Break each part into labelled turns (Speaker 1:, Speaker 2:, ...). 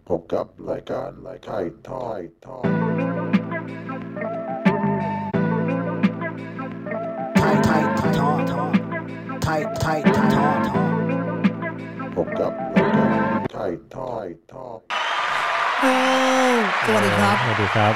Speaker 1: พบกับรายการไทยทอล์กพบกับรายการไทยทอล์ก
Speaker 2: สวัสดีครับ
Speaker 3: สวัสดีครับ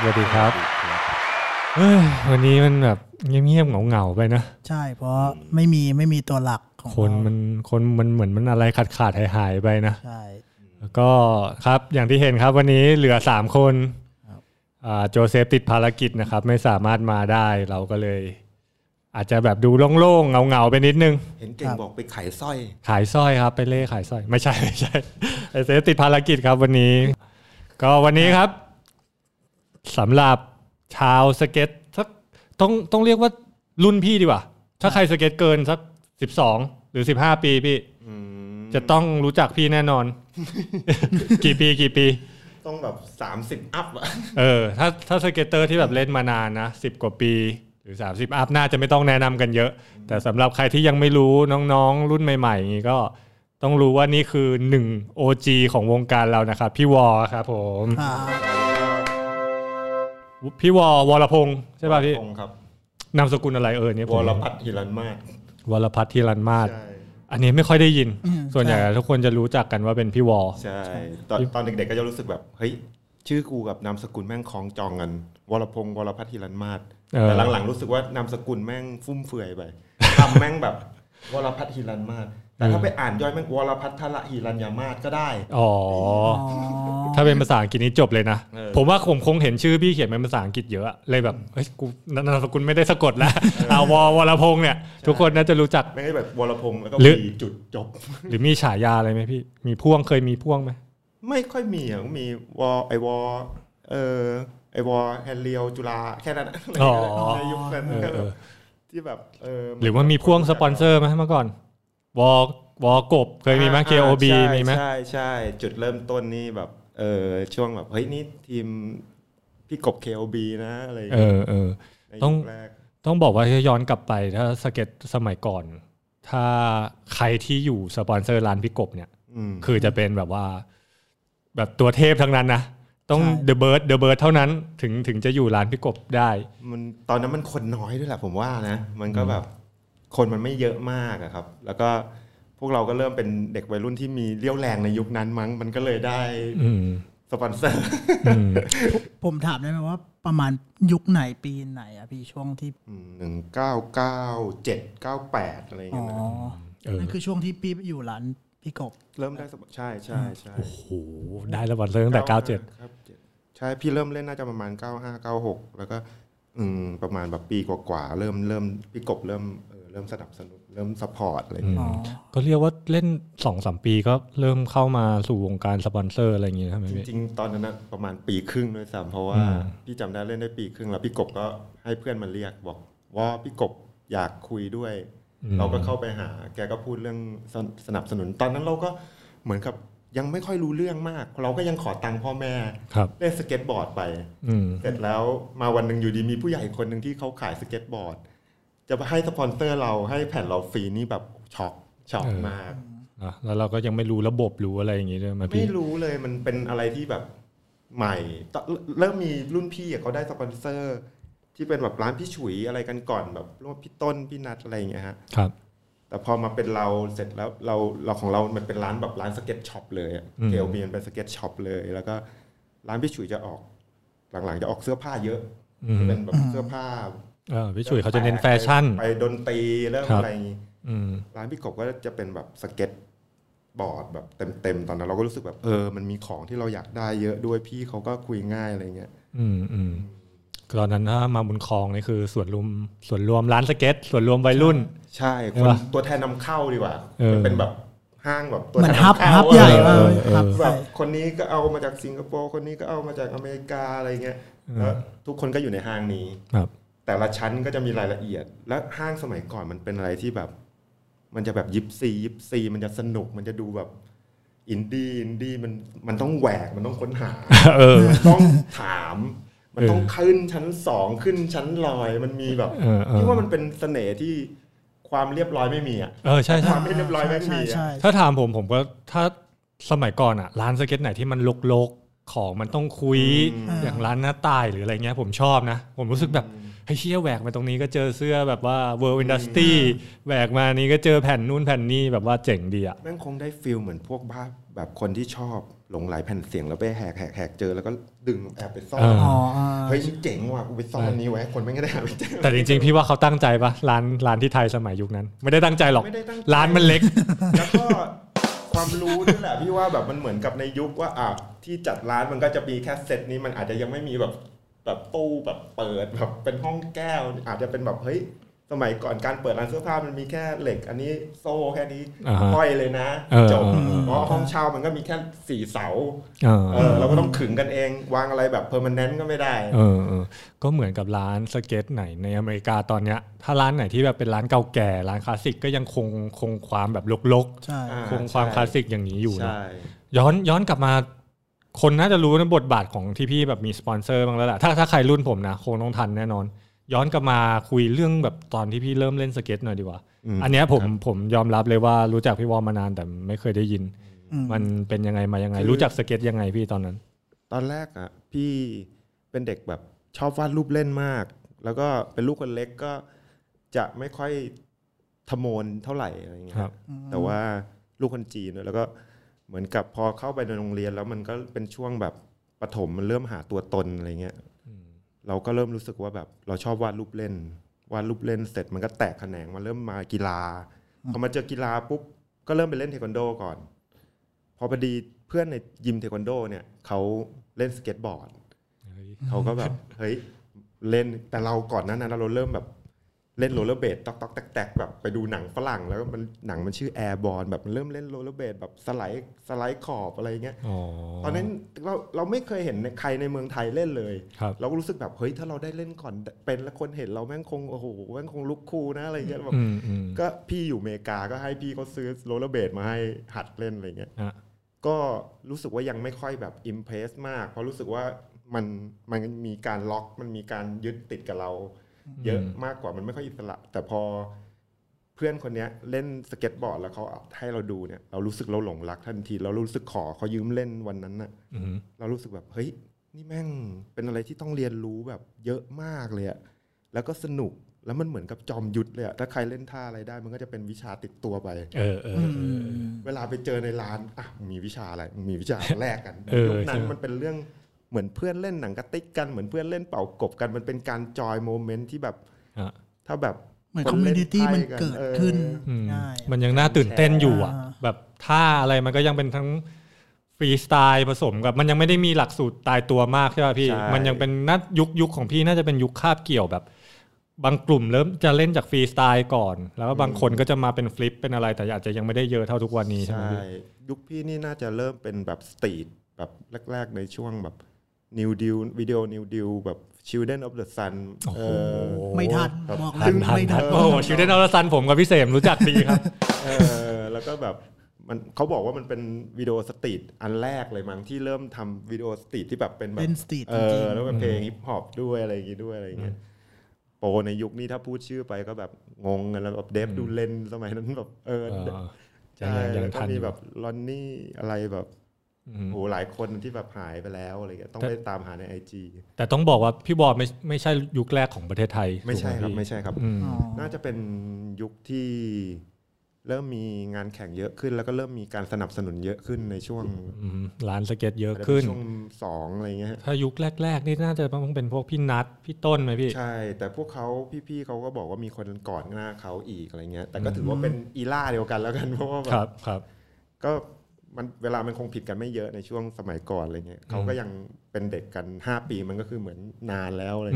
Speaker 3: วันนี้มันแบบเงียบๆเหงาๆไปนะ
Speaker 2: ใช่เพราะไม่มีตัวหลักของ
Speaker 3: คนมันเหมือนมันอะไรขาดหายไปนะ
Speaker 2: ใช่
Speaker 3: แล้วก็ครับอย่างที่เห็นครับวันนี้เหลือ3คนโจเซฟติดภารกิจนะครับไม่สามารถมาได้เราก็เลยอาจจะแบบดูโล่งๆเงาๆไปนิดนึง
Speaker 4: เห็นเก่งบอกไปขายสร้
Speaker 3: อยครับไปเล่ขายสร้อยไม่ใช่เซฟติดภารกิจครับวันนี้ครับสำหรับชาวสเก็ตต้องเรียกว่ารุ่นพี่ดีกว่าถ้าใครสเก็ตเกินสัก12หรือ15ปีพี่จะต้องรู้จักพี่แน่นอน กี่ปี
Speaker 4: ต้องแบบ30อัพอ่ะ
Speaker 3: ถ้าสเก็ตเตอร์ที่แบบเล่นมานานนะ10กว่าปีหรือ30อัพน่าจะไม่ต้องแนะนำกันเยอะแต่สำหรับใครที่ยังไม่รู้น้องๆรุ่นใหม่ๆอย่างนี้ก็ต้องรู้ว่านี่คือ1 OG ของวงการเรานะครับพี่วอครับผมพี่วรพงษ์ใช่ป่ะพี่
Speaker 4: ครับ
Speaker 3: นามสกุลอะไรเนี่ย
Speaker 4: วรพัฒน์ฮิรัญมาศ
Speaker 3: อันนี้ไม่ค่อยได้ยินส่วนใหญ่ทุกคนจะรู้จักกันว่าเป็นพี่วอ
Speaker 4: ใช่ตอนเด็กๆก็จะรู้สึกแบบเฮ้ยชื่อกูกับนามสกุลแม่งคล้องจองกันวรพงษ์วรพัฒน์ฮิรัญมาศแต่หลังๆรู้สึกว่านามสกุลแม่งฟุ่มเฟือยไปทำแม่งแบบวรพัฒน์ฮิรัญมาศแต่ถ้าไปอ่านย่อยแม่งวรพัฒน์หิรัญญามาศก็ได้
Speaker 3: ถ้าเป็นภาษาอังกฤษนี่จบเลยนะผมว่าผมคงเห็นชื่อพี่เขียนเป็นภาษาอังกฤษเยอะเลยแบบเฮ้ยกูนามสกุลไม่ได้สะกดแล้ววรพงษ์เนี่ยทุกคนน่าจะรู้จัก
Speaker 4: ไม่ใช่แบบวรพงษ์แล้วก็มีจุดจบ
Speaker 3: หรือมีฉายาอะไรไหมพี่มีพ่วงเคยมีพ่วงไหม
Speaker 4: ไม่ค่อยมีอ่ะมีไอวอแฮนเรียวจุฬาแค่นั้นในยุคนั้นที่แบบ
Speaker 3: หรือว่ามีพ่วงสปอนเซอร์ไหมเมื่อก่อนวกบเคยมีไหม KOB มีไหม
Speaker 4: ใช่จุดเริ่มต้นนี่แบบช่วงแบบเฮ้ยนี่ทีมพี่กบ KOB นะอะไร
Speaker 3: ต้องบอกว่าย้อนกลับไปถ้าสเก็ตสมัยก่อนถ้าใครที่อยู่สปอนเซอร์ร้านพี่กบเนี่ยคือจะเป็นแบบว่าแบบตัวเทพทั้งนั้นนะต้อง The Bird เท่านั้นถึงจะอยู่ร้านพี่กบได้
Speaker 4: มันตอนนั้นมันคนน้อยด้วยแหละผมว่านะมันก็แบบคนมันไม่เยอะมากอะครับแล้วก็พวกเราก็เริ่มเป็นเด็กวัยรุ่นที่มีเรี่ยวแรงในยุคนั้นมั้งมันก็เลยได้สปอนเซอร์
Speaker 2: ผมถามได้ไหมว่าประมาณยุคไหนปีไหนอะพี่ช่วงที่
Speaker 4: 1997 98อะไรอย่างเงี้ย
Speaker 2: นั่นคือช่วงที่พี่อยู่ร้านพี่กบ
Speaker 4: เริ่มได้ใช่
Speaker 3: โอ้โหได้สปอนเซอร์ตั้งแต่97
Speaker 4: ครับใช่พี่เริ่มเล่นน่าจะประมาณ95 96แล้วก็ประมาณแบบปีกว่าๆเริ่มพี่กบเริ่มสนับสนุนเริ่มซัพพอร์ตอะไรอย่างเงี้ย
Speaker 3: ก็เรียกว่าเล่น 2-3 ปีก็เริ่มเข้ามาสู่วงการสปอนเซอร์อะไรอย่างเงี้ยใช่ไหม
Speaker 4: จริงๆตอนนั้นประมาณปีครึ่งด้วยซ้ำเพราะว่าพี่จำได้เล่นได้ปีครึ่งแล้วพี่กบก็ให้เพื่อนมาเรียกบอกว่าพี่กบอยากคุยด้วยเราก็เข้าไปหาแกก็พูดเรื่องสนับสนุนตอนนั้นเราก็เหมือนกับยังไม่ค่อยรู้เรื่องมากเราก็ยังขอตังค์พ่อแม่เล่นสเก็ตบอร์ดไปเสร็จแล้วมาวันนึงอยู่ดีมีผู้ใหญ่คนนึงที่เขาขายสเก็ตบอร์ดจะให้สปอนเซอร์เราให้แผ่นเราฟรีนี่แบบช็อกมาก
Speaker 3: แล้วเราก็ยังไม่รู้ระบบรู้อะไรอย่างงี้ด้วยมาพี่
Speaker 4: ไม่รู้เลยมันเป็นอะไรที่แบบใหม่เริ่มมีรุ่นพี่เขาได้สปอนเซอร์ที่เป็นแบบร้านพี่ฉุยอะไรกันก่อนแบบร่วมพี่ต้นพี่นัทอะไรอย่างเงี้ยฮะ
Speaker 3: ครับ
Speaker 4: แต่พอมาเป็นเราเสร็จแล้วเราของเรามันเป็นร้านแบบร้านสเก็ตช็อปเลยเกลมีมันเป็นสเก็ตช็อปเลยแล้วก็ร้านพี่ฉุยจะออกหลังๆจะออกเสื้อผ้าเยอะเป็นแบบเสื้อผ้า
Speaker 3: พี่ฉุยเขาจะเน้นแฟชั่น
Speaker 4: ไปดนตรีเรื่องอะไรร้านพี่กบก็จะเป็นแบบสเก็ตบอร์ดแบบเต็มตอนนั้นเราก็รู้สึกแบบมันมีของที่เราอยากได้เยอะด้วยพี่เขาก็คุยง่ายอะไรเงี้ย
Speaker 3: ตอนนั้นถ้ามาบุญคลองนี่คือส่วนรวมร้านสเก็ตส่วนรวมวัยรุ่น
Speaker 4: ใช่คนตัวแทนนำเข้าดีกว่ามันเป็นแบบห้างแบบตัว
Speaker 2: แทน
Speaker 4: นำเข้า
Speaker 2: ใหญ่
Speaker 4: แบบคนนี้ก็เอามาจากสิงคโปร์คนนี้ก็เอามาจากอเมริกาอะไรเงี้ยแล้วทุกคนก็อยู่ในห้างนี้แต่ละชั้นก็จะมีรายละเอียดและห้างสมัยก่อนมันเป็นอะไรที่แบบมันจะแบบยิปซีมันจะสนุกมันจะดูแบบอินดี้มันต้องแหวกมันต้องค้นหามันต้องถามมันต้องขึ้นชั้น2ขึ้นชั้นลอยมันมีแบบที่ว่ามันเป็นเสน่ห์ที่ความเรียบร้อยไม่มีอ่ะ
Speaker 3: ใช่
Speaker 4: ความไม่เรียบร้อยไม่มี
Speaker 3: ถ้าถามผมก็ถ้าสมัยก่อนอ่ะร้านสเก็ตไหนที่มันลกๆของมันต้องคุยอย่างร้านหน้าตายหรืออะไรเงี้ยผมชอบนะผมรู้สึกแบบให้เชี่ยแหวกมาตรงนี้ก็เจอเสื้อแบบว่า World Industry แหวกมานี้ก็เจอแผ่นนู่นแผ่นนี้แบบว่าเจ๋งดีอ่ะ
Speaker 4: แม่งคงได้ฟีลเหมือนพวกบ้าแบบคนที่ชอบหลงไหลแผ่นเสียงแล้วไปแหกเจอแล้วก็ดึงแอบไปซ่อนเฮ้ยเจ๋งว่ะกูไปซ่อนอันนี้ไว้คนไม่ได้หาไม่เจอ
Speaker 3: แต่จริงๆพี่ว่าเขาตั้งใจปะร้านที่ไทยสมัยยุคนั้นไม่ได้ตั้งใจหรอกร้านมันเล็ก
Speaker 4: แล้วก็ความรู้ด้วยแหละพี่ว่าแบบมันเหมือนกับในยุคว่าที่จัดร้านมันก็จะมีแค่เซตนี้มันอาจจะยังไม่มีแบบตู้แบบเปิดแบบเป็นห้องแก้วอาจจะเป็นแบบเฮ้ยสมัยก่อนการเปิดร้านเสื้อผ้ามันมีแค่เหล็กอันนี้โซ่แค่นี้ห้อยเลยนะจบเพราะห้องเช่ามันก็มีแค่4เสาเราก็ต้องขึงกันเองวางอะไรแบบเพอร์มานแนนต์ก็ไม่ได้
Speaker 3: ก็เหมือนกับร้านสเก็ตไหนในอเมริกาตอนเนี้ยถ้าร้านไหนที่แบบเป็นร้านเก่าแก่ร้านคลาสสิกก็ยังคงความแบบรกๆคงความคลาสสิกอย่างนี้อยู่นะย้อนกลับมาคนน่าจะรู้ในบทบาทของที่พี่แบบมีสปอนเซอร์บ้างแล้วแหละถ้าใครรุ่นผมนะคงต้องทันแน่นอนย้อนกลับมาคุยเรื่องแบบตอนที่พี่เริ่มเล่นสเก็ตหน่อยดีกว่าอันนี้ผมยอมรับเลยว่ารู้จักพี่วอมมานานแต่ไม่เคยได้ยินมันเป็นยังไงมายังไงรู้จักสเก็ตยังไงพี่ตอนนั้น
Speaker 4: ตอนแรกอ่ะพี่เป็นเด็กแบบชอบวาดรูปเล่นมากแล้วก็เป็นลูกคนเล็กก็จะไม่ค่อยทะโมนเท่าไหร่อะไรเงี้ยแต่ว่าลูกคนจีนแล้วก็เหมือนกับพอเข้าไปในโรงเรียนแล้วมันก็เป็นช่วงแบบประถมมันเริ่มหาตัวตนอะไรเงี้ยเราก็เริ่มรู้สึกว่าแบบเราชอบวาดรูปเล่นเสร็จมันก็แตกแขนงมาเริ่มมากีฬาพอมาเจอกีฬาปุ๊บก็เริ่มไปเล่นเทควันโดก่อนพอดีเพื่อนในยิมเทควันโดเนี่ยเขาเล่นสเก็ตบอร์ดเขาก็แบบเฮ้ยเล่นแต่เราก่อนนั้นเราเริ่มแบบเล่นโรลเลอร์เบดต๊อกแตกแบบไปดูหนังฝรั่งแล้วมันหนังมันชื่อแอร์บอลแบบมันเริ่มเล่นโรลเลอร์เบดแบบสไลด์ขอบอะไรเงี้ยตอนนั้นเราไม่เคยเห็นใครในเมืองไทยเล่นเลยเราก็รู้สึกแบบเฮ้ยถ้าเราได้เล่นก่อนเป็นแล้วคนเห็นเราแม่งคงโอ้โหแม่งคงลุกคูลนะอะไรเงี้ยแบบก็พี่อยู่อเมริกาก็ให้พี่เขาซื้อโรลเลอร์เบดมาให้หัดเล่นอะไรเงี้ยก็รู้สึกว่ายังไม่ค่อยแบบอิมเพรสมากเพราะรู้สึกว่ามันมีการล็อกมันมีการยึดติดกับเราเยอะมากกว่ามันไม่ค่อยอิสระแต่พอเพื่อนคนนี้เล่นสเก็ตบอร์ดแล้วเขาให้เราดูเนี่ยเรารู้สึกเราหลงรักทันทีเรารู้สึกขอเขายืมเล่นวันนั้นน่ะเรารู้สึกแบบเฮ้ยนี่แม่งเป็นอะไรที่ต้องเรียนรู้แบบเยอะมากเลยอะแล้วก็สนุกแล้วมันเหมือนกับจอมยุทธเลยอะถ้าใครเล่นท่าอะไรได้มันก็จะเป็นวิชาติดตัวไปเวลาไปเจอในร้านมีวิชาอะไรมีวิชาแรกกันยุคนั้นมันเป็นเรื่องเหมือนเพื่อนเล่นหนังกระติกกันเหมือนเพื่อนเล่นเป่ากบกันมันเป็นการจอยโมเมนต์ที่แบบถ้าแบบ
Speaker 2: เหมือนคอมมูนิตี้มันเกิดขึ้น
Speaker 3: มันยังน่าตื่นเต้นอยู่อ่ะแบบท่าอะไรมันก็ยังเป็นทั้งฟรีสไตล์ผสมกับมันยังไม่ได้มีหลักสูตรตายตัวมากใช่ป่ะพี่มันยังเป็นยุคของพี่น่าจะเป็นยุคคาบเกี่ยวแบบบางกลุ่มเริ่มจะเล่นจากฟรีสไตล์ก่อนแล้วก็บางคนก็จะมาเป็นฟลิปเป็นอะไรแต่อาจจะยังไม่ได้เยอะเท่าทุกวันนี้ใช่ไหมพี่
Speaker 4: ยุคพี่นี่น่าจะเริ่มเป็นแบบสตรีทแบบแรกๆในช่วงแบบNew Deal วิดีโอ New Deal แบบ Children of the Sun
Speaker 2: ไม่ทันบอกเลยไม่ทัน
Speaker 3: โอ้ Children of the Sun ผมกับพี่เสมรู้จักดีครับ
Speaker 4: แล้วก็แบบมันเขาบอกว่ามันเป็นวิดีโอสตรีทอันแรกเลยมั้งที่เริ่มทำวิดีโอสตรีทที่แบบเป็นแบบแล้วเป็นเพลงฮิปฮอปด้วยอะไรอย่างงี้ด้วยอะไรอย่างเงี้ยโปรในยุคนี้ถ้าพูดชื่อไปก็แบบงงกันแล้วแบบเดฟดูเลนสมัยนั้นแบบยังทันมีแบบลอนนี่อะไรแบบโอ้หลายคนที่แบบหายไปแล้วอะไรเงี้ยต้องไปตามหาใน IG
Speaker 3: แต่ต้องบอกว่าพี่บอลไม่ใช่ยุคแรกของประเทศไทย
Speaker 4: ไม่ใช่ครับน่าจะเป็นยุคที่เริ่มมีงานแข่งเยอะขึ้นแล้วก็เริ่มมีการสนับสนุนเยอะขึ้นในช่วง
Speaker 3: ร้านสเก็ตเยอะขึ้น
Speaker 4: ช่วง2อะไรเงี้ย
Speaker 3: ถ้ายุคแรกๆนี่น่าจะต้องเป็นพวกพี่นัทพี่ต้นไหมพี่
Speaker 4: ใช่แต่พวกเขาพี่ๆเขาก็บอกว่ามีคนก่อนหน้าเขาอีกอะไรเงี้ยแต่ก็ถือว่าเป็นอีล่าเดียวกันแล้วกันเพราะว่า
Speaker 3: ครับ
Speaker 4: ก็มันเวลามันคงผิดกันไม่เยอะในช่วงสมัยก่อนอะไรเงี้ยเขาก็ยังเป็นเด็กกัน5ปีมันก็คือเหมือนนานแล้วอะไร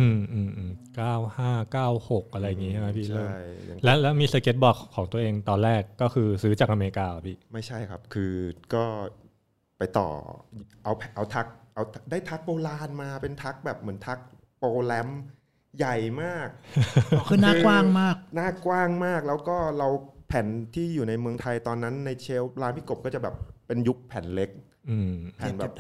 Speaker 3: 95 96อะไรอย่างงี้ใช่ไหมพี่แล้วมีสเก็ตบอร์ดของตัวเองตอนแรกก็คือซื้อจากอเมริกาพี่
Speaker 4: ไม่ใช่ครับคือก็ไปต่อเอาทักเอาได้ทักโบราณมาเป็นทักแบบเหมือนทักโปรแรมใหญ่มาก
Speaker 2: คือหน้ากว้างมาก
Speaker 4: แล้วก็เราแผ่นที่อยู่ในเมืองไทยตอนนั้นในเชลฟ์ร้านพี่กบก็จะแบบเป็นยุคแผ่นเล็กแผ่นแบบ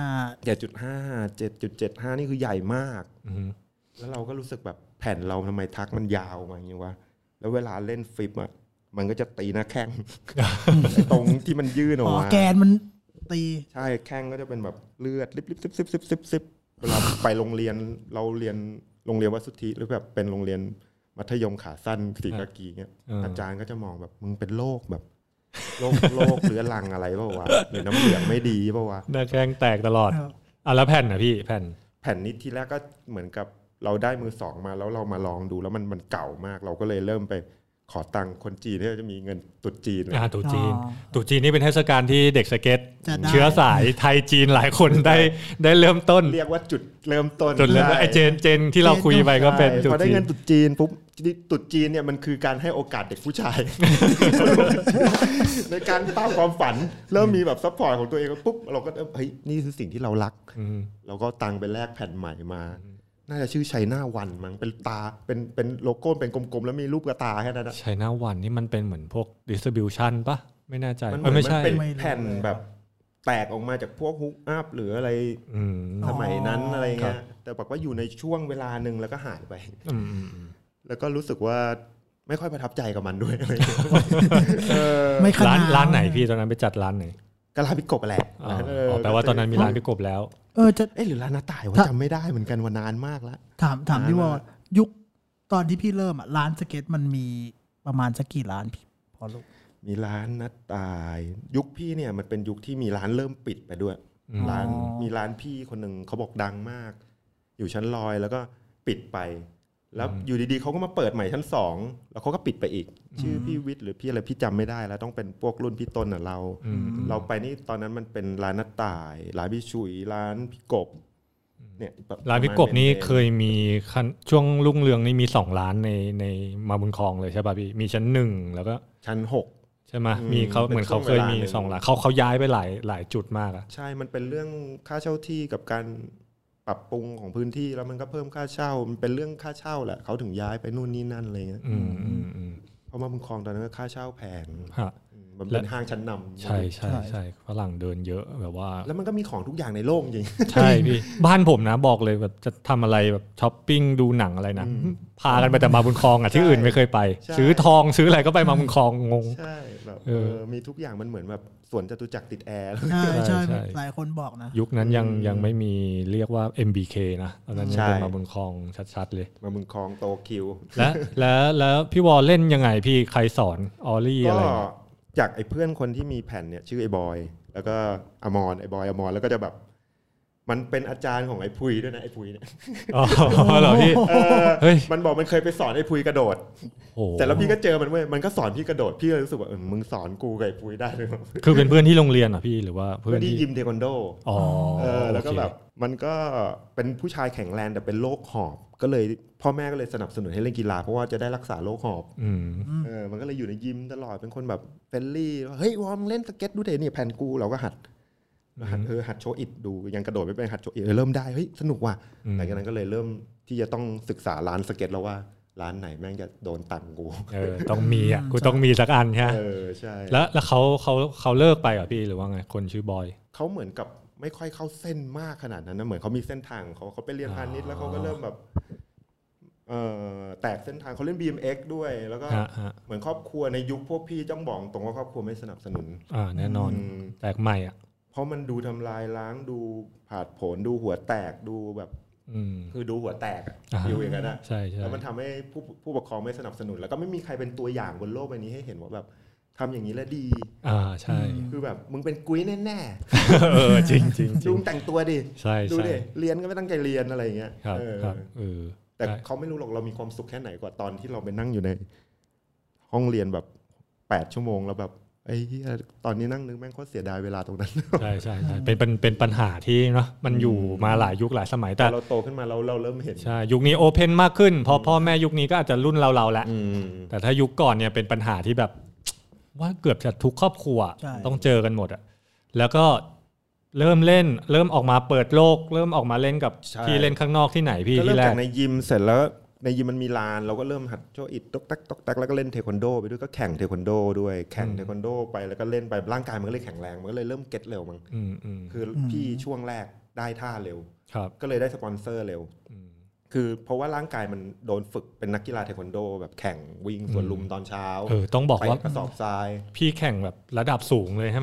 Speaker 4: 7.5 นี่คือใหญ่มากแล้วเราก็รู้สึกแบบแผ่นเราทำไมทักมันยาวมาอย่างนี้วะแล้วเวลาเล่นฟลิปอ่ะมันก็จะตีหน้าแข้งตรงที่มันยื่นออกมา
Speaker 2: แกนมันตี
Speaker 4: ใช่แข้งก็จะเป็นแบบเลือดลิบเวลาไปโรงเรียนเราเรียนโรงเรียนวัดสุทธิหรือแบบเป็นโรงเรียนมัธยมขาสั้นสีกากีเงี้ยอาจารย์ก็จะมองแบบมึงเป็นโรคแบบโรคเรื้อรังอะไรเปล่าวะหรือน้ำเหลืองไม่ดีเปล่าวะ
Speaker 3: หน้าแข้งแตกตลอดแล้วแผ่นนะพี่แผ่น
Speaker 4: นี้ทีแรกก็เหมือนกับเราได้มือสองมาแล้วเรามาลองดูแล้วมันเก่ามากเราก็เลยเริ่มไปขอตังค์คนจีนที่จะมีเงินตุ๊จีน
Speaker 3: ตุ๊จีนนี่เป็นเทศกาลที่เด็กสเก็ตเชื้อสายไทยจีนหลายคนได้เริ่มต้น
Speaker 4: เรียกว่าจุดเริ่มต้น
Speaker 3: จุดเริ่มไอเจนที่เราคุยไปก็เป็น
Speaker 4: พอได้เงินตุ๊จีนปุ๊บตุ๊จีนเนี่ยมันคือการให้โอกาสเด็กผู้ชาย ในการตั้งความฝันเริ่มมีแบบซัพพอร์ตของตัวเองปุ๊บเราก็เฮ้ยนี่คือสิ่งที่เรารักเราก็ตังไปแลกแผ่นใหม่มาน่าจะชื่อไชน่าวันมั้งเป็นตาเป็นโลโก้เป็นกลมๆแล้วมีรูปกระตาแค่นั้น
Speaker 3: ไชน่าวันนี่มันเป็นเหมือนพวก distribution ปะไม่แน่ใจ
Speaker 4: ไม่ใช่เป็นแผ่นแบบแตกออกมาจากพวกฮุกอัพหรืออะไรสมัยนั้นอะไรเงี้ยแต่บอกว่าอยู่ในช่วงเวลานึงแล้วก็หายไปแล้วก็รู้สึกว่าไม่ค่อยประทับใจกับมันด้วย
Speaker 2: ไม่ขนาด
Speaker 3: ร้านไหนพี่ตอนนั้นไปจัดร้านไหน
Speaker 4: ก็ร้านพี่กบแหละ
Speaker 3: แปลว่าตอนนั้นมีร้านพี่กบแล้ว
Speaker 2: จะ
Speaker 4: หรือร้านน้าต่ายว่าจำไม่ได้เหมือนกันว่านานมากแล้ว
Speaker 2: ถามพี่ว่ายุคตอนที่พี่เริ่มร้านสเก็ตมันมีประมาณสักกี่ร้านพี่พอรู้
Speaker 4: มีร้านน้าต่ายยุคพี่เนี่ยมันเป็นยุคที่มีร้านเริ่มปิดไปด้วยมีร้านพี่คนหนึ่งเขาบอกดังมากอยู่ชั้นลอยแล้วก็ปิดไปแล้วอยู่ดีๆเขาก็มาเปิดใหม่ชั้น2แล้วเขาก็ปิดไปอีกชื่อพี่วิทย์หรือพี่อะไรพี่จำไม่ได้แล้วต้องเป็นพวกรุ่นพี่ต้นเราไปนี่ตอนนั้นมันเป็นร้านน้าต่ายร้านพี่ชุยร้านพี่กบเนี่ย
Speaker 3: ร้านพี่กบนี่เคยมีช่วงรุ่งเรืองนี่มี2ร้านในมาบุญครองเลยใช่ป่ะพี่มีชั้น1แล้วก็
Speaker 4: ชั้น6
Speaker 3: ใช่ไหมมีเขาเหมือนเขาเคยมี2ร้านเขาย้ายไปหลายจุดมากอ่ะ
Speaker 4: ใช่มันเป็นเรื่องค่าเช่าที่กับการปรับปรุงของพื้นที่แล้วมันก็เพิ่มค่าเช่ามันเป็นเรื่องค่าเช่าแหละเขาถึงย้ายไปนู่นนี่นั่นอะไรเงี้ยเพราะมาบุญครองตอนนั้นก็ค่าเช่าแพงมันเป็นห้างชั้นนำ
Speaker 3: ใช่ฝรั่งเดินเยอะแบบว่า
Speaker 4: แล้วมันก็มีของทุกอย่างในโลกจริง
Speaker 3: ใช่พี่บ้านผมนะบอกเลยแบบจะทำอะไรแบบช้อปปิ้งดูหนังอะไรนะพากันไปแต่มาบุญครองอ่ะที่อื่นไม่เคยไปซื้อทองซื้ออะไรก็ไปมาบุญครองงง
Speaker 4: ใช่แบบมีทุกอย่างมันเหมืใแบบสวนจตุจักรติดแอร์
Speaker 2: ใช่หลายคนบอกนะ
Speaker 3: ยุคนั้นยังไม่มีเรียกว่า MBK นะตอนนั้นยังเป็นมาบุญครองชัดๆเลย
Speaker 4: มาบุญครองโตคิว
Speaker 3: แล้วพี่วอลเล่นยังไงพี่ใครสอนออลลี่อะไร
Speaker 4: จากไอ้เพื่อนคนที่มีแผ่นเนี่ยชื่อไอ้บอยแล้วก็อมรไอ้บอยอมรแล้วก็จะแบบมันเป็นอาจารย์ของไอ้พุยด้วยนะไอ้พุยเนี่ย
Speaker 3: อ๋อเหรอพี่
Speaker 4: มันบอกมันเคยไปสอนไอ้พุยกระโดดแต่แล้วพี่ก็เจอมันเว้ยมันก็สอนพี่กระโดดพี่เลยรู้สึกว่ามึงสอนกูกับไอ้พุยได้เลย
Speaker 3: คือเป็นเพื่อนที่โรงเรียนเหรอพี่หรือว่า
Speaker 4: เพื่อนที่ยิมเทควันโดแล้วก็แบบมันก็เป็นผู้ชายแข็งแรงแต่เป็นโรคหอบก็เลยพ่อแม่ก็เลยสนับสนุนให้เล่นกีฬาเพราะว่าจะได้รักษาโรคหอบมันก็เลยอยู่ในยิมตลอดเป็นคนแบบเฟรนลี่เฮ้ยวอร์มเล่นสเก็ตดูเถอะนี่แผ่นกูเราก็หัดโชว์อิดดูยังกระโดดไม่เป็นหัดโชว์อิดเริ่มได้เฮ้ยสนุกว่ะหลังจากนั้นก็เลยเริ่มที่จะต้องศึกษาร้านสเก็ตแล้วว่าร้านไหนแม่งจะโดนตังกู
Speaker 3: ต้องมีอ่ะกูต้องมีสักอันใช่
Speaker 4: ใช่
Speaker 3: แล้วเขาเลิกไปเหรอพี่หรือว่าไงคนชื่อบอย
Speaker 4: เขาเหมือนกับไม่ค่อยเข้าเส้นมากขนาดนั้นนะเหมือนเขามีเส้นทางเขาไปเรียนพาณิชย์แล้วเขาก็เริ่มแบบแตกเส้นทางเขาเล่น BMX ด้วยแล้วก็เหมือนครอบครัวในยุคพวกพี่จ้องบอกตรงว่าครอบครัวไม่สนับสนุน
Speaker 3: แน่นอนแตกใหม่อ่ะ
Speaker 4: เพราะมันดูทำลายล้างดูผาดโผนดูหัวแตกดูแบบคือดูหัวแตกอยู่อย่างนั้นนะแล้วมันทำให้ผู้ปกครองไม่สนับสนุนแล้วก็ไม่มีใครเป็นตัวอย่างบนโลกใบนี้ให้เห็นว่าแบบทำอย่างนี้แล้วดี
Speaker 3: ใช่
Speaker 4: คือแบบมึงเป็นกุ้ยแน่
Speaker 3: ๆจริงจริง
Speaker 4: ดูแต่งตัวดิ
Speaker 3: ใช่
Speaker 4: ดูดิเรียนก็ไม่ตั้งใจเรียนอะไรอย่างเงี้ย
Speaker 3: ครับ
Speaker 4: แต่เขาไม่รู้หรอกเรามีความสุขแค่ไหนกว่าตอนที่เราไปนั่งอยู่ในห้องเรียนแบบ8 ชั่วโมงแล้วแบบไอ้ตอนนี้นั่งนึกแม่งโคตรเสียดายเวลาตรงนั้น
Speaker 3: ใช่เป็นปัญหาที่เนาะมันอยู่มาหลายยุคหลายสมัยแต่
Speaker 4: เราโตขึ้นมาเราเริ่มเห็น
Speaker 3: ใช่ยุคนี้โอเพนมากขึ้นพอพ่อแม่ยุคนี้ก็อาจจะรุ่นเราแล้วแต่ถ้ายุคก่อนเนี่ยเป็นปัญหาที่แบบว่าเกือบจะทุกครอบครัวต้องเจอกันหมดอ่ะแล้วก็เริ่มออกมาเปิดโลกเริ่มออกมาเล่นกับที่เล่นข้างนอกที่ไหนพี่
Speaker 4: ที่แรกในยิมเสร็จแล้วในยิมมันมีลานเราก็เริ่มหัดโชว์อิดตกตักแล้วก็เล่นเทควันโดไปด้วยก็แข่งเทควันโดด้วยแข่งเทควันโดไปแล้วก็เล่นไปร่างกายมันก็เลยแข็งแรงมันก็เลยเริ่มเก็ตเร็วมั้งคือพี่ช่วงแรกได้ท่าเร็วก็เลยได้สปอนเซอร์เร็วคือเพราะว่าร่างกายมันโดนฝึกเป็นนักกีฬาเทควันโดแบบแข่งวิ่งสวนลุมตอนเช้า
Speaker 3: ต้องบอกว่าก
Speaker 4: ระสอบทราย
Speaker 3: พี่แข่งแบบระดับสูงเลยใช่ไหม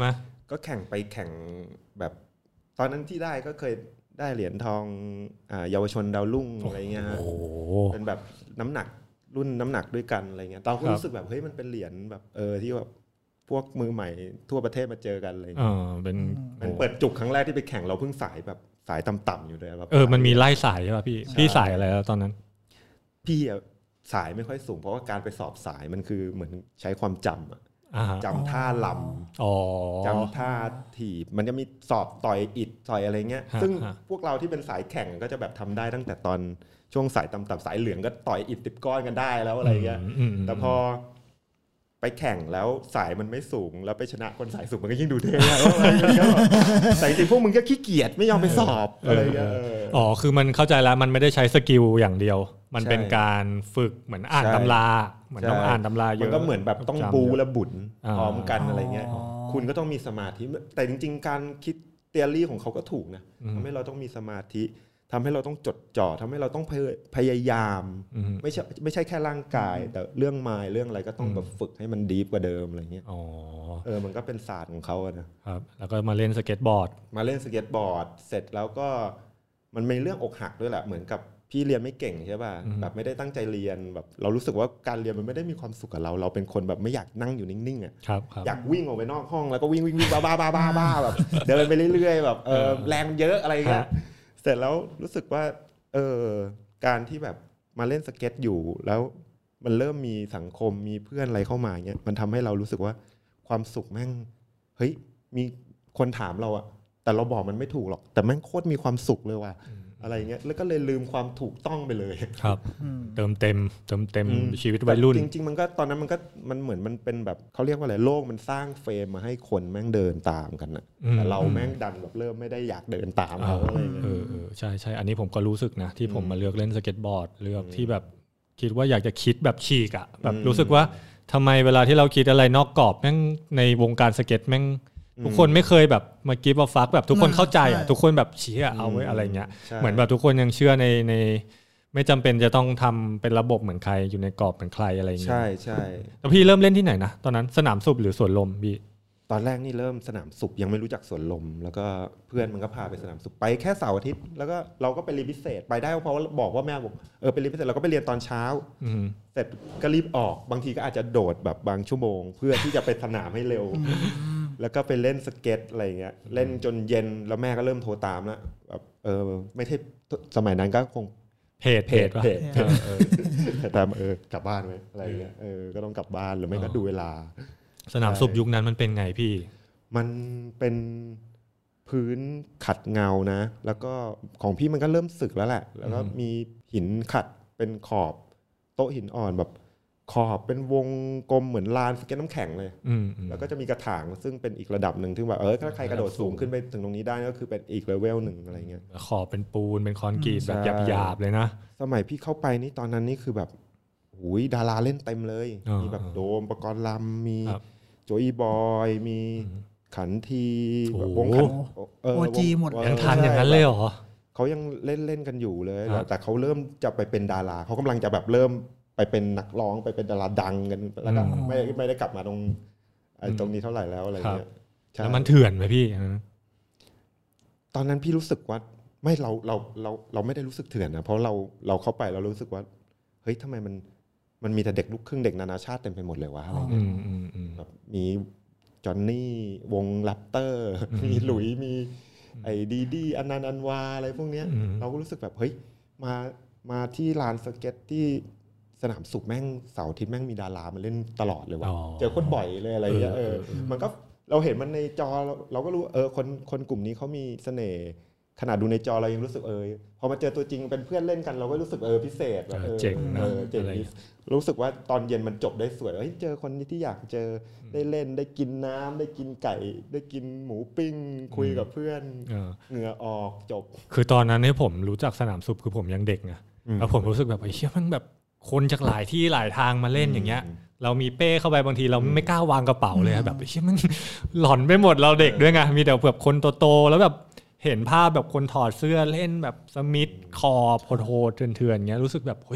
Speaker 4: ก็แข่งไปแข่งแบบตอนนั้นที่ได้ก็เคยได้เหรียญทองเยาวชนดาวรุ่งอะไรเงี้ยเป็นแบบน้ำหนักรุ่นน้ำหนักด้วยกันอะไรเงี้ยเราก็รู้สึกแบบเฮ้ยมันเป็นเหรียญแบบที่แบบพวกมือใหม่ทั่วประเทศมาเจอกันอะไรเงี้ยเป็นเปิดจุกครั้งแรกที่ไปแข่งเราเพิ่งสายแบบสายต่ำๆอยู่เลยแบบ
Speaker 3: มันมีไล่สายใช่ป่ะพี่สายอะไรแล้วตอนนั้น
Speaker 4: พี่สายไม่ค่อยสูงเพราะว่าการไปสอบสายมันคือเหมือนใช้ความจำจำท่าลำจำท่าถีบมันจะมีสอบต่อยอิฐต่อยอะไรเงี้ยซึ่งพวกเราที่เป็นสายแข่งก็จะแบบทำได้ตั้งแต่ตอนช่วงสายต่ำๆสายเหลืองก็ต่อยอิฐ10 ก้อนกันได้แล้วอะไรเงี้ยแต่พอไปแข่งแล้วสายมันไม่สูงแล้วไปชนะคนสายสูงมันก็ยิ่งดูเท่แต่จริงๆพวกมึงก็ขี้เกียจไม่ยอมไปสอบอะไรเงี้ย
Speaker 3: คือมันเข้าใจแล้วมันไม่ได้ใช้สกิลอย่างเดียวมันเป็นการฝึกเหมือนอ่านตำราเหมือนต้องอ่านตำราเยอะ
Speaker 4: มันก็เหมือนแบบต้องบูและบุญพร้อมกันอะไรเงี้ยคุณก็ต้องมีสมาธิแต่จริงๆการคิดเทอรี่ของเขาก็ถูกนะทำให้เราต้องมีสมาธิทำให้เราต้องจดจ่อทำให้เราต้องพยายามไม่ใช่แค่ร่างกายแต่เรื่องมายเรื่องอะไรก็ต้องแบบฝึกให้มันดีฟกว่าเดิมอะไรเงี้ยมันก็เป็นศาสตร์ของเขาอะ
Speaker 3: นะครับแล้วก็มาเล่นสเก็ตบอร์ด
Speaker 4: เสร็จแล้วก็มันมีเรื่องอกหักด้วยแหละเหมือนกับพี่เรียนไม่เก่งใช่ป่ะแบบไม่ได้ตั้งใจเรียนแบบเรารู้สึกว่าการเรียนมันไม่ได้มีความสุขกับเราเป็นคนแบบไม่อยากนั่งอยู่นิ่งๆอ่ะอยากวิ่งออกไปนอกห้องแล้วก็วิ่งบ้าแบบเดินไปเรื่อยๆแบบแรงเยอะอะไรเงี้ยเสร็จแล้วรู้สึกว่าการที่แบบมาเล่นสเก็ตอยู่แล้วมันเริ่มมีสังคมมีเพื่อนอะไรเข้ามาเงี้ยมันทำให้เรารู้สึกว่าความสุขแม่งเฮ้ยมีคนถามเราอะแต่เราบอกมันไม่ถูกหรอกแต่แม่งโคตรมีความสุขเลยว่ะอะไรเงี้ยแล้วก็เลยลืมความถูกต้องไปเลย
Speaker 3: ครับเติมเต็มชีวิตวัยรุ่น
Speaker 4: จริงๆมันก็ตอนนั้นมันเหมือนมันเป็นแบบเขาเรียกว่าอะไรโลกมันสร้างเฟรมมาให้คนแม่งเดินตามกันนะแต่เราแม่งดันแบบเริ่มไม่ได้อยากเดินตามเขาอะไรเงี้ย
Speaker 3: ใช่อันนี้ผมก็รู้สึกนะที่ผมมาเลือกเล่นสเก็ตบอร์ดเลือกที่แบบคิดว่าอยากจะคิดแบบฉีกอะแบบรู้สึกว่าทำไมเวลาที่เราคิดอะไรนอกกรอบแม่งในวงการสเก็ตแม่งทุกคนไม่เคยแบบมากิฟต์ว่าฟักแบบทุกคนเข้าใจอ่ะทุกคนแบบเชื่อเอาไว้อะไรเงี้ยเหมือนแบบทุกคนยังเชื่อในไม่จำเป็นจะต้องทำเป็นระบบเหมือนใครอยู่ในกรอบเหมือนใครอะไรเงี้ย
Speaker 4: ใช่
Speaker 3: แล้วพี่เริ่มเล่นที่ไหนนะตอนนั้นสนามสุบหรือสวนลมพี่
Speaker 4: ตอนแรกนี่เริ่มสนามสุบยังไม่รู้จักสวนลมแล้วก็เพื่อนมันก็พาไปสนามสุบไปแค่เสาร์อาทิตย์แล้วก็เราก็ไปเรียนพิเศษไปได้เพราะว่าบอกว่าแม่บอกไปเรียนพิเศษเราก็ไปเรียนตอนเช้าเสร็จก็รีบออกบางทีก็อาจจะโดดแบบบางชั่วโมงเพื่อที่จะไปสนามให้เร็วแล้วก็ไปเล่นสเก็ตอะไรเงี้ยเล่นจนเย็นแล้วแม่ก็เริ่มโทรตามแล้วแบบไม่ใช่สมัยนั้นก็คง
Speaker 3: เพจ
Speaker 4: ตามกลับบ้านไหมอะไรเงี้ยก็ต้องกลับบ้านหรือไม่ก็ดูเวลา
Speaker 3: สนามสุบยุคนั้นมันเป็นไงพี่
Speaker 4: มันเป็นพื้นขัดเงานะแล้วก็ของพี่มันก็เริ่มสึกแล้วแหละแล้วก็มีหินขัดเป็นขอบโต๊ะหินอ่อนแบบขอบเป็นวงกลมเหมือนลานสเก็ตน้ำแข็งเลยแล้วก็จะมีกระถางซึ่งเป็นอีกระดับหนึ่งที่ว่าถ้าใครกระโดดสูงขึ้นไปถึงตรงนี้ได้ก็คือเป็นอีกเลเวลหนึ่งอะไรเงี้ย
Speaker 3: ขอบเป็นปูนเป็นคอนกรีตแบบหยาบๆเลยนะ
Speaker 4: สมัยพี่เข้าไปนี่ตอนนั้นนี่คือแบบหูยดาราเล่นเต็มเลยมีแบบโดมปกรณ์ลำมีโจอีบอยมีขันทีวงขัน
Speaker 2: โอจีหมด
Speaker 3: ยังทันอย่างนั้นเลยเหรอ
Speaker 4: เขายังเล่นกันอยู่เลยแต่เขาเริ่มจะไปเป็นดาราเขากำลังจะแบบเริ่มไปเป็นนักร้องไปเป็นดาราดังกันแล้วก็ไม่ได้กลับมาตรงนี้เท่าไหร่แล้วอะไรเงี้ย
Speaker 3: แล้วมันเถื่อนไหมพี่
Speaker 4: ตอนนั้นพี่รู้สึกว่าไม่เราไม่ได้รู้สึกเถื่อนนะเพราะเราเข้าไปเรารู้สึกว่าเฮ้ยทำไมมันมีแต่เด็กลูกครึ่งเด็กนานาชาติเต็มไปหมดเลยวะอะไรเงี้ยแบบมีจอนนี่วงแรปเตอร์มีหลุยมีไอ้ดีอนันต์อันวาอะไรพวกเนี้ยเราก็รู้สึกแบบเฮ้ยมาที่ลานสเก็ตที่สนามสุขแม่งเสาร์อาทิตย์แม่งมีดารามาเล่นตลอดเลยว่ะเจอคนบ่อยเลยอะไรเงี้ยมันก็เราเห็นมันในจอเราก็รู้คนกลุ่มนี้เขามีเสน่ห์ขนาดดูในจอเรายังรู้สึกพอมาเจอตัวจริงเป็นเพื่อนเล่นกันเราก็รู้สึกพิเศษแบบ
Speaker 3: เจ๋งนะ
Speaker 4: เจ๋งรู้สึกว่าตอนเย็นมันจบได้สวยเจอคนที่อยากเจอได้เล่นได้กินน้ำได้กินไก่ได้กินหมูปิ้งคุยกับเพื่อนเหงื่อออกจบ
Speaker 3: คือตอนนั้นให้ผมรู้จักสนามสุบคือผมยังเด็กไงแล้วผมรู้สึกแบบเชี่ยมันแบบคนจากหลายที่หลายทางมาเล่นอย่างเงี้ยเรามีเป้เข้าไปบางทีเราไม่กล้าวางกระเป๋าเลยแบบเชี่ยมันหลอนไปหมดเราเด็กด้วยไงมีแต่แบบคนโตๆแล้วแบบเห็นภาพแบบคนถอดเสื้อเล่นแบบสมิธคอโหดๆเถื่อนๆเงี้ยรู้สึกแบบเฮ้ยทำ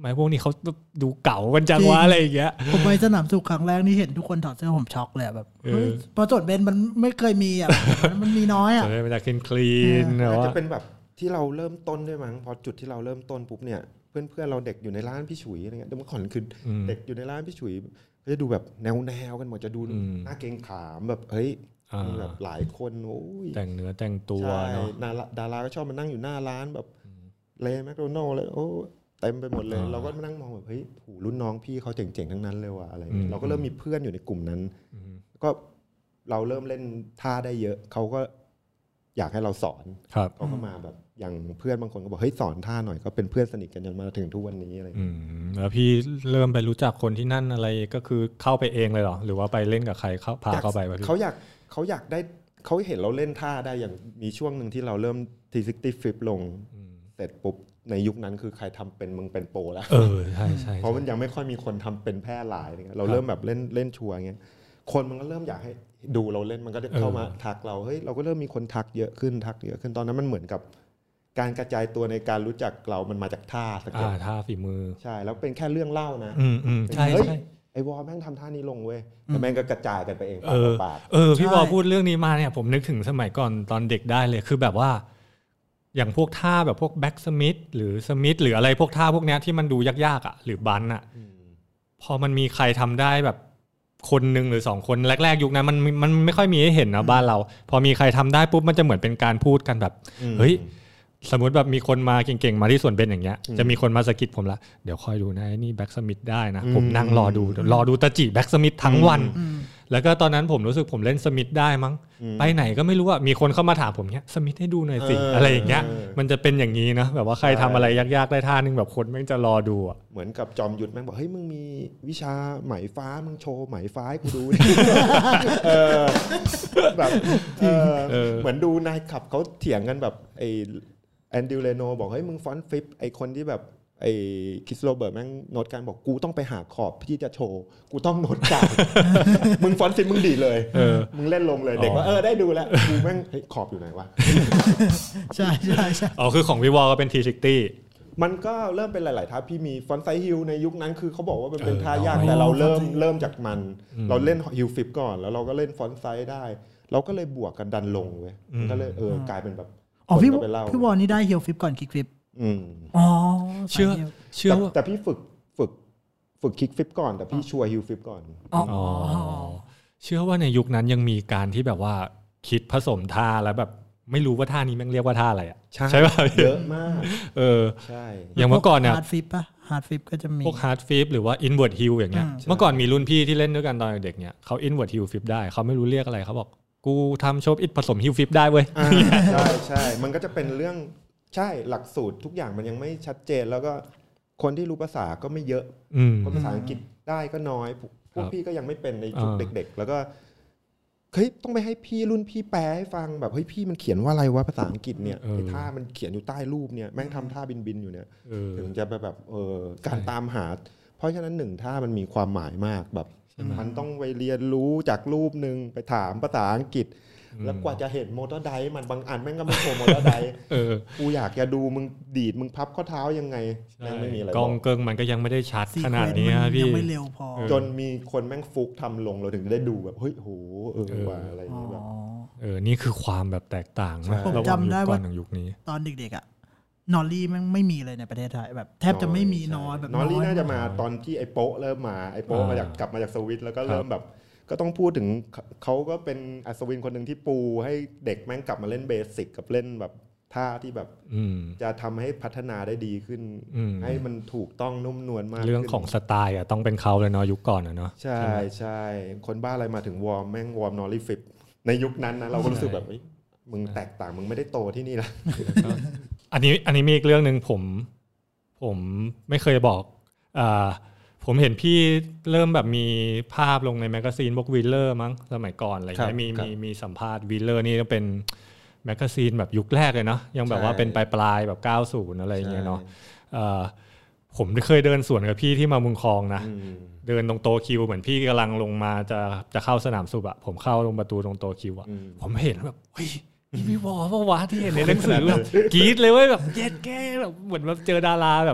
Speaker 3: ไมพวกนี้เขาดูเก่ากันจังวะอะไรอย่างเงี้ย
Speaker 2: ผมไปสนามสุขครั้งแรกนี่เห็นทุกคนถอดเสื้อผมช็อกเลยแบบพอจดเบนมันไม่เคยมีอ่ะมันมีน้อยอ่ะ
Speaker 3: มันจะคลีน
Speaker 4: อาจจะเป็นแบบที่เราเริ่มต้นด้วยมั้งพอจุดที่เราเริ่มต้นปุ๊บเนี่ยเพื่อนเราเด็กอยู่ในร้านพี่ฉุยอะไรเงี้ยเมื่อก่อนคือเด็กอยู่ในร้านพี่ฉุยก็จะดูแบบแนวกันหมดจะดูหน้าเกรงขามแบบเฮ้ยมีแบบหลายคนโอ้ย
Speaker 3: แต่งเนื้อแต่งตัวเนาะ
Speaker 4: ดาราก็ชอบมานั่งอยู่หน้าร้านแบบเลแมคโดนัลด์เลยโอ้เต็มไปหมดเลยเราก็มานั่งมองแบบเฮ้ยรุ่นน้องพี่เขาเจ๋งๆทั้งนั้นเลยว่ะอะไรเราก็เริ่มมีเพื่อนอยู่ในกลุ่มนั้นก็เราเริ่มเล่นท่าได้เยอะเขาก็อยากให้เราสอนเขาก็มาแบบอย่างเพื่อนบางคนก็บอกเฮ้ยสอนท่าหน่อยก็เป็นเพื่อนสนิทกันจนมาถึงทุกวันนี้อะไร
Speaker 3: แล้วพี่เริ่มไปรู้จักคนที่นั่นอะไรก็คือเข้าไปเองเลยเหรอหรือว่าไปเล่นกับใครพาเข้าไป
Speaker 4: เขาอยากได้เขาเห็นเราเล่นท่าได้อย่างมีช่วงหนึ่งที่เราเริ่ม360 flip ลงเสร็จปุ๊บในยุคนั้นคือใครทำเป็นมึงเป็นโปรแล้ว
Speaker 3: ใช่ใช่
Speaker 4: เพราะมันยังไม่ค่อยมีคนทำเป็นแพร่หลายเราเริ่มแบบเล่นชัวร์เงี้ยคนมันก็เริ่มอยากให้ดูเราเล่นมันก็เข้ามาทักเราเฮ้ยเราก็เริ่มมีคนทักเยอะขึ้นตอนนั้นมันเหมือนกับการกระจายตัวในการรู้จักเรามันมาจากท่าสเก็ต
Speaker 3: ท่าฝีมือ
Speaker 4: ใช่แล้วเป็นแค่เรื่องเล่านะ
Speaker 3: ใช่
Speaker 4: ไอ้วอลแม่งทำท่านี้ลงเว้ยแต่แม่งก็กระจายกันไปเองปาก
Speaker 3: พี่วอลพูดเรื่องนี้มาเนี่ยผมนึกถึงสมัยก่อนตอนเด็กได้เลยคือแบบว่าอย่างพวกท่าแบบพวกแบ็กสมิธหรือสมิธหรืออะไรพวกท่าพวกนี้ที่มันดูยากๆอ่ะหรือบันอ่ะพอมันมีใครทำได้แบบคนหนึ่งหรือ2คนแรกๆยุคนั้นมันไม่ค่อยมีให้เห็นนะบ้านเราพอมีใครทำได้ปุ๊บมันจะเหมือนเป็นการพูดกันแบบเฮ้ยสมมติแบบมีคนมาเก่งๆมาที่ส่วนเป็นอย่างเงี้ยจะมีคนมาสะกิดผมละเดี๋ยวคอยดูนะนี่แบ็กสมิธได้นะผมนั่งรอดูตาจิแบ็กสมิธทั้งวันแล้วก็ตอนนั้นผมรู้สึกผมเล่นสมิธได้มั้งไปไหนก็ไม่รู้อ่ะมีคนเข้ามาถามผมเนี้ยสมิธให้ดูหน่อยสิอะไรอย่างเงี้ยมันจะเป็นอย่างนี้นะแบบว่าใครทำอะไรยากๆได้ท่านึงแบบคนแม่งจะรอดูอ่ะ
Speaker 4: เหมือนกับจอมยุทธแม่งบอกเฮ้ยมึงมีวิชาไหมฟ้ามึงโชว์ไหมฟ้าให้กูดูแบบเหมือนดูนายขับเขาเถียงกันแบบไอแอนดิวเลโนบอกเฮ้ยมึงฟอนต์ฟลิปไอคนที่แบบไอ้คริสโรเบิร์ตแม่งโน้ตการบอกกูต้องไปหาขอบพี่จะโชว์กูต้องโน้ตการมึงฟอนต์ฟลิปมึงดีเลยมึงเล่นลงเลยเด็กว่าได้ดูแล้วกูแม่งขอบอยู่ไหนวะ
Speaker 2: ใช่
Speaker 3: คือของพี่วอลก็เป็น360
Speaker 4: มันก็เริ่มเป็นหลายๆท่าพี่มีฟอนต์ไซด์ฮิลในยุคนั้นคือเขาบอกว่ามันเป็นท่ายากแต่เราเริ่มจากมันเราเล่นฮิลฟลิปก่อนแล้วเราก็เล่นฟอนต์ไซด์ได้เราก็เลยบวกกันดันลงเว้ยมันก็เลยกลายเป็นแบบ
Speaker 2: พี่วอลนี่ได้ฮิลฟลิปก่อนคิกฟลิป
Speaker 3: เชื่อ
Speaker 4: แต่พี่ฝึกคิกฟลิปก่อนแต่พี่ชัวร์ฮิลฟลิปก่อน
Speaker 3: เชื่อว่าในยุคนั้นยังมีการที่แบบว่าคิดผสมท่าแล้วแบบไม่รู้ว่าท่านี้แม่งเรียกว่าท่าอะไรอ่ะใช่ป่ะ
Speaker 4: เยอะมากใช่
Speaker 3: อย่างเมื่อก่อนเนี่ย
Speaker 2: ฮาร์ดฟลิปป่ะฮาร์ดฟลิปก็จะมี
Speaker 3: พวกฮาร์ดฟลิปหรือว่าอินเวิร์ดฮิลอย่างเงี้ยเมื่อก่อนมีรุ่นพี่ที่เล่นด้วยกันตอนเด็กเนี่ยเขาอินเวิร์ดฮิลฟลิปได้เขาไม่รู้เรียกอะไรเขาบอกกูทำโชว์อิทผสมฮิลฟลิปได้เว้ย
Speaker 4: ใช่มันก็จะเป็นเรื่องใช่หลักสูตรทุกอย่างมันยังไม่ชัดเจนแล้วก็คนที่รู้ภาษาก็ไม่เยอะคนภาษาอังกฤษได้ก็น้อยพวกพี่ก็ยังไม่เป็นในชุดเด็กๆแล้วก็เฮ้ยต้องไปให้พี่รุ่นพี่แปลให้ฟังแบบเฮ้ยพี่มันเขียนว่าอะไรวะภาษาอังกฤษเนี่ยไอ้ท่ามันเขียนอยู่ใต้รูปเนี่ยแม่งทำท่าบินอยู่เนี่ยถึงจะไปแบบการตามหาเพราะฉะนั้น1ท่ามันมีความหมายมากแบบมันต้องไปเรียนรู้จากรูปนึงไปถามภาษาอังกฤษแล้วกว่าจะเห็นโมเตอร์ไดฟ์มันบางอันแม่งก็ไม่โชว์โมเตอร์ไดฟ์กูอยากจะดูมึงดีดมึงพับข้อเท้ายังไงแม่งไม่มีอะไร
Speaker 3: กองเกิงมันก็ยังไม่ได้ชัดขนาดนี้พี่
Speaker 2: ยังไม่เร็วพอ
Speaker 4: จนมีคนแม่งฟุกทำลงเราถึงได้ดูแบบเฮ้ยโหว่าอะไรอย่างเงี้ยแบบ
Speaker 3: นี่คือความแบบแตกต่างนะ
Speaker 2: ผมจำได้ว่า
Speaker 3: ยุคนี้
Speaker 2: ตอนเด็กๆอ่ะนอลลี่แม่งไม่มีเลยในประเทศไทยแบบแทบจะไม่มีน้อยแบบ
Speaker 4: นอลลี่น่าจะมาตอนที่ไอ้โป๊ะเริ่มมาไอ้โป๊ะมาจากกลับมาจากสวิตแล้วก็เริ่มแบบก็ต้องพูดถึงเขาก็เป็นอัศวินคนหนึ่งที่ปูให้เด็กแม่งกลับมาเล่นเบสิกกับเล่นแบบท่าที่แบบจะทำให้พัฒนาได้ดีขึ้นให้มันถูกต้องนุ่มนวลมาก
Speaker 3: เรื่องของสไตล์ต้องเป็นเขาเลยเนาะยุคก่อนเนาะ
Speaker 4: ใช่ใช่คนบ้าอะไรมาถึงวอร์มแม่งวอร์มนอลลี่ฟิปในยุคนั้นนะเราก็รู้สึกแบบมึงแตกต่างมึงไม่ได้โตที่นี่ละ
Speaker 3: อันนี้มีอีกเรื่องนึงผมไม่เคยบอกผมเห็นพี่เริ่มแบบมีภาพลงในแมกกาซีนพวกวิลเลอร์มั้งสมัยก่อนอะไรเงี้ยมีสัมภาษณ์วิลเลอร์นี่เป็นแมกกาซีนแบบยุคแรกเลยเนาะยังแบบว่าเป็นปลายแบบ90อะไรอย่างเงี้ยเนาะผมเคยเดินสวนกับพี่ที่มามุงคลองนะเดินตรงโตคิวเหมือนพี่กำลังลงมาจะเข้าสนามสุบอะผมเข้าตรงประตูตรงโตคิวอะผมเห็นแบบเฮ้ยพี่วอลที่เห็นในหนังสือแบบกรี๊ดเลยเว้ยแบบเย็ดแก้แบบเหมือนแบบเจอดาราแบบเ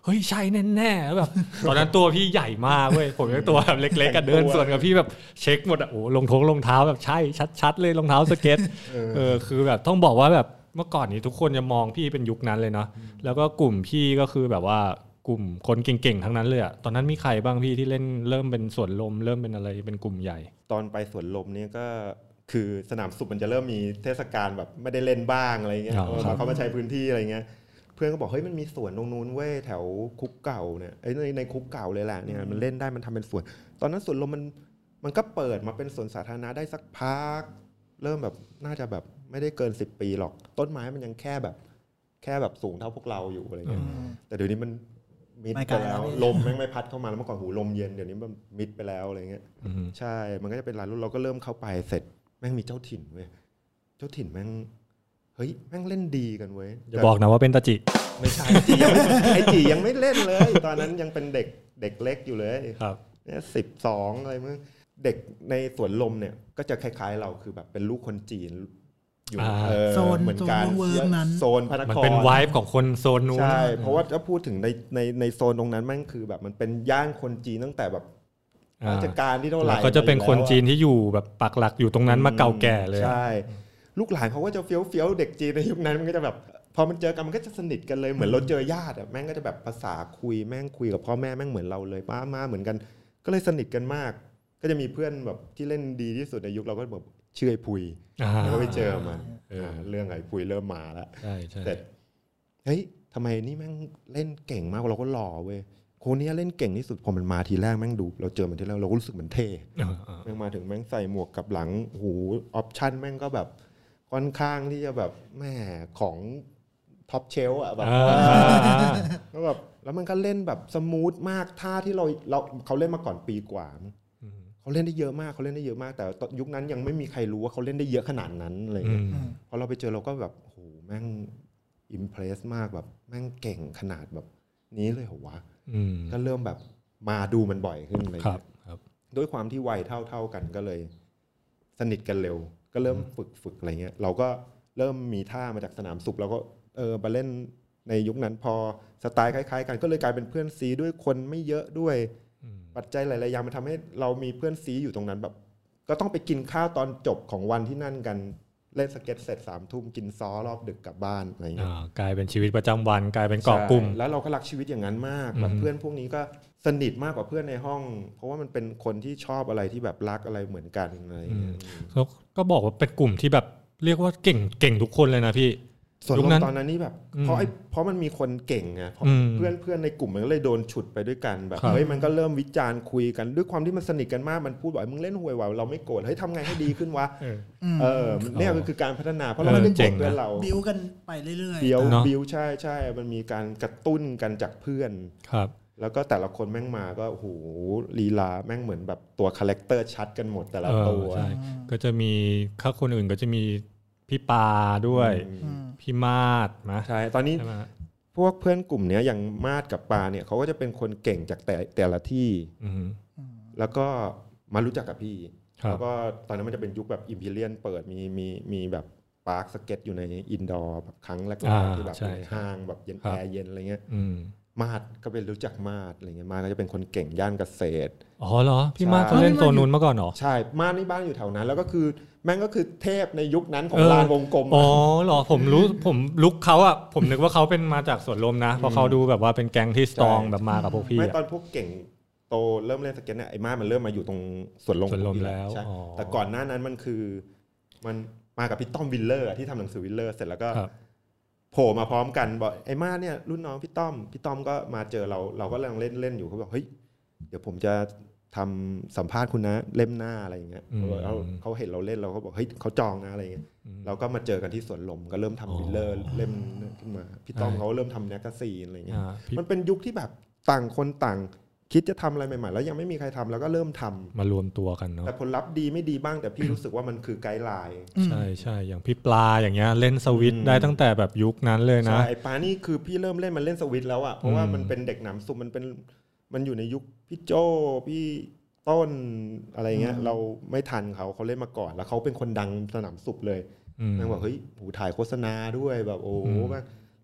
Speaker 3: เฮ้ยใช่แน่ๆแล้วแบบตอนนั้นตัวพี่ใหญ่มากเว้ยผมยังตัวแบบเล็กๆกันเดินสวนกับพี่แบบเช็คหมดโอ้รองเท้าแบบใช่ชัดๆเลยรองเท้าสเก็ตคือแบบต้องบอกว่าแบบเมื่อก่อนนี้ทุกคนจะมองพี่เป็นยุคนั้นเลยเนาะแล้วก็กลุ่มพี่ก็คือแบบว่ากลุ่มคนเก่งๆทั้งนั้นเลยอะตอนนั้นมีใครบ้างพี่ที่เล่นเริ่มเป็นสวนลมเริ่มเป็นอะไรเป็นกลุ่มใหญ่
Speaker 4: ตอนไปสวนลมเนี่ยก็คือสนามสุขมันจะเริ่มมีเทศกาลแบบไม่ได้เล่นบ้างอะไรเงี้ยเขามาใช้พื้นที่อะไรเงี้ยเพื่อนก็บอกเฮ้ยมันมีสวนตรงนู้นเว้ยแถวคุกเก่าเนี่ยในคุกเก่าเลยแหละเนี่ยมันเล่นได้มันทำเป็นสวนตอนนั้นสวนลมมันก็เปิดมาเป็นสวนสาธารณะได้สักพักเริ่มแบบน่าจะแบบไม่ได้เกิน10 ปีหรอกต้นไม้มันยังแค่แบบสูงเท่าพวกเราอยู่อะไรเงี้ยแต่เดี๋ยวนี้มันมิดไปแล้วลมแม่งไม่พัดเข้ามาแล้วเมื่อก่อนหูลมเย็นเดี๋ยวนี้มันมิดไปแล้วอะไรเงี้ยใช่มันก็จะเป็นร้านเราก็เริ่มเข้าไปเสร็จแม่งมีเจ้าถิ่นเว้ยเจ้าถิ่นแม่งเฮ้ยแม่งเล่นดีกันเว้ย
Speaker 3: อย่าบอกนะว่าเป็นตาจิ
Speaker 4: ไม่ใช่ไอจียังไม่เล่นเลยตอนนั้นยังเป็นเด็กเล็กอยู่เลย
Speaker 3: ครับ
Speaker 4: เนี่ย12อะไรมึงเด็กในสวนลมเนี่ยก็จะคล้ายๆเราคือแบบเป็นลูกคนจีนอยู่
Speaker 2: โซนเหมือนกัน
Speaker 4: โซนพระนคร
Speaker 3: มันเป็นไวบ์ของคนโซนนู้น
Speaker 4: ใช่เพราะว่าถ้าพูดถึงในโซนตรงนั้นแม่งคือแบบมันเป็นย่านคนจีนตั้งแต่แบบราชการที่เท่าไหร่
Speaker 3: ก็จะเป็นคนจีนที่อยู่แบบปักหลักอยู่ตรงนั้นมาเก่าแก่เลย
Speaker 4: ใช่ลูกหลานเขาก็จะเฟี้ยวเด็กจีนในยุคนั้นมันก็จะแบบพอมันเจอกันมันก็จะสนิทกันเลยเหมือนเราเจอญาติแม่งก็จะแบบภาษาคุยแม่งคุยกับพ่อแม่แม่งเหมือนเราเลยมาเหมือนกันก็เลยสนิทกันมากก็จะมีเพื่อนแบบที่เล่นดีที่สุดในยุคเราก็แบบชื่อไอ้พุยแล้วก็ไปเจอมันเรื่องไอ้พุยเริ่มมาแล้วแต่เฮ้ยทำไมนี่แม่งเล่นเก่งมากเราก็หล่อเว้ยคนนี้เล่นเก่งที่สุดพอมันมาทีแรกแม่งดูเราเจอมันทีแรกเราก็รู้สึกมันเท่แม่งมาถึงแม่งใส่หมวกกับหลังหูออปชั่นแม่งก็แบบค่อนข้างที่จะแบบแม่ของท็อปเชลอ่ะแบบแล้วแบบแล้วมันก็เล่นแบบสมูทมากท่าที่เขาเล่นมาก่อนปีกว่าเขาเล่นได้เยอะมากแต่ยุคนั้นยังไม่มีใครรู้ว่าเขาเล่นได้เยอะขนาดนั้นอะไรเงี้ยพอเราไปเจอเราก็แบบโหแม่งอิมเพรสมากแบบแม่งเก่งขนาดแบบนี้เลยเหรอวะก็เริ่มแบบมาดูมันบ่อยขึ้นเลยด้วยความที่วัยเท่ากันก็เลยสนิทกันเร็วก็เริ่มฝึกอะไรเงี้ยเราก็เริ่มมีท่ามาจากสนามสุขแล้วก็มาเล่นในยุคนั้นพอสไตล์คล้ายๆกันก็เลยกลายเป็นเพื่อนซีด้วยคนไม่เยอะด้วยปัจจัยหลายๆอย่างมันทำให้เรามีเพื่อนซีอยู่ตรงนั้นแบบก็ต้องไปกินข้าวตอนจบของวันที่นั่นกันเล่นสเก็ตเสร็จ3 ทุ่มกินซ้อรอบดึกกลับบ้านอะไรเงี้ย
Speaker 3: กลายเป็นชีวิตประจำวันกลายเป็นเกาะกลุ่ม
Speaker 4: แล้วเราก็รักชีวิตอย่างนั้นมากแบบเพื่อนพวกนี้ก็สนิทมากกว่าเพื่อนในห้องเพราะว่ามันเป็นคนที่ชอบอะไรที่แบบรักอะไรเหมือนกันอะไรอย่างเงี้ย
Speaker 3: ก็บอกว่าเป็นกลุ่มที่แบบเรียกว่าเก่งทุกคนเลยนะพี่
Speaker 4: ส่วนตอนนั้นนี่แบบเพราะมันมีคนเก่งไงเพื่อนในกลุ่มมันก็เลยโดนฉุดไปด้วยกันแบบเฮ้ยมันก็เริ่มวิจารณ์คุยกันด้วยความที่มันสนิทกันมากมันพูดว่ามึงเล่นห่วยว่ะเราไม่โกรธเฮ้ยทำไงให้ดีขึ้นวะเนี่ยคือการพัฒนาเพราะเราไม่ได้โกรธเพื่อนเรา
Speaker 2: บิวกันไปเรื่อย
Speaker 4: ๆบิวใช่มันมีการกระตุ้นกันจากเพื่อน
Speaker 3: ครับ
Speaker 4: แล้วก็แต่ละคนแม่งมาก็โหลีลาแม่งเหมือนแบบตัวคาแรคเตอร์ชัดกันหมดแต่ละตัว
Speaker 3: ก็จะมีข้าคนอื่นก็จะมีพี่ปาด้วยพี่มาดนะ
Speaker 4: ใช่ตอนนี้พวกเพื่อนกลุ่มนี้อย่างมาดกับปาเนี่ยเขาก็จะเป็นคนเก่งจากแต่ละที่แล้วก็มารู้จักกับพี่แล้วก็ตอนนั้นมันจะเป็นยุคแบบอิมพีเรียนเปิดมีแบบปาร์คสเก็ตอยู่ในอินดอร์แบบครั้งแรกๆที่แบบในห้างแบบเย็นแอร์เย็นอะไรเงี้ยมาดก็เป็นรู้จักมาดอะไรเงี้ยมาดก็จะเป็นคนเก่งย่านเกษตร
Speaker 3: อ๋อเหรอพี่มาดเขาเล่นโซนนู้นมาก่อนเหรอ
Speaker 4: ใช่มาดนี่บ้านอยู่แถวนั้นแล้วก็คือแม่งก็คือเทพในยุคนั้นของลานวงกลม
Speaker 3: อ๋อเหรอผมลุกเขาอ่ะผมนึกว่าเขาเป็นมาจากสวนลมนะเพราะเขาดูแบบว่าเป็นแก๊งที่สตรองแบบมากับพวกพี่
Speaker 4: ไม่ตอนพวกเก่งโตเริ่มเล่นสเก็ตเนี่ยไอ้มาดมันเริ่มมาอยู่ตรงสวนลม
Speaker 3: แล้ว
Speaker 4: แต่ก่อนหน้านั้นมันคือมันมากับพี่ต้อมวิลเลอร์ที่ทำหนังสือวิลเลอร์เสร็จแล้วก็โผล่มาพร้อมกันบอกไอ้มาเนี่ยรุ่นน้องพี่ต้อมก็มาเจอเราก็กำลังเล่นอยู่เขาบอกเฮ้ยเดี๋ยวผมจะทำสัมภาษณ์คุณนะเล่มหน้าอะไรอย่างเงี้ยเขาเห็นเราเล่นเราก็บอกเฮ้ยเขาจองนะอะไรอย่างเงี้ยเราก็มาเจอกันที่สวนลมก็เริ่มทำวิลเลอร์เล่มขึ้นมาพี่ต้อมเขาเริ่มทำแมกกาซีนอะไรเงี้ยมันเป็นยุคที่แบบต่างคนต่างคิดจะทำอะไรใหม่ๆแล้วยังไม่มีใครทำแล้วก็เริ่มทำ
Speaker 3: มารวมตัวกันเนาะ
Speaker 4: แต่ผลลัพธ์ดีไม่ดีบ้างแต่พี่รู้สึกว่ามันคือไกด์ไลน์
Speaker 3: ใช่อย่างพี่ปลาอย่างเงี้ยเล่นสวิตได้ตั้งแต่แบบยุคนั้นเลยนะ
Speaker 4: ใช่ปลานี่คือพี่เริ่มเล่นมันเล่นสวิตแล้วอ่ะเพราะว่ามันเป็นเด็กหนำซุ่มมันอยู่ในยุคพี่โจพี่ต้นอะไรเงี้ยเราไม่ทันเขาเล่นมาก่อนแล้วเขาเป็นคนดังสนามสุขเลยแม่งบอกเฮ้ยหูถ่ายโฆษณาด้วยแบบโอ้โห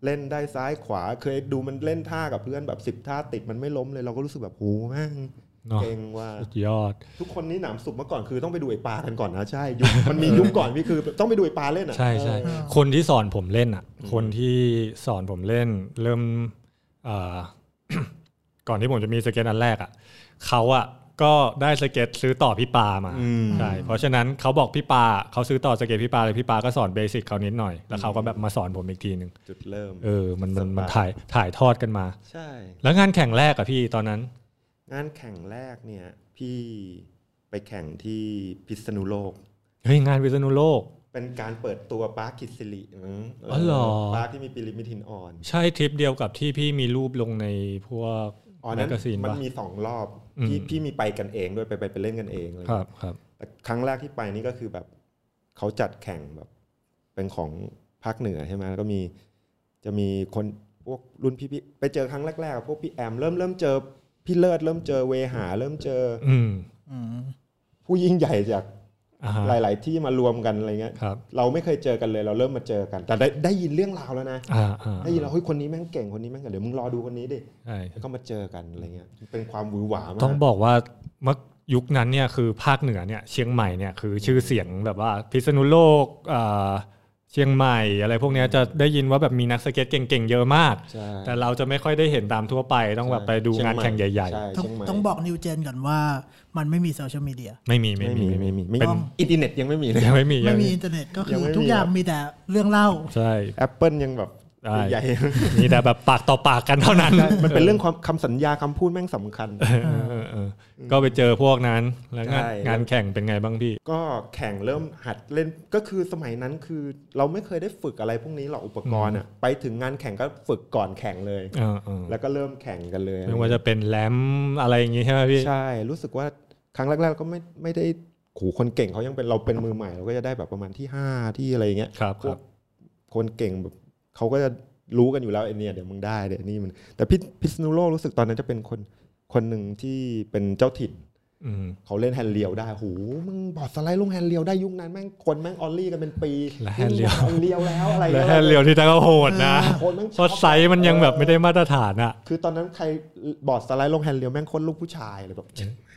Speaker 4: เล่นได้ซ้ายขวาเคยดูมันเล่นท่ากับเพื่อนแบบ10ท่าติดมันไม่ล้มเลยเราก็รู้สึกแบบโหแม่งเก่งว่า
Speaker 3: สุดยอด
Speaker 4: ทุกคนนี่หนามสุบเมื่อก่อนคือต้องไปดูไอ้ปลากันก่อนนะใช่ยุคมันมียุคก่อนพี่คือต้องไปดูไอ้ปลาเล่นอ่ะ
Speaker 3: ใช่ใช่คนที่สอนผมเล่นอ่ะคนที่สอนผมเล่นเริ่มก่อนที่ผมจะมีสเก็ตอันแรกอ่ะเขาอ่ะก็ได้สเก็ตซื้อต่อพี่ปามาใช่เพราะฉะนั้นเขาบอกพี่ปาเขาซื้อต่อสเก็ตพี่ปาเลยพี่ปาก็สอนเบสิกเขานิดหน่อยแล้วเขาก็แบบมาสอนผมอีกทีนึง
Speaker 4: จุดเริ่ม
Speaker 3: มันถ่ายทอดกันมา
Speaker 4: ใช่
Speaker 3: แล้วงานแข่งแรกอะพี่ตอนนั้น
Speaker 4: งานแข่งแรกเนี่ยพี่ไปแข่งที่พิษณุโลก
Speaker 3: เฮ้ยงานพิษณุโลก
Speaker 4: เป็นการเปิดตัวปาร์คคิดสิริ
Speaker 3: อ๋อเหรอ
Speaker 4: ปาร์คที่มีปิริมิดหินอ่อน
Speaker 3: ใช่ทริปเดียวกับที่พี่มีรูปลงในพวก
Speaker 4: แมกกาซีนมันมี2รอบพี่มีไปกันเองด้วยไปเล่นกันเองเลย
Speaker 3: ครับ
Speaker 4: แต่ครั้งแรกที่ไปนี่ก็คือแบบเขาจัดแข่งแบบเป็นของภาคเหนือใช่ไหมแล้วก็จะมีคนพวกรุ่นพี่ไปเจอครั้งแรกๆพวกพี่แอมเริ่มเจอพี่เลิศเริ่มเจอเวหาเริ่มเจอผู้ยิ่งใหญ่จากหลายๆที่มารวมกันอะไรเงี้ยเราไม่เคยเจอกันเลยเราเริ่มมาเจอกันแต่ได้ยินเรื่องราวแล้วนะได้ยินเราเฮ้ยคนนี้แม่งเก่งคนนี้แม่งเดี๋ยวมึงรอดูคนนี้ดิแล้วก็มาเจอกันอะไรเงี้ยเป็นความหวือหวามาก
Speaker 3: ต้องบอกว่าเมื่อยุคนั้นเนี่ยคือภาคเหนือเนี่ยเชียงใหม่เนี่ยคือชื่อเสียงแบบว่าพิษณุโลกเชียงใหม่อะไรพวกนี้จะได้ยินว่าแบบมีนักสเก็ตเก่งๆเยอะมากแต่เราจะไม่ค่อยได้เห็นตามทั่วไปต้องแบบไปดูงานแข่งใหญ่
Speaker 2: ๆต้องบอกนิวเจนก่อนว่ามันไม่มีโซเชียลมีเดีย
Speaker 3: ไม่มี
Speaker 4: เป็นอินเทอร์เน็ตยังไม่มีเลย
Speaker 3: ไม่มี
Speaker 2: อินเทอร์เน็ตก็คือทุกอย่างมีแต่เรื่องเล่า
Speaker 3: ใช่
Speaker 4: Apple ยังแบบใหญ่
Speaker 3: มีแต่แบบปากต่อปากกันเท่านั้น
Speaker 4: มันเป็นเรื่องคำสัญญาคำพูดแม่งสำคัญ
Speaker 3: ก็ไปเจอพวกนั้นแล้วงานแข่งเป็นไงบ้างพี่
Speaker 4: ก็แข่งเริ่มหัดเล่นก็คือสมัยนั้นคือเราไม่เคยได้ฝึกอะไรพวกนี้หรอกอุปกรณ์อ่ะไปถึงงานแข่งก็ฝึกก่อนแข่งเลยแล้วก็เริ่มแข่งกันเลย
Speaker 3: ไม่ว่าจะเป็นแรมอะไรอย่างงี้ใช่ไหมพี่
Speaker 4: ใช่รู้สึกว่าครั้งแรกๆก็ไม่ได้ขู่คนเก่งเขายังเป็นเราเป็นมือใหม่เราก็จะได้แบบประมาณที่5ที่อะไรอย่างเงี้ยคนเก่งแบบเขาก็จะรู้กันอยู่แล้วไอ้เนี่ยเดี๋ยวมึงได้เดี๋ยวนี่มันแต่พิษณุโลกรู้สึกตอนนั้นจะเป็นคนหนึ่งที่เป็นเจ้าถิ่นเขาเล่นแฮนด์เรียวได้หูมึงบอร์ดสไลด์ลงแฮนด์เรียวได้ยุคนั้นแม่งคนแม่งออลลี่กันเป็นปี
Speaker 3: แฮนด์เรี
Speaker 4: ยวแล้วอะไร
Speaker 3: แล้วแฮนด์เรียวที่แต่ก็โหดนะเพราะไซส์มันยังแบบไม่ได้มาตรฐานอ่ะ
Speaker 4: คือตอนนั้นใครบอร์ดสไลด์ลงแฮนด์เรียวแม่งคนลูกผู้ชายเลยแบบ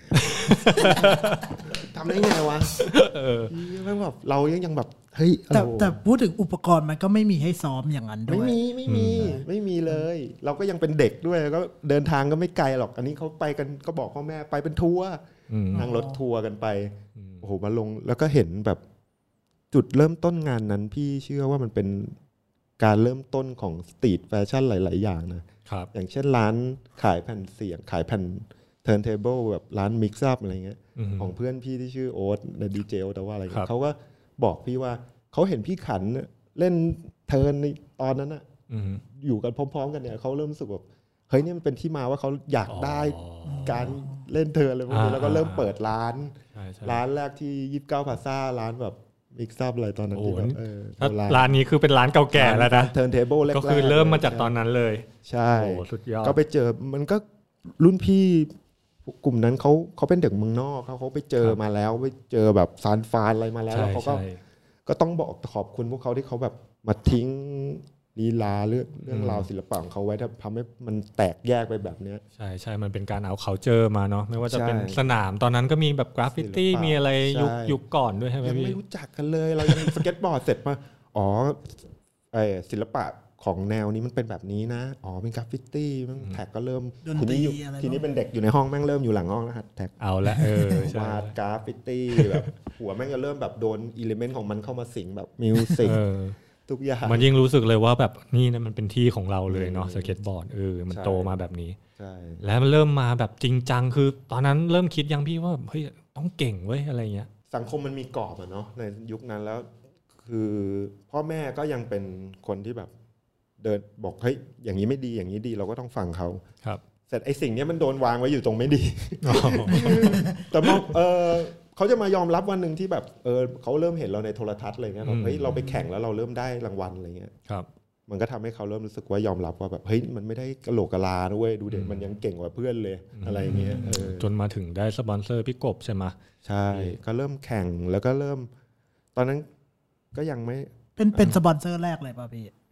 Speaker 4: ทำได้ไงวะแม่งแบบเรายังแบบเฮ้ย
Speaker 2: แต่พูดถึงอุปกรณ์มันก็ไม่มีให้ซ้อมอย่างนั้นด้วย
Speaker 4: ไม่มีเลยเราก็ยังเป็นเด็กด้วยก็เดินทางก็ไม่ไกลหรอกอันนี้เขาไปกันก็บอกพ่อแม่ไปเป็นทัวร์นั่งรถทัวร์กันไปโอ้โหมาลงแล้วก็เห็นแบบจุดเริ่มต้นงานนั้นพี่เชื่อว่ามันเป็นการเริ่มต้นของสตรีทแฟชั่นหลายๆอย่างนะอย่างเช่นร้านขายแผ่นเสียงขายแผ่นเทิร์นเทเบิลแบบร้านมิกซ์อัพอะไรเงี้ยของเพื่อนพี่ที่ชื่อโอ๊ตในดีเจแต่ว่าอะไรเขาก็บอกพี่ว่าเขาเห็นพี่ขันเล่นเทิร์นในตอนนั้นอยู่กันพร้อมๆกันเนี่ยเขาเริ่มรู้สึกแบบเฮ้ยนี่มันเป็นที่มาว่าเขาอยากได้การเล่นเทิร์นอะไรพวกนี้แล้วก็เริ่มเปิดร้านแรกที่29พลาซ่าร้านแบบมิกซ์อัพอะไรตอนนั้นที่แบบ
Speaker 3: ร้านนี้คือเป็นร้านเก่าแก่แล้วนะ
Speaker 4: เทิร์นเทเบิลแรก
Speaker 3: ก็คือเริ่มมาจากตอนนั้นเลย
Speaker 4: ใช่ก็ไปเจอมันก็รุ่นพี่กลุ่มนั้นเขาเป็นเด็กเมืองนอกเขาไปเจอมาแล้วไปเจอแบบซานฟานอะไรมาแล้วเขาก็ต้องบอกขอบคุณพวกเขาที่เขาแบบมาทิ้งลีลาเรื่องราวศิลปะของเขาไว้ทำให้มันแตกแยกไปแบบนี้
Speaker 3: ใช่มันเป็นการเอาcultureมาเนาะไม่ว่าจะเป็นสนามตอนนั้นก็มีแบบกราฟฟิตี้มีอะไรยุคก่อนด้วยใช่ไหมพี่
Speaker 4: ยังไม่รู้จักกันเลยเรายังสเก็ตบอร์ดเสร็จมาอ๋อศิลปะของแนวนี้มันเป็นแบบนี้นะอ๋อเป็นกราฟฟิตี้มันแท็กก็เริ่มทีนี้เป็นเด็กอยู่ในห้องแม่งเริ่มอยู่หลังห้องแล้วแท็ก
Speaker 3: เอาละ
Speaker 4: วาดกราฟฟิตี้แบบหัวแม่งจะเริ่มแบบโดนอิเลเมนต์ของมันเข้ามาสิงแบบมิวสิกทุกอย่าง
Speaker 3: มันยิ่งรู้สึกเลยว่าแบบนี่นะมันเป็นที่ของเราเลยเนาะสเก็ตบอร์ดมันโตมาแบบนี้แล้วมันเริ่มมาแบบจริงจังคือตอนนั้นเริ่มคิดยังพี่ว่าเฮ้ยต้องเก่งเว้ยอะไรเงี้ย
Speaker 4: สังคมมันมีกรอบอะเนาะในยุคนั้นแล้วคือพ่อแม่ก็ยังเป็นคนที่แบบเดินบอกเฮ้ยอย่างนี้ไม่ดีอย่างนี้ดีเราก็ต้องฟังเขา
Speaker 3: ครับ
Speaker 4: เสร็จไอ้สิ่งนี้มันโดนวางไว้อยู่ตรงไม่ดีแต่มองเขาจะมายอมรับวันหนึ่งที่แบบเขาเริ่มเห็นเราในโทรทัศน์อะไรเงี้ยแบบเฮ้ยเราไปแข่งแล้วเราเริ่มได้รางวัลอะไรเงี้ย
Speaker 3: ครับ
Speaker 4: มันก็ทำให้เขาเริ่มรู้สึกว่ายอมรับว่าแบบเฮ้ยมันไม่ได้กะโหลกกะลาด้วยดูเด็กมันยังเก่งกว่าเพื่อนเลยอะไรเงี้ย
Speaker 3: จนมาถึงได้สปอนเซอร์พี่กบใช่ไหม
Speaker 4: ใช่ก็เริ่มแข่งแล้วก็เริ่มตอนนั้นก็ยังไม่
Speaker 2: เป็นสปอนเซอร์แรกเลยป่ะพี่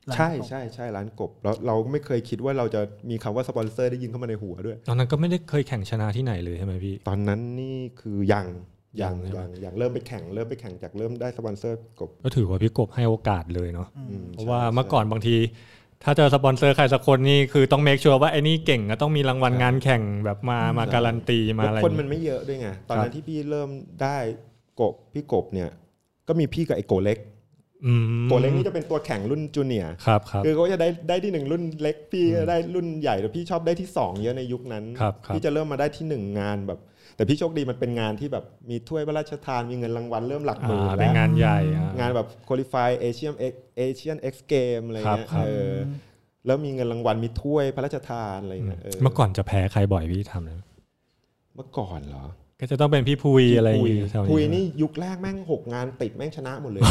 Speaker 4: ใช่ใช่ใช่ร้านกบแล้วเราไม่เคยคิดว่าเราจะมีคำว่าสปอนเซอร์ได้ยินเข้ามาในหัวด้วย
Speaker 3: ตอนนั้นก็ไม่ได้เคยแข่งชนะที่ไหนเลยใช่ไหมพี่
Speaker 4: ตอนนั้นนี่คือยังเริ่มไปแข่งจากเริ่มได้สปอนเซอร์กบ
Speaker 3: ก็ถือว่าพี่กบให้โอกาสเลยเนาะเพราะว่าเมื่อก่อนบางทีถ้าเจอสปอนเซอร์ใครสักคนนี่คือต้องเมคชัวร์ว่าไอ้นี่เก่งก็ต้องมีรางวัลงานแข่งแบบมาการันตีมาอะไร
Speaker 4: คนมันไม่เยอะด้วยไงตอนนั้นที่พี่เริ่มได้พี่กบเนี่ยก็มีพี่กับไอ้โกเล็กนี่จะเป็นตัวแข่งรุ่นจูเนียร์คือเขาจะได้ที่1รุ่นเล็กพี่ก็ได้รุ่นใหญ่แต่พี่ชอบได้ที่2เยอะในยุคนั้นพี่จะเริ่มมาได้ที่1งานแบบแต่พี่โชคดีมันเป็นงานที่แบบมีถ้วยพระราชทานมีเงินรางวัลเริ่มหลักหมื่นแล้ว
Speaker 3: เป็นงานใหญ่
Speaker 4: งานแบบ Qualify Asian X Game อะไรเงี้ยแล้วมีเงินรางวัลมีถ้วยพระราชทานอะไรเงี้ย
Speaker 3: เมื่อก่อนจะแพ้ใครบ่อยพี่ทำเลย
Speaker 4: เมื่อก่อนเหรอ
Speaker 3: ก็จะต้องเป็นพี่พุยอะไรอย่างเงี้ย
Speaker 4: พุยนี่ยุคแรกแม่ง6งานติดแม่งชนะหมดเลย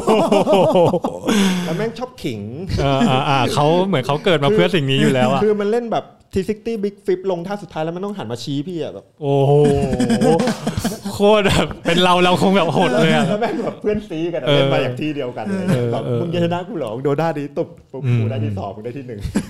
Speaker 4: แล้วแม่งชอบขิง
Speaker 3: เขาเหมือนเขาเกิดมาเพื่อสิ่งนี้อยู่แล้วอะ
Speaker 4: คือมันเล่นแบบT60 Big Flip ลงท่าสุดท้ายแล้วมันต้องหันมาชี้พี่อ่ะแบบ
Speaker 3: โอ้โหโคตรแบบเป็นเราคงแบบโหดเลยอ่ะ
Speaker 4: แล้วแม่งแบบเพื่อนซีกันเล่นมาอย่างที่เดียวกันเลยแบบมึงจะชนะกูเหรอโดนด้านี้ตบกูได้ที่2มึงได้ที่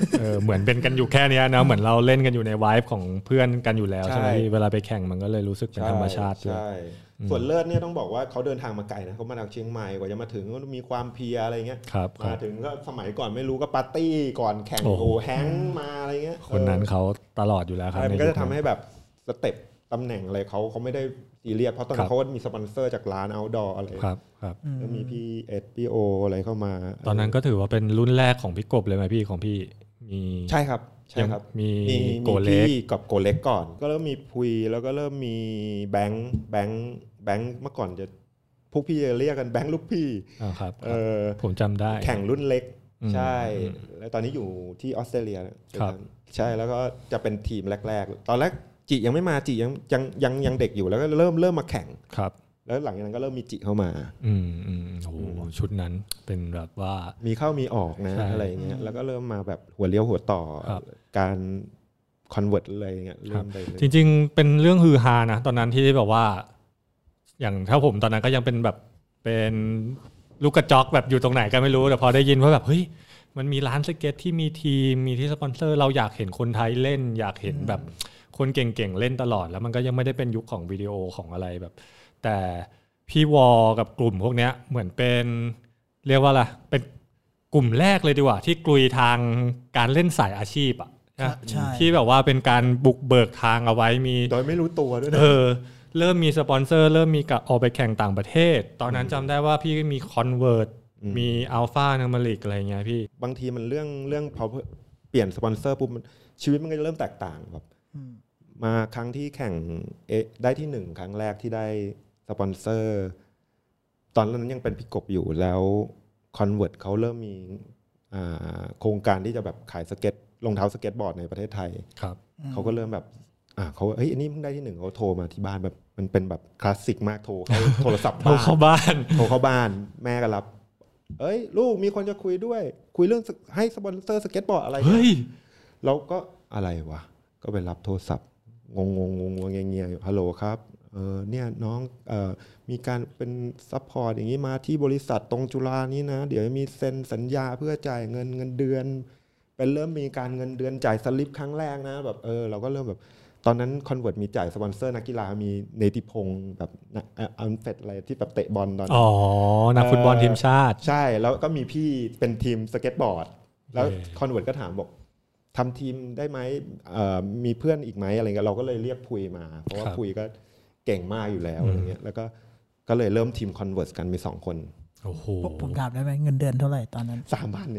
Speaker 4: 1
Speaker 3: เหมือนเป็นกันอยู่แค่นี้นะเหมือนเราเล่นกันอยู่ในไวฟ์ของเพื่อนกันอยู่แล้วใช่ไหมเวลาไปแข่งมันก็เลยรู้สึกเป็นธรรมชาติ
Speaker 4: ใช่ส่วนเลิศเนี่ยต้องบอกว่าเขาเดินทางมาไกลนะเขามาจากเชียงใหม่กว่าจะมาถึงก็มีความเพียรอะไรเงี้ยมาถึงก็สมัยก่อนไม่รู้ก็ปาร์ตี้ก่อนแข่งโอ้แฮงมาอะไรเงี้ย
Speaker 3: คนนั้นเขาตลอดอยู่แล้วครับ
Speaker 4: มันก็จะทำให้แบบสเต็ปตำแหน่งอะไรเขาไม่ได้ซีเรียสเพราะตอนนั้นเขาก็มีสปอนเซอร์จากร้าน outdoor อะไร
Speaker 3: ครับ
Speaker 4: แล้วมีพี่เอ็ดพี่โออะไรเข้ามา
Speaker 3: ตอนนั้นก็ถือว่าเป็นรุ่นแรกของพี่กบเลยไหมพี่ของพี่มี
Speaker 4: ใช่ครับ
Speaker 3: มี
Speaker 4: โกเล็กกับโกเล็กก่อนก็เริ่มมีพุยแล้วก็เริ่มมีแบงค์เมื่อก่อนจะพวกพี่จะเรียกกันแบงค์ลูกพี่
Speaker 3: ครับผมจำได้
Speaker 4: แข่งรุ่นเล็กใช่แล้วตอนนี้อยู่ที่ออสเตรเลียใช่แล้วก็จะเป็นทีมแรกๆตอนแรกจิยังไม่มาจิยังเด็กอยู่แล้วก็เริ่มมาแข่ง
Speaker 3: ครับ
Speaker 4: แล้วหลังจากนั้นก็เริ่มมีจิเข้ามา
Speaker 3: โอ้ชุดนั้นเป็นแบบว่า
Speaker 4: มีเข้ามีออกนะอะไรเงี้ยแล้วก็เริ่มมาแบบหัวเลี้ยวหัวต่อการคอนเวิร์ตอะไรเงี้ยเริ่มไป
Speaker 3: จริงๆเป็นเรื่องฮือฮานะตอนนั้นที่แบบว่าอย่างถ้าผมตอนนั้นก็ยังเป็นแบบเป็นลูกกระจอกแบบอยู่ตรงไหนก็ไม่รู้แต่พอได้ยินว่าแบบเฮ้ยมันมีร้านสเก็ตที่มีทีมมีที่สปอนเซอร์เราอยากเห็นคนไทยเล่นอยากเห็นแบบคนเก่งๆเล่นตลอดแล้วมันก็ยังไม่ได้เป็นยุคของวิดีโอของอะไรแบบแต่พี่วอกับกลุ่มพวกเนี้ยเหมือนเป็นเรียกว่าอะไรเป็นกลุ่มแรกเลยดีกว่าที่กลุยทางการเล่นสายอาชีพอ่ะที่แบบว่าเป็นการบุกเบิกทางเอาไว้มี
Speaker 4: โดยไม่รู้ตัวด้วยนะ
Speaker 3: เริ่มมีสปอนเซอร์เริ่มมีกับออกไปแข่งต่างประเทศตอนนั้นจำได้ว่าพี่มีคอนเวิร์ตมีอัลฟานามาลิกอะไรเงี้ยพี่
Speaker 4: บางทีมันเรื่องพอเปลี่ยนสปอนเซอร์ปุ๊บชีวิตมันก็จะเริ่มแตกต่างแบบมาครั้งที่แข่งได้ที่1ครั้งแรกที่ได้สปอนเซอร์ตอนนั้นยังเป็นพี่กบอยู่แล้วคอนเวิร์ตเขาเริ่มมีโครงการที่จะแบบขายสเก็ตรองเท้าสเก็ตบอร์ดในประเทศไทยเขาก็เริ่มแบบเขาเฮ้ยอันนี้เพิ่งได้ที่1เขาโทรมาที่บ้านแบบมันเป็นแบบคลาสสิกมากโทรรศัพท์
Speaker 3: โทรเข้าบ้
Speaker 4: านแม่ก็รับเอ้ยลูกมีคนจะคุยด้วยคุยเรื่องให้สปอนเซอร์สเก็ตบอร์ดอะไร
Speaker 3: เฮ้ย
Speaker 4: เราก็อะไรวะก็ไปรับโทรศัพท์งงเงียฮัลโหลครับเนี่ยน้องมีการเป็นซัพพอร์ตอย่างนี้มาที่บริษัทตรงจุฬานี้นะเดี๋ยวมีเซ็นสัญญาเพื่อจ่ายเงินเดือนเป็นเริ่มมีการเงินเดือนจ่ายสลิปครั้งแรกนะแบบเราก็เริ่มแบบตอนนั้นคอนเวิร์ตมีจ่ายสปอนเซอร์นักกีฬามีเนติพงศ์แบบอันเฟดอะไรที่แบบเตะบอลตอน
Speaker 3: นักฟุตบอลทีมชาติ
Speaker 4: ใช่แล้วก็มีพี่เป็นทีมสเก็ตบอร์ดแล้วคอนเวิร์ตก็ถามบอกทำทีมได้ไหมมีเพื่อนอีกไหมอะไรเงี้ยเราก็เลยเรียกพุยมาเพราะว่าพุยก็เก่งมากอยู่แล้วอะไรเงี้ยแล้วก็เลยเริ่มทีมคอนเวิร์ตกันมี2คน
Speaker 3: โอ้โห
Speaker 2: ผมถามได้ไหมเงินเดือนเท่าไหร่ตอนนั้น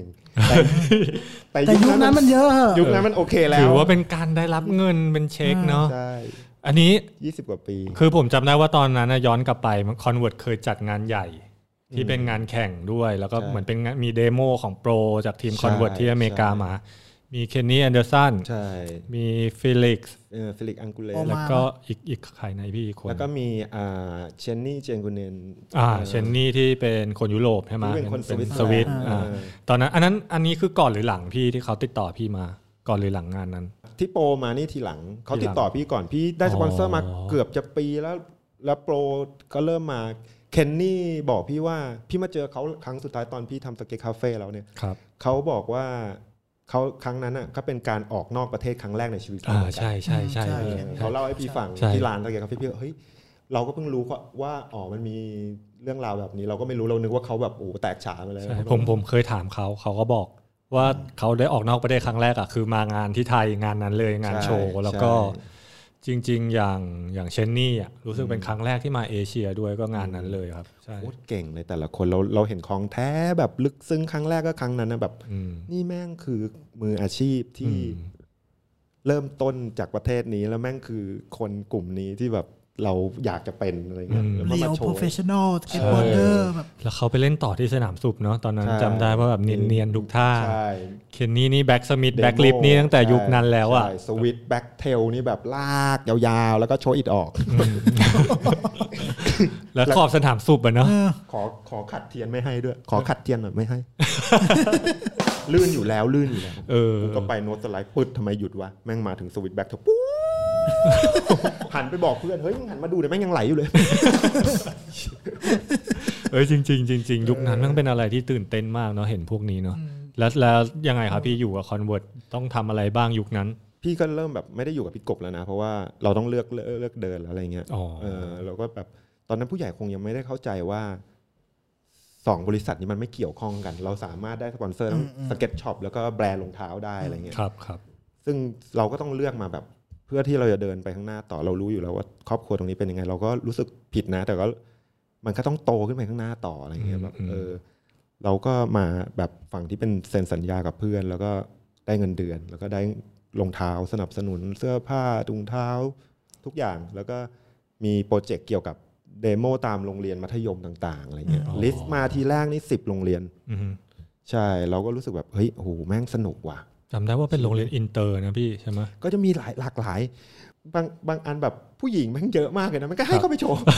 Speaker 4: แต่ยุคนั้นมันเยอะยุคนั้นมันโอเคแล้ว
Speaker 3: ถือว่าเป็นการได้รับเงินเป็นเช็คเนาะ
Speaker 4: ใช่
Speaker 3: อันนี้
Speaker 4: 20กว่าปี
Speaker 3: คือผมจำได้ว่าตอนนั้นย้อนกลับไปคอนเวิร์ตเคยจัดงานใหญ่ที่เป็นงานแข่งด้วยแล้วก็เหมือนเป็นมีเดโมของโปรจากทีมคอนเวิร์ตที่อเมริกามามีเคนนี่แอนเดอร์สันมีฟิลิกซ์
Speaker 4: อังกูเล
Speaker 3: แล้วก็อีกใครในพี่คน
Speaker 4: แล้วก็มีเชนนี่เจนกูเนน
Speaker 3: เชนนี่ที่เป็นคนยุโรปใช่ไหม
Speaker 4: เป็น
Speaker 3: สวิตตอนนั้นอันนี้คือก่อนหรือหลังพี่ที่เขาติดต่อพี่มาก่อนหรือหลังงานนั้น
Speaker 4: ที่โปรมานี่ทีหลังเขาติดต่อพี่ก่อนพี่ได้สปอนเซอร์มาเกือบจะปีแล้วโปรก็เริ่มมาเคนนี่บอกพี่ว่าพี่มาเจอเขาครั้งสุดท้ายตอนพี่ทำสเก็ตคาเฟ่แล้วเนี่ยเขาบอกว่าเขาครั้งนั้นอ่ะก็เป็นการออกนอกประเทศครั้งแรกในชีวิตเขา
Speaker 3: ใช่ใช่ใช่
Speaker 4: เขาเล่าให้พี่ฟัง
Speaker 3: ใช่
Speaker 4: ที่ร้านตะเกียบพี่เฮ้ยเราก็เพิ่งรู้ว่าอ๋อมันมีเรื่องราวแบบนี้เราก็ไม่รู้เรานึกว่าเขาแบบโอ้แตกฉานไปเลย
Speaker 3: ใช่ผมเคยถามเขาก็บอกว่าเขาได้ออกนอกประเทศครั้งแรกอ่ะคือมางานที่ไทยงานนั้นเลยงานโชว์แล้วก็จริงๆอย่างเชนนี่อ่ะรู้สึกเป็นครั้งแรกที่มาเอเชียด้วยก็งานนั้นเลยครับใช่
Speaker 4: โคตรเก่งเลยแต่ละคนเราเห็นของแท้แบบลึกซึ้งครั้งแรกก็ครั้งนั้นนะแบบนี่แม่งคือมืออาชีพที่เริ่มต้นจากประเทศนี้แล้วแม่งคือคนกลุ่มนี้ที่แบบเราอยากจะเป็นอะไรเงี้ย
Speaker 2: เรียลโปรเฟชชั่นอลสเก็ตบอร์ดเดอร์แบบ
Speaker 3: แล้วเขาไปเล่นต่อที่สนามสุบเนาะตอนนั้นจำได้ว่าแบบเนียนๆทุกท่าเคนนี่แบ็กสมิธแบ็กลิฟนี่ตั้งแต่ยุคนั้นแล้วอ่ะ
Speaker 4: สวิตแบ็กเทลนี่แบบลากยาวๆแล้วก็โชว์อิดออก
Speaker 3: แล้วขอบสนามสุบอ่ะเนาะ
Speaker 4: ขอขัดเทียนไม่ให้ด้วยขอขัดเทียนหน่อยไม่ให้ลื่นอยู่แล้วก็ไปโน้ตสไลด์ปึ๊ดทำไมหยุดวะแม่งมาถึงสวิตแบ็กเทลปุ๊บหันไปบอกเพื่อนเฮ้ยมึงหันมาดูเดี๋ยวแม่งยังไหลอยู่เลย
Speaker 3: จริงยุคนั้นมันเป็นอะไรที่ตื่นเต้นมากเนาะเห็นพวกนี้เนาะแล้วยังไงครับพี่อยู่กับคอนเวิร์ตต้องทำอะไรบ้างยุคนั้น
Speaker 4: พี่ก็เริ่มแบบไม่ได้อยู่กับพี่กบแล้วนะเพราะว่าเราต้องเลือกเดินอะไรเงี้ยเราก็แบบตอนนั้นผู้ใหญ่คงยังไม่ได้เข้าใจว่า2บริษัทนี้มันไม่เกี่ยวข้องกันเราสามารถได้สปอนเซอร์ทั้งสเก็ตช็อปแล้วก็แบรนด์รองเท้าได้อะไรเงี้ย
Speaker 3: ครับ
Speaker 4: ซึ่งเราก็ต้องเลือกมาแบบเพื่อที่เราจะเดินไปข้างหน้าต่อเรารู้อยู่แล้วว่าครอบครัวตรงนี้เป็นยังไงเราก็รู้สึกผิดนะแต่ก็มันก็ต้องโตขึ้นไปข้างหน้าต่ออะไรเงี้ยแบบเราก็มาแบบฝั่งที่เป็นเซ็นสัญญากับเพื่อนแล้วก็ได้เงินเดือนแล้วก็ได้รองเท้าสนับสนุนเสื้อผ้าถุงเท้าทุกอย่างแล้วก็มีโปรเจกต์เกี่ยวกับเดโมตามโรงเรียนมัธยมต่างๆอะไรเงี้ยลิสต์มาทีแรกนี่10โรงเรียนใช่เราก็รู้สึกแบบเฮ้ยโหแม่งสนุกว่ะ
Speaker 3: จำได้ว่าเป็นโรงเรียนอินเตอร์นะพี่ใช่ไหม
Speaker 4: ก็จะมีหลากหลายบางอันแบบผู้หญิงมันเยอะมากเลยนะมันก็ให้เข้าไปโชว์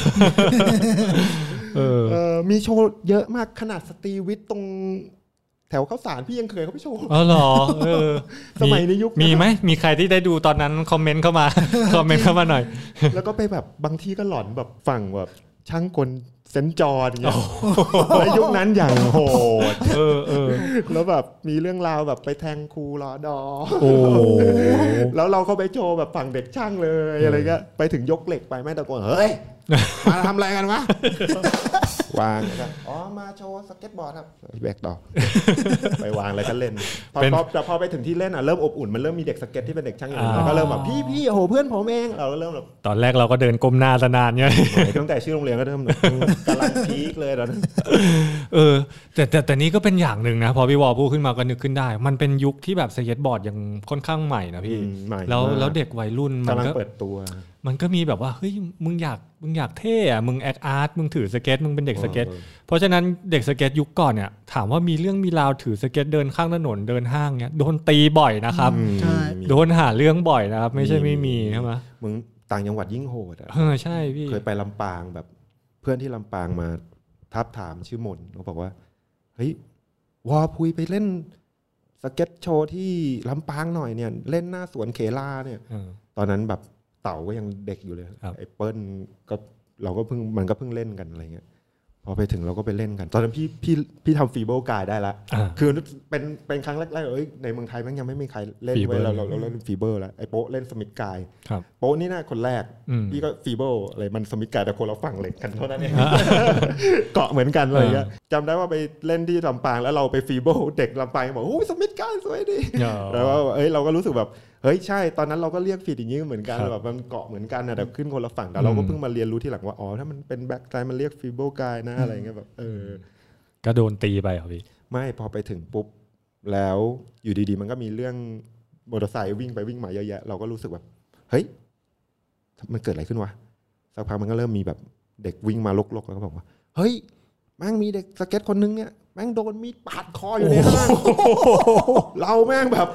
Speaker 4: มีโชว์เยอะมากขนาดสตรีวิทย์ตรงแถวข้าวสารพี่ยังเคยเข้าไปโชว์
Speaker 3: อ๋อเหรอ
Speaker 4: สมัยในยุค
Speaker 3: มีไหมมีใครที่ได้ดูตอนนั้นคอมเมนต์เข้ามาคอมเมนต์เข้ามาหน่อย
Speaker 4: แล้วก็ไปแบบบางทีก็หลอนแบบฝั่งแบบช่างกลเซนจอร์อย่างเงี้ยแล้วยุคนั้นอย่างโหดแล้วแบบมีเรื่องราวแบบไปแทงครูรอดอแล้วเราก็ไปโชว์แบบฝั่งเด็กช่างเลยอะไรเงี้ยไปถึงยกเหล็กไปแม่ตะโกนเฮ้ยมาทำอะไรกันวะวางนะครับอ๋อมาโชว์สเก็ตบอร์ดครับแบกต่อไปวางแล้วก็เล่นพอไปถึงที่เล่นอ่ะเริ่มอบอุ่นมันเริ่มมีเด็กสเก็ตที่เป็นเด็กช่างอยู่แล้วก็เริ่มแบบพี่โอ้โหเพื่อนผมเองเราก็เริ่มแบบ
Speaker 3: ตอนแรกเราก็เดินก้มหน้าซะนานเนี่ย
Speaker 4: ตั้งแต่ชื่อโรงเรียนก็เริ่มกำลังพีคเลยตอนนั้น
Speaker 3: แต่นี้ก็เป็นอย่างหนึ่งนะพอพี่วอลพูดขึ้นมาก็นึกขึ้นได้มันเป็นยุคที่แบบสเก็ตบอร์ดยังค่อนข้างใหม่นะพี่แล้วเด็กวัยรุ่น
Speaker 4: มันก็เปิดตัว
Speaker 3: มันก็มีแบบว่าเฮ้ยมึงอยากเท่อะมึงแอคอาร์ตมึงถือสเก็ตมึงเป็นเด็กสเก็ตเพราะฉะนั้นเด็กสเก็ตยุคก่อนเนี่ยถามว่ามีเรื่องมีราวถือสเก็ตเดินข้างถนนเดินห้างเนี่ยโดนตีบ่อยนะครับโดนหาเรื่องบ่อยนะครับไม่ใช่ไม่มีใช่ไหม
Speaker 4: มึงต่างจังหวัดยิ่งโหดอ่ะ
Speaker 3: ใช่พี่
Speaker 4: เคยไปลำปางแบบเพื่อนที่ลำปางมาทับถามชื่อมนเขาบอกว่าเฮ้ยวอพุยไปเล่นสเก็ตโชว์ที่ลำปางหน่อยเนี่ยเล่นหน้าสวนเขลาเนี่ยตอนนั้นแบบเต่าก็ยังเด็กอยู่เลยไอ้เปิ้ลก็เราก็มันก็เพิ่งเล่นกันอะไรเงี้ยพอไปถึงเราก็ไปเล่นกันตอนนั้นพี่ทำฟีเบิลกายได้ละคือเป็นครั้งแรกๆในเมืองไทยมันยังไม่มีใครเล่นไว้เราเล่นฟีเบิลแล้วไอ้โป๊ะเล่นสมิธกายโป๊ะนี่น่าคนแรกพี่ก็ฟีเบิลอะไรมันสมิธกายแต่คนเราฝั่งเหล็กกันเท่านั้นเองเกาะเหมือนกันอะไรเงี้ยจำได้ว่าไปเล่นที่ลำปางแล้วเราไปฟีเบิลเด็กลำปางบอกโอ้สมิธกายสวยดีแล้วว่าเราก็รู้สึกแบบเฮ้ยใช่ตอนนั้นเราก็เรียกผิดอย่างนี้เหมือนกันแบบมันเกาะเหมือนกันนะแต่ขึ้นคนละฝั่งแต่เราก็เพิ่งมาเรียนรู้ทีหลังว่าอ๋อถ้ามันเป็นแบ็คไซด์มันเรียกฟีเบิลกายนะอะไรเงี้ยแบบ
Speaker 3: ก็โดนตีไปเหรอพี่
Speaker 4: ไม่พอไปถึงปุ๊บแล้วอยู่ดีๆมันก็มีเรื่องมอเตอร์ไซค์วิ่งไปวิ่งมาเยอะแยะเราก็รู้สึกแบบเฮ้ยมันเกิดอะไรขึ้นวะสักพักมันก็เริ่มมีแบบเด็กวิ่งมาลกๆแล้วก็บอกว่าเฮ้ยแม่งมีเด็กสเก็ตคนนึงเนี่ยแม่งโดนมีดปาดคออยู่ในห้างเราแม่งแบบ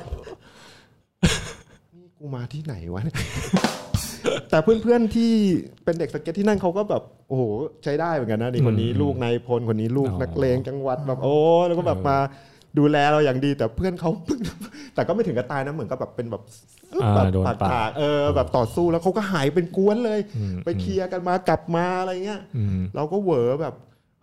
Speaker 4: นี่กูมาที่ไหนวะ แต่เพื่อนๆที่เป็นเด็กสเก็ตที่นั่นเขาก็แบบโอ้โหใช้ได้เหมือนกันนะนี่คนนี้ลูกนายพลคนนี้ลูกนักเลงจังหวัดแบบโอ้แล้วก็แบบมาดูแลเราอย่างดีแต่เพื่อนเขาแต่ก็ไม่ถึงกับตายนะเหมือนกับแบบเป็นแบบปากแบบต่อสู้แล้วเขาก็หายเป็นกวนเลยไปเคลียร์กันมากลับมาอะไรเงี้ยเราก็เหวอแบบ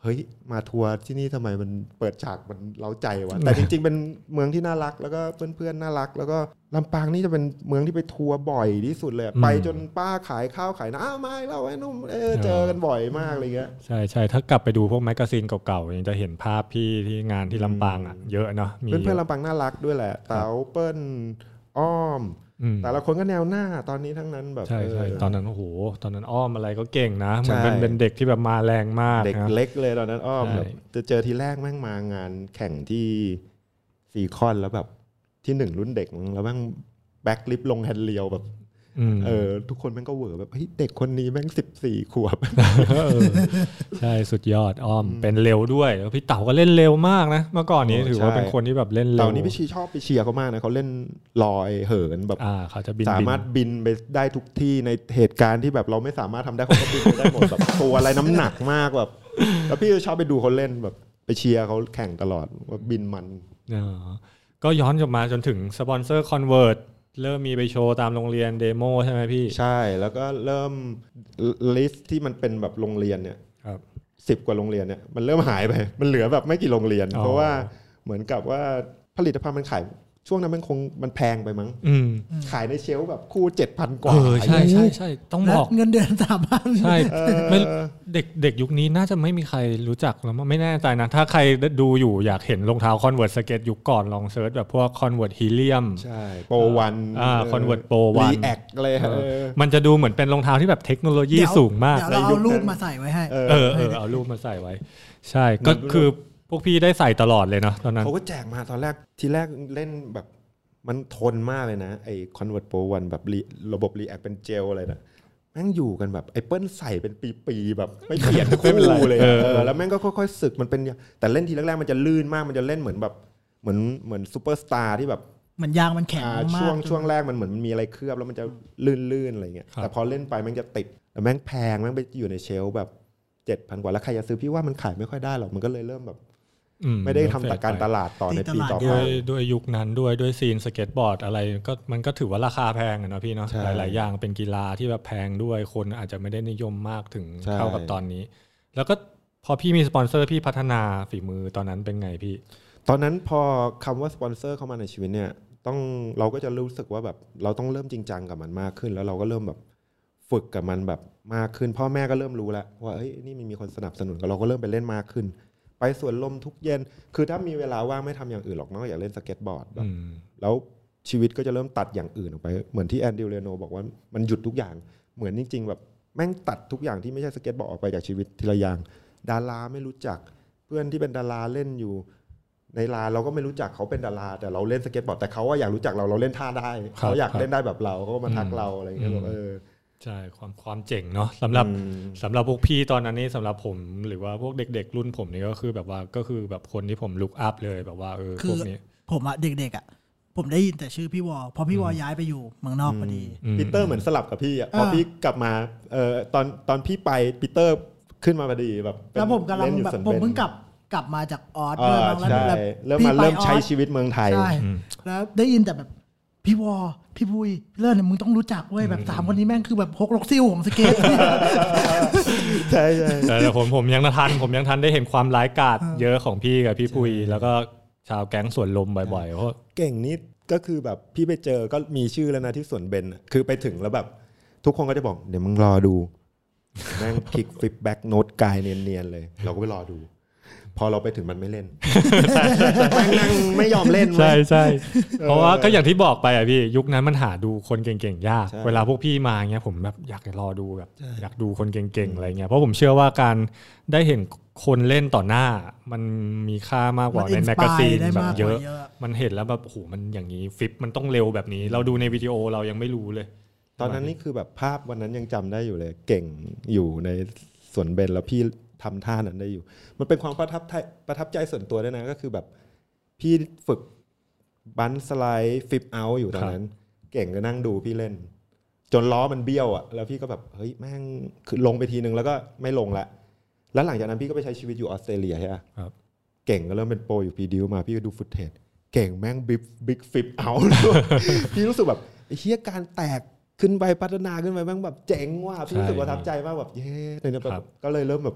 Speaker 4: เฮ้ยมาทัวร์ที่นี่ทำไมมันเปิดฉากมันเร้าใจวะแต่จริงๆเป็นเมืองที่น่ารักแล้วก็เพื่อนๆน่ารักแล้วก็ลำปางนี่จะเป็นเมืองที่ไปทัวร์บ่อยที่สุดเลยไปจนป้าขายข้าวขายน้ำไม่เราไอ้นุ่มเจอกันบ่อยมากอะไรเงี้ย
Speaker 3: ใช่ใช่ถ้ากลับไปดูพวกแมกกาซีนเก่าๆยังจะเห็นภาพพี่ที่งานที่ลำปางอ่ะเยอะเนาะ
Speaker 4: เพื่อนๆลำปางน่ารักด้วยแหละเต๋าเปิ้ลอ้อมแต่ละคนก็แนวหน้าตอนนี้ทั้งนั้นแบบ
Speaker 3: ใช่ใช่ตอนนั้นโอ้โหตอนนั้นอ้อมอะไรก็เก่งนะเหมือนเป็นเด็กที่แบบมาแรงมาก
Speaker 4: เด็กเล็กเลยตอนนั้นอ้อมแบบจะเจอทีแรกแม่งมางานแข่งที่ซีคอนแล้วแบบที่1รุ่นเด็กแล้วแม่งแบ็คลิฟลงแฮนด์เลียวแบบทุกคนแม่งก็เหวอแบบเฮ้ยเด็กคนนี้แม่ง14 ขวบ
Speaker 3: ใช่สุดยอดอ้อมเป็นเร็วด้วยแล้วพี่เต๋าก็เล่นเร็วมากนะเมื่อก่อนนี้ถือว่าเป็นคนที่แบบเล่นเร็ว
Speaker 4: เต๋านี่พี่ชอบไปเชียร์เขามากนะเขาเล่นลอยเหินแบบ
Speaker 3: เขาจะบิน
Speaker 4: สามารถบินไปได้ทุกที่ในเหตุการณ์ที่แบบเราไม่สามารถทำได้เขาก็บินไปได้หมดแบบตัวอะไรน้ำหนักมากแบบแล้วพี่ชอบไปดูเขาเล่นแบบไปเชียร์เขาแข่งตลอดว่าบินมัน
Speaker 3: ก็ย้อนกลับมาจนถึงสปอนเซอร์คอนเวิร์ตเริ่มมีไปโชว์ตามโรงเรียนเดโมใช่ไหมพี่
Speaker 4: ใช่แล้วก็เริ่มลิสต์ที่มันเป็นแบบโรงเรียนเนี่ย10 กว่าโรงเรียนเนี่ยมันเริ่มหายไปมันเหลือแบบไม่กี่โรงเรียนเพราะว่าเหมือนกับว่าผลิตภัณฑ์มันขายช่วงนั้นมันแพงไปมั้งขายในเชลฟ์แบบคู่ 7,000 กว่า
Speaker 3: ใช่ใช่ใช่ต้องบอก
Speaker 2: เงินเดือน 3,000
Speaker 3: ใช่เด็กยุคนี้น่าจะไม่มีใครรู้จักแล้วไม่แน่ใจนะถ้าใครดูอยู่อยากเห็นรองเท้าคอนเวิร์ตสเก็ตยุคก่อนลองเซิร์ชแบบพวกคอนเวิร์ตฮีเลียม
Speaker 4: ใช่โปรวัน
Speaker 3: คอนเวิร์ตโปรวัน
Speaker 4: รีแอคเลย
Speaker 3: มันจะดูเหมือนเป็นรองเท้าที่แบบเทคโนโลยีสูงมาก
Speaker 2: เดี๋ยวเราเอารูปมาใส่ไว้ให้
Speaker 3: เอารูปมาใส่ไว้ใช่ก็คือพวกพี่ได้ใส่ตลอดเลยเนาะตอนนั้น
Speaker 4: เขาก็แจกมาตอนแรกทีแรกเล่นแบบมันทนมากเลยนะไอ้ Convert Pro 1แบบระบบ React เป็นเจลอะไรนะแม่งอยู่กันแบบไอ้เปิ้ลใส่เป็นปีๆแบบไม่เปลี่ยนคู่เลยแล้วแม่งก็ค่อยๆสึกมันเป็นแต่เล่นทีแรกๆมันจะลื่นมากมันจะเล่นเหมือนแบบเหมือนซูเปอร์สตาร์ที่แบบ
Speaker 2: เหมือนยางมันแข็งมาก
Speaker 4: ช่วงแรกมันเหมือนมันมีอะไรเคลือบแล้วมันจะลื่นๆอะไรเงี้ยแต่พอเล่นไปแม่งจะติดแล้วแม่งแพงแม่งไปอยู่ในเชลฟ์แบบ 7,000 กว่าแล้วใครจะซื้อพี่ว่ามันขายไม่ค่อยได้หรอกมันก็เลยเริ่มแบบไม่ได้ทำการตลาดต่อในปีต่อไป
Speaker 3: ด้วยยุคนั้นด้วยซีนสเก็ตบอร์ดอะไรก็มันก็ถือว่าราคาแพงอะนะพี่เนาะหลายๆอย่างเป็นกีฬาที่แบบแพงด้วยคนอาจจะไม่ได้นิยมมากถึงเท่ากับตอนนี้แล้วก็พอพี่มีสปอนเซอร์พี่พัฒนาฝีมือตอนนั้นเป็นไงพี่
Speaker 4: ตอนนั้นพอคำว่าสปอนเซอร์เข้ามาในชีวิตเนี่ยเราก็จะรู้สึกว่าแบบเราต้องเริ่มจริงจังกับมันมากขึ้นแล้วเราก็เริ่มแบบฝึกกับมันแบบมากขึ้นพ่อแม่ก็เริ่มรู้แล้วว่าเอ้ยนี่มันมีคนสนับสนุนเราก็เริ่มไปเล่นมากขึ้นไปสวนลมทุกเย็นคือถ้ามีเวลาว่างไม่ทำอย่างอื่นหรอกนอกจากเล่นสเก็ตบอร์ดแบบแล้วชีวิตก็จะเริ่มตัดอย่างอื่นออกไปเหมือนที่แอนดิวเรโนบอกว่ามันหยุดทุกอย่างเหมือนจริงๆแบบแม่งตัดทุกอย่างที่ไม่ใช่สเก็ตบอร์ดออกไปจากชีวิตทีละอย่างดาราไม่รู้จักเพื่อนที่เป็นดาราเล่นอยู่ในลานเราก็ไม่รู้จักเขาเป็นดาราแต่เราเล่นสเก็ตบอร์ดแต่เขาว่าอยากรู้จักเราเล่นท่าได้เขาอยากเล่นได้แบบเราเขาก็มาทักเราอะไรอย่างเงี้ยแบบ
Speaker 3: ใช่ความเจ๋งเนาะสำหรับพวกพี่ตอนนั้นนี่สำหรับผมหรือว่าพวกเด็กๆรุ่นผมนี่ก็คือแบบว่าก็คือแบบคนที่ผมลุกอัพเลยแบบว่าพวกนี้
Speaker 2: ผมอะเด็กๆอะผมได้ยินแต่ชื่อพี่วอพอพี่วอย้ายไปอยู่เมืองนอกพอดี
Speaker 4: ปีเตอร์เหมือนสลับกับพี่อะพอพี่กลับมาตอนพี่ไปปีเตอร์ขึ้นมาพอดีแบบ
Speaker 2: แล้วผมกำลังแบบผมเพิ่งกลับมาจากออส
Speaker 4: แล้วเริ่มใช้ชีวิตเมืองไทย
Speaker 2: แล้วได้ยินแต่แบบพี่วอพี่พุยเลิศเนี่ยมึงต้องรู้จักเว้ยแบบ3คนนี้แม่งคือแบบฮกลกซิ่วของสเก็ต
Speaker 4: ใช่
Speaker 3: แต่ผมยังทันได้เห็นความร้ายกาจเยอะของพี่กับพี่พุยแล้วก็ชาวแก๊งสวนลมบ่อยๆเพราะ
Speaker 4: เก่งนิดก็คือแบบพี่ไปเจอก็มีชื่อแล้วนะที่สวนเบนคือไปถึงแล้วแบบทุกคนก็จะบอกเดี๋ยวมึงรอดูแม่งคลิกฟลิปแบ็กโน้ตกายเนียนๆเลยเราก็ไปรอดูพอเราไปถึงมันไม่เล่นนั่งไม่ยอมเล่น
Speaker 3: ใช่เพราะว่าก็อย่างที่บอกไปอ่ะพี่ยุคนั้นมันหาดูคนเก่งๆยากเวลาพวกพี่มาเงี้ยผมแบบอยากรอดูแบบอยากดูคนเก่งๆอะไรเงี้ยเพราะผมเชื่อว่าการได้เห็นคนเล่นต่อหน้ามันมีค่ามากกว่าในแมกกาซีนแบบเยอะมันเห็นแล้วแบบโอ้โหมันอย่างนี้ฟิปมันต้องเร็วแบบนี้เราดูในวิดีโอเรายังไม่รู้เลย
Speaker 4: ตอนนั้นนี่คือแบบภาพวันนั้นยังจำได้อยู่เลยเก่งอยู่ในสวนเบนแล้วพี่ทำท่านั้นได้อยู่มันเป็นความประทับใจส่วนตัวด้วยนะก็คือแบบพี่ฝึกบันสไลด์ฟิปเอาท์อยู่ตอนนั้นเก่งก็นั่งดูพี่เล่นจนล้อมันเบี้ยวอ่ะแล้วพี่ก็แบบเฮ้ยแม่งคือลงไปทีนึงแล้วก็ไม่ลงละแล้วหลังจากนั้นพี่ก็ไปใช้ชีวิตอยู่ออสเตรเลียใช่ไหมเก่งก็เริ่มเป็นโปรอยู่พีดิวมาพี่ก็ดูฟุตเทจเก่งแม่งบิ๊กฟิปเอาท์พี่รู้สึกแบบไอ้เหี้ยการแตกขึ้นไปพัฒนาขึ้นไปแม่งแบบเจ๋งว่ะพี่รู้สึกประทับใจมากแบบเย้ในนั้นแบบก็เลยเริ่มแบบ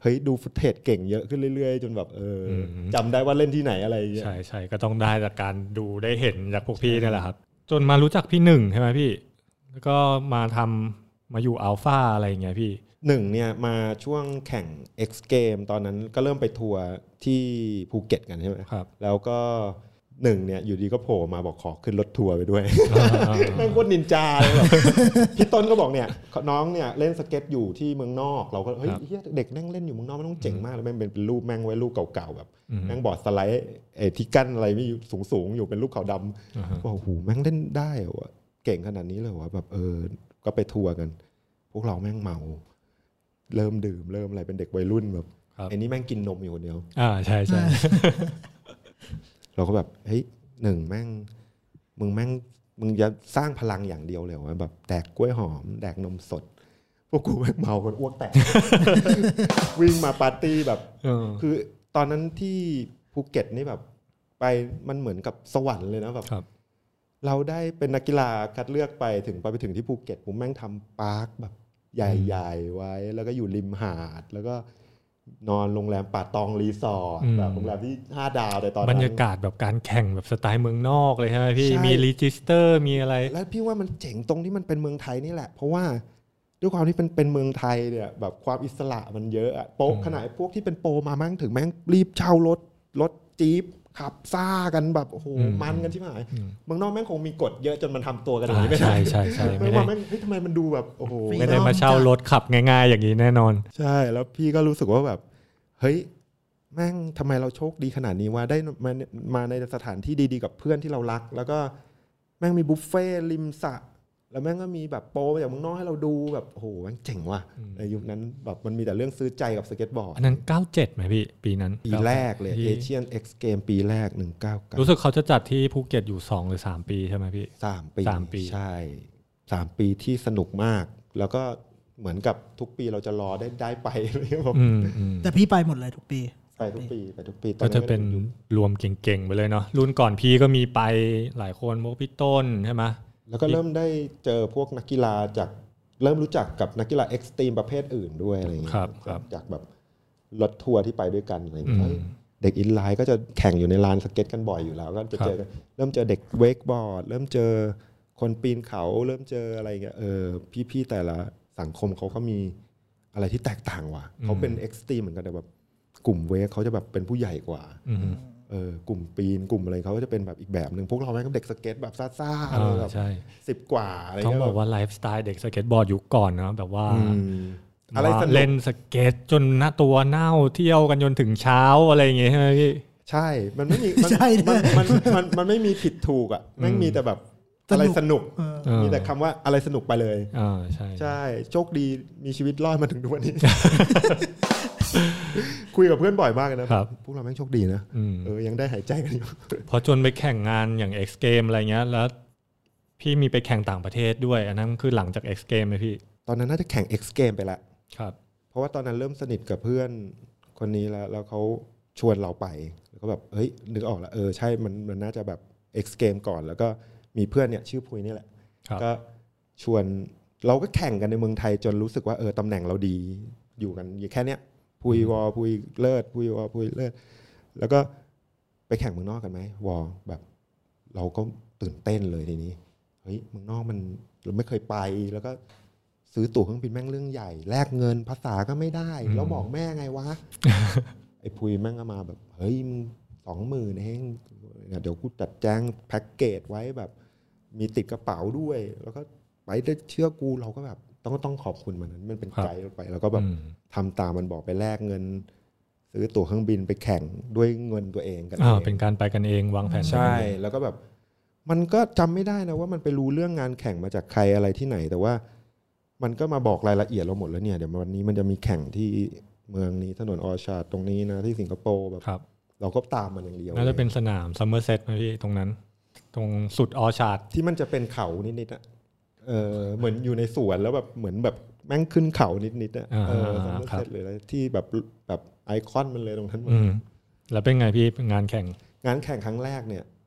Speaker 4: เฮ้ยดูฟุตเทจเก่งเยอะขึ้นเรื่อยๆจนแบบจำได้ว่าเล่นที่ไหนอะไรอย่างเงี้ย
Speaker 3: ใช่ๆก็ต้องได้จากการดูได้เห็นจากพวกพี่นี่แหละครับจนมารู้จักพี่หนึ่งใช่ไหมพี่แล้วก็มาอยู่อัลฟาอะไรอย่างเงี้ยพี่
Speaker 4: หนึ่งเนี่ยมาช่วงแข่ง X Game ตอนนั้นก็เริ่มไปทัวร์ที่ภูเก็ตกันใช่ไหม
Speaker 3: ครับ
Speaker 4: แล้วก็หนึ่งเนี่ยอยู่ดีก็โผล่มาบอกขอขึ้นรถทัวร์ไปด้วยแม่งโคตรนินจาเลยแบบพี่ต้นก็บอกเนี่ยน้องเนี่ยเล่นสเก็ตอยู่ที่เมืองนอกเราก็เฮ้ยเด็กนั่งเล่นอยู่เมืองนอกมันต้องเจ๋งมากเลยแม่งเป็นรูปแม่งไว้รูปเก่าๆแบบแม่งบอร์ดสไลด์ที่กั้นอะไรไม่สูงอยู่เป็นรูปขาวดำบอกโอ้โหแม่งเล่นได้เหรอเก่งขนาดนี้เลยวะแบบก็ไปทัวร์กันพวกเราแม่งเมาเริ่มดื่มเริ่มอะไรเป็นเด็กวัยรุ่นแบบไอ้นี่แม่งกินนมอยู่คนเดียว
Speaker 3: ใช่ใช่
Speaker 4: เราก็แบบเฮ้ยหนึ่งแม่งมึงจะสร้างพลังอย่างเดียวเลยวะแบบแดกกล้วยหอมแดกนมสดพวกกูแม่งเมากันอ้วกแตก วิ่งมาปาร์ตี้แบบคือตอนนั้นที่ภูเก็ตนี่แบบไปมันเหมือนกับสวรรค์เลยนะแบบเราได้เป็นนักกีฬาคัดเลือกไปถึงที่ภูเก็ตผมแม่งทำปาร์คแบบใหญ่ๆไว้แล้วก็อยู่ริมหาดแล้วก็นอนโรงแรมป่าตองรีสอร์ทแบบโรงแรมที่5ดาวในตอนนั้น
Speaker 3: บรรยากาศแบบการแข่งแบบสไตล์เมืองนอกเลยใช่ไหมพี่มีรีจิสเตอร์มีอะไร
Speaker 4: แล้วพี่ว่ามันเจ๋งตรงที่มันเป็นเมืองไทยนี่แหละเพราะว่าด้วยความที่เป็นเมืองไทยเนี่ยแบบความอิสระมันเยอะอะโป๊ะขนาดพวกที่เป็นโปรมามั่งถึงแม่งรีบเช่ารถจี๊ปขับซ่ากันแบบโอ้โหมันกันใช่ไหมเมืองนอกแม่งคงมีกฎเยอะจนมันทำตัวกันอย่างนี้ไม่ได้
Speaker 3: ใช่
Speaker 4: ไม่ได้แม่งทำไมมันดูแบบโอ้โห
Speaker 3: ไม่ได้มาเช่ารถขับง่ายๆอย่างนี้แน่นอน
Speaker 4: ใช่แล้วพี่ก็รู้สึกว่าแบบเฮ้ยแม่งทำไมเราโชคดีขนาดนี้ว่าได้มาในสถานที่ดีๆกับเพื่อนที่เรารักแล้วก็แม่งมีบุฟเฟ่ริมสระแล้วแม่งก็มีแบบโปรจากเมืองนอกให้เราดูแบบโอ้โหแม่งเจ๋งว่ะในยุคนั้นแบบมันมีแต่เรื่องซื้อใจกับสเก็ตบอร์ด
Speaker 3: อันนั้น97มั้ยพี่ปีนั้น
Speaker 4: ปีแรกเลย Asian X Game ปีแรก19
Speaker 3: รู้สึกเขาจะจัดที่ภูเก็ตอยู่2หรือ3ปีใช่มั้ยพี่
Speaker 4: 3ปีใช่3ปีที่สนุกมากแล้วก็เหมือนกับทุกปีเราจะรอได้ไป
Speaker 2: แต่พี่ไปหมดเลยทุกปี
Speaker 4: ไปทุกปี
Speaker 3: ก็จะเป็นรวมเก่งๆไปเลยเนาะรุ่นก่อนพี่ก็มีไปหลายคนพวกพี่ต้นใช่ไหม
Speaker 4: แล้วก็เริ่มได้เจอพวกนักกีฬาเริ่มรู้จักกับนักกีฬาเอ็กซ์ตรีมประเภทอื่นด้วยอะไรอย่างเงี้ยจากแบบรถทัวร์ที่ไปด้วยกันอะไรอย่างเงี้ยเด็กอินไลน์ก็จะแข่งอยู่ในลานสเก็ตกันบ่อยอยู่แล้วก็จะเจอเริ่มเจอเด็กเวกบอร์ดเริ่มเจอคนปีนเขาเริ่มเจออะไรเงี้ยพี่ๆแต่ละสังคมเขาก็มีอะไรที่แตกต่างว่ะเขาเป็นเอ็กซ์ตรีมเหมือนกันแต่แบบกลุ่มเวกเขาจะแบบเป็นผู้ใหญ่กว่ากลุ่มปีนกลุ่มอะไรเขาก็จะเป็นแบบอีกแบบนึงพวกเราแม่งก็เด็กสเก็ตแบบซ่าๆอะไรแบบ10กว่าอะไร
Speaker 3: ต้องบอกว่าไลฟ์สไตล์เด็กสเก็ตบอร์ดยุคก่อนนะแบบว่า
Speaker 4: อะไร
Speaker 3: เล่นสเก็ตจนหน้าตัวเน่าเที่ยวกันจนถึงเช้าอะไรอย่างเงี้ยใช่ไหมพี่
Speaker 4: ใช่มันไม่มีมันไม่มีผิดถูกอ่ะแม่งมีแต่แบบอะไรสนุกมีแต่คำว่าอะไรสนุกไปเลยใช่โชคดีมีชีวิตรอดมาถึงทุกวันนี้คุยกับเพื่อนบ่อยมากเลยนะพวกเราแม่งโชคดีนะยังได้หายใจกันอยู่
Speaker 3: พอจนไปแข่งงานอย่าง X Game อะไรเงี้ยแล้วพี่มีไปแข่งต่างประเทศด้วยอันนั้นคือหลังจาก X Game ไหมพี่
Speaker 4: ตอนนั้นน่าจะแข่ง X Game ไปแล้ว
Speaker 3: ครับ
Speaker 4: เพราะว่าตอนนั้นเริ่มสนิทกับเพื่อนคนนี้แล้วเขาชวนเราไปแล้วก็แบบเฮ้ยนึกออกแล้วใช่มันน่าจะแบบ X Game ก่อนแล้วก็มีเพื่อนเนี่ยชื่อพุยนี่แหละก็ชวนเราก็แข่งกันในเมืองไทยจนรู้สึกว่าตำแหน่งเราดีอยู่กันแค่เนี้ยพุยวอพุยเลิศพุยวอพุยเลิศแล้วก็ไปแข่งเมืองนอกกันไหมวอแบบเราก็ตื่นเต้นเลยทีนี้เฮ้ยเมืองนอกมันเราไม่เคยไปแล้วก็ซื้อตั๋วเครื่องบินแม่งเรื่องใหญ่แลกเงินภาษาก็ไม่ได้แล้วบอกแม่ไงวะ ไอ้พุยแม่งก็มาแบบเฮ้ยมึง 20,000 เองเดี๋ยวกูจัดแจงแพ็คเกจไว้แบบมีติดกระเป๋าด้วยแล้วก็ไปได้เชื่อกูเราก็แบบต้องขอบคุณมันเป็นไกด์ไปแล้วก็แบบทำตามมันบอกไปแลกเงินซื้อตั๋วเครื่องบินไปแข่งด้วยเงินตัวเองกัน
Speaker 3: เป็นการไปกันเองวางแผน
Speaker 4: ใช่แล้วก็แบบมันก็จำไม่ได้นะว่ามันไปรู้เรื่องงานแข่งมาจากใครอะไรที่ไหนแต่ว่ามันก็มาบอกรายละเอียดเราหมดแล้วเนี่ยเดี๋ยววันนี้มันจะมีแข่งที่เมืองนี้ถนนออชาร์ดตรงนี้นะที่สิงคโปร์แบบเราก็ตามมันอย่างเดียว
Speaker 3: น่าจะเป็นสนามซัมเมอร์เซตนะพี่ตรงนั้นตรงสุดออชาร์ด
Speaker 4: ที่มันจะเป็นเขานิดๆอ่ะเหมือนอยู่ในสวนแล้วแบบเหมือนแบบแม่งขึ้นเขานิดๆอ่ะซัมเมอร์เซตเลยที่แบบไอคอนมันเลยตรงนั้น
Speaker 3: แล้วเป็นไงพี่งานแข่ง
Speaker 4: ครั้งแรกเนี่ย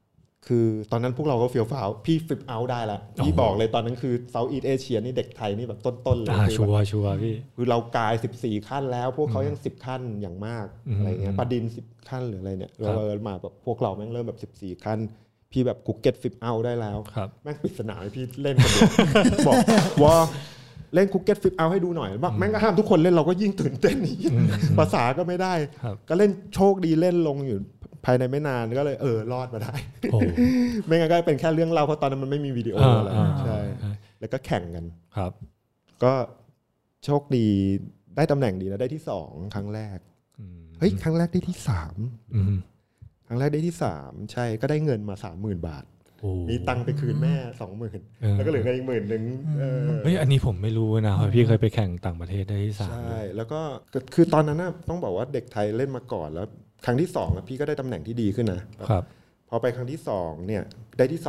Speaker 4: คือตอนนั้นพวกเราก็เฟี้ยวฟ้าวพี่ฟลิปเอาท์ได้ละพี่บอกเลยตอนนั้นคือเซาท์อีสต์เอเชียนี่เด็กไทยนี่แบบต้นๆเลย
Speaker 3: ชัวร์พี่
Speaker 4: คือเรากาย14ขั้นแล้วพวกเขายัง10ขั้นอย่างมากอะไรเงี้ยปาดิน10ขั้นหรืออะไรเนี่ยเรามาแบบพวกเราแม่งเริ่มแบบ14ขั้นพี่แบบคุกเก็ตฟลิปเอาท์ได้แล้วแม่งปิดสนามให้พี่เล่นคนเดียวบอกว่าเล่นคุกเก็ตฟลิปเอาท์ให้ดูหน่อยแม่งก็ห้ามทุกคนเล่นเราก็ยิ่งตื่นเต้นภาษาก็ไม่ได้ก็เล่นโชคดีเล่นลงอยู่ภายในไม่นานก็เลยรอดมาได้ไม่งั้นก็เป็นแค่เรื่องเล่าเพราะตอนนั้นมันไม่มีวิดีโออะไรใช่แล้วก็แข่งกัน
Speaker 3: ครับ
Speaker 4: ก็โชคดีได้ตำแหน่งดีนะได้ที่2ครั้งแรกเฮ้ยครั้งแรกได้ที่3ครั้งแรกได้ที่3ใช่ก็ได้เงินมา 30,000 บาทมีตังค์ไปคืนแม่ 20,000 แล้วก็เหลือเงินอีก10,000
Speaker 3: เฮ้ยอันนี้ผมไม่รู้นะเพราะพี่เคยไปแข่งต่างประเทศได้ที่3
Speaker 4: ใช่แล้วก็คือตอนนั้นต้องบอกว่าเด็กไทยเล่นมาก่อนแล้วครั้งที่2พี่ก็ได้ตำแหน่งที่ดีขึ้นนะครับพอไปครั้งที่2เนี่ยได้ที่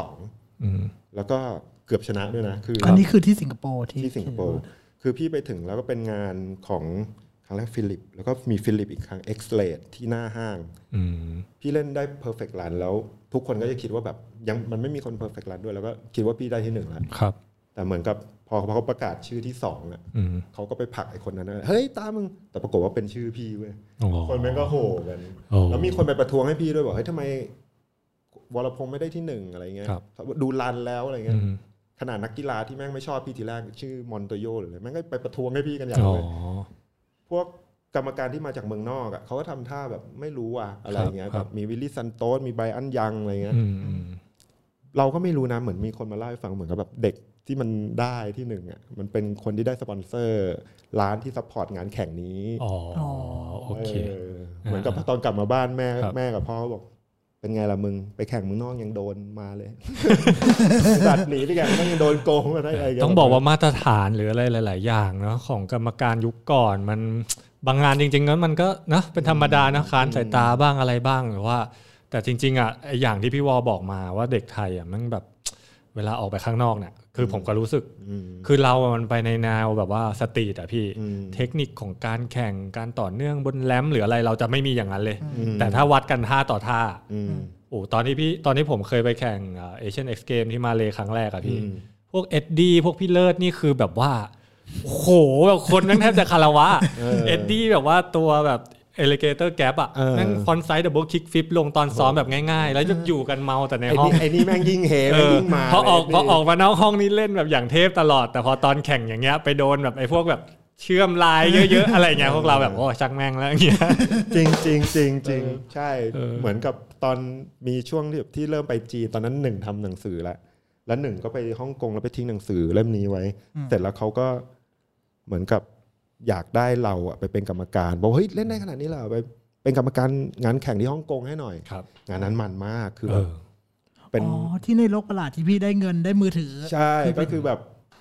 Speaker 4: 2แล้วก็เกือบชนะด้วยนะคือ
Speaker 2: อันนี้คือที่สิงคโปร์
Speaker 4: ที่สิงคโปร์คือพี่ไปถึงแล้วก็เป็นงานของครั้งแรกฟิลิปแล้วก็มีฟิลิปอีกครั้งเอ็กซ์เลดที่หน้าห้างพี่เล่นได้เพอร์เฟกต์รันแล้วทุกคนก็จะคิดว่าแบบยังมันไม่มีคนเพอร์เฟกต์รันด้วยแล้วก็คิดว่าพี่ได้ที่1แล้วแต่เหมือนกับพอเขาประกาศชื่อที่2อ่ะเขาก็ไปผลักไอ้คนนั้นเฮ้ยตามมึงแต่ปรากฏว่าเป็นชื่อพี่เว้ยคนแม่งก็โห่กันแล้วมีคนไปประท้วงให้พี่ด้วยบอกเฮ้ยทำไมวรพงษ์ไม่ได้ที่1อะไรเงี้ยดูรันแล้วอะไรเงี้ยขนาดนักกีฬาที่แม่งไม่ชอบพี่ทีแรกชื่อมอนโตโยหรืออะไรแม่งก็ไปประท้วงให้พี่กันอย่างเลยพวกกรรมการที่มาจากเมืองนอกอ่ะเขาก็ทำท่าแบบไม่รู้อ่ะอะไรเงี้ยแบบมีวิลลี่ซันโตสมีไบรอันยังอะไรเงี้ยเราก็ไม่รู้นะเหมือนมีคนมาเล่าให้ฟังเหมือนกับแบบเด็กที่มันได้ที่1อ่ะมันเป็นคนที่ได้สปอนเซอร์ร้านที่ซัพพอร์ตงานแข่งนี้
Speaker 3: โอเค
Speaker 4: เหมือนกับตอนกลับมาบ้านแม่กับพ่อบอกเป็นไงล่ะมึงไปแข่งเมืองนอกยังโดนมาเลยตัดหนีไปแข่งมันยังโดนโกงมาได้อะไร
Speaker 3: ต้องบอกว่ามาตรฐานหรืออะไรหลายๆอย่างเนาะของกรรมการยุคก่อนมันบางงานจริงๆนั้นมันก็นะเป็นธรรมดานะค้านสายตาบ้างอะไรบ้างหรือว่าแต่จริงๆอ่ะอย่างที่พี่วอบอกมาว่าเด็กไทยอ่ะมันแบบเวลาออกไปข้างนอกเนี่ยคือผมก็รู้สึกคือเรามันไปในแนวแบบว่าสตรีทอ่ะพี่เทคนิคของการแข่งการต่อเนื่องบนแรมหรืออะไรเราจะไม่มีอย่างนั้นเลยแต่ถ้าวัดกันท่าต่อท่าตอนที่ผมเคยไปแข่งเอเชียนเอ็กซ์เกมที่มาเลครั้งแรกอะพี่พวกเอ็ดดี้พวกพี่เลิศนี่คือแบบว่าโหแบบคนนั่งแทบจะคารวะเอ็ดดี้แบบว่าตัวแบบเอลิเกเตอร์แกปอ่ะนั่งฟอนไซด์ดับเบิลคิกฟลิปลงตอนซ้อมแบบง่ายๆแล้วจะอยู่กันเมาแต่ในห้อง
Speaker 4: ไอ้นี่แม่งยิ่งเฮยิ่งมา
Speaker 3: พอออกมานอกห้องนี่เล่นแบบอย่างเทพตลอดแต่พอตอนแข่งอย่างเงี้ยไปโดนแบบไอ้พวกแบบเชื่อมลายเยอะๆอะไรเงี้ยพวกเราแบบโอ้ชักแม่งแล้วอย่างเงี้ย
Speaker 4: จริงใช่เหมือนกับตอนมีช่วงที่เริ่มไปจีนตอนนั้น1ทำหนังสือแล้ว1ก็ไปฮ่องกงแล้วไปทิ้งหนังสือเล่มนี้ไว้เสร็จแล้วเขาก็เหมือนกับอยากได้เราไปเป็นกรรมการบอกเฮ้ยเล่นได้ขนาดนี้แล้วไปเป็นกรรมการงานแข่งที่ฮ่องกงให้หน่อยงานนั้นมันมากคือแบบ
Speaker 2: เป็นที่ในโลกประหลาดที่พี่ได้เงินได้มือถือ
Speaker 4: ใช่ก็คือแบบ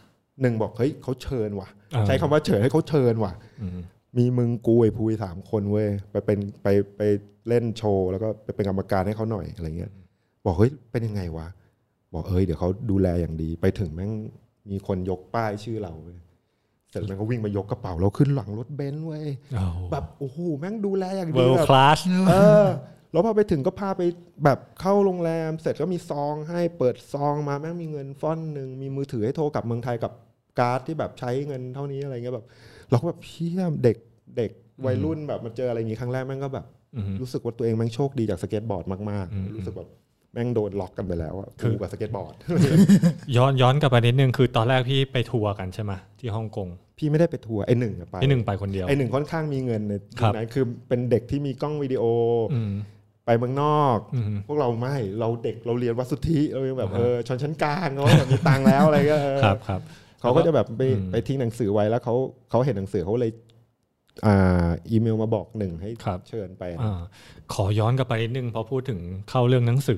Speaker 4: 1บอกเฮ้ยเขาเชิญว่ะใช้คำว่าเชิญให้เขาเชิญว่ะมีมึงกูไอ้ภูย3คนเว้ยไปเล่นโชว์แล้วก็ไปเป็นกรรมการให้เขาหน่อยอะไรเงี้ยบอกเฮ้ยเป็นยังไงวะบอกเดี๋ยวเขาดูแลอย่างดีไปถึงแม่งมีคนยกป้ายชื่อเราเว้ยเสร็จแล้วก็วิ่งมายกกระเป๋าเราขึ้นหลังรถเบนซ์เว้ยแบบโอ้โหแม่งดูแลอย่างดี
Speaker 3: World Class
Speaker 4: แล้วพอไปถึงก็พาไปแบบเข้าโรงแรมเสร็จก็มีซองให้เปิดซองมาแม่งมีเงินฟ่อนนึงมีมือถือให้โทรกลับเมืองไทยกับการ์ดที่แบบใช้เงินเท่านี้อะไรเงี้ยแบบเราก็แบบเชี่ยเด็กวัยรุ่นแบบมาเจออะไรอย่างงี้ครั้งแรกแม่งก็แบบรู้สึกว่าตัวเองแม่งโชคดีจากสเก็ตบอร์ดมากๆรู้สึกแบบแม่งโดนล็อกกันไปแล้วอะคือกับสเก็ตบอร์ด
Speaker 3: ย้อนกลับไปนิดนึงคือตอนแรกพี่ไปทัวร์กันใช่ไหมที่ฮ่องกง
Speaker 4: พี่ไม่ได้ไปทัวร์ไอ้1ไป
Speaker 3: ไอ้1ไปคนเดียว
Speaker 4: ไอ้1ค่อนข้างมีเงินในนั้นคือเป็นเด็กที่มีกล้องวิดีโอไปเมืองนอกพวกเราไม่เราเด็กเราเรียนวัดสุทธิเราแบบชนชั้นกลางเขาแบบมีตังค์แล้วอะไรก็
Speaker 3: ครับ
Speaker 4: เขาก็จะแบบไปทิ้งหนังสือไว้แล้วเขาเห็นหนังสือเขาเลยอีเมลมาบอก1ให้เชิญไป
Speaker 3: ขอย้อนกลับไปนิดนึงพอพูดถึงเข้าเรื่องหนังสือ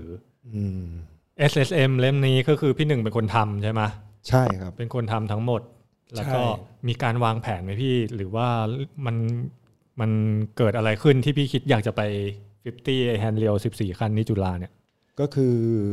Speaker 3: SSM เล่มนี้ก็คือพี่1เป็นคนทำใช่ไหม
Speaker 4: ใช่ครับ
Speaker 3: เป็นคนทำทั้งหมดแล้วก็มีการวางแผนไหมพี่หรือว่ามันเกิดอะไรขึ้นที่พี่คิดอยากจะไป50 Handrail 14 คันนี้จุฬาเนี่ย
Speaker 4: ก็คือ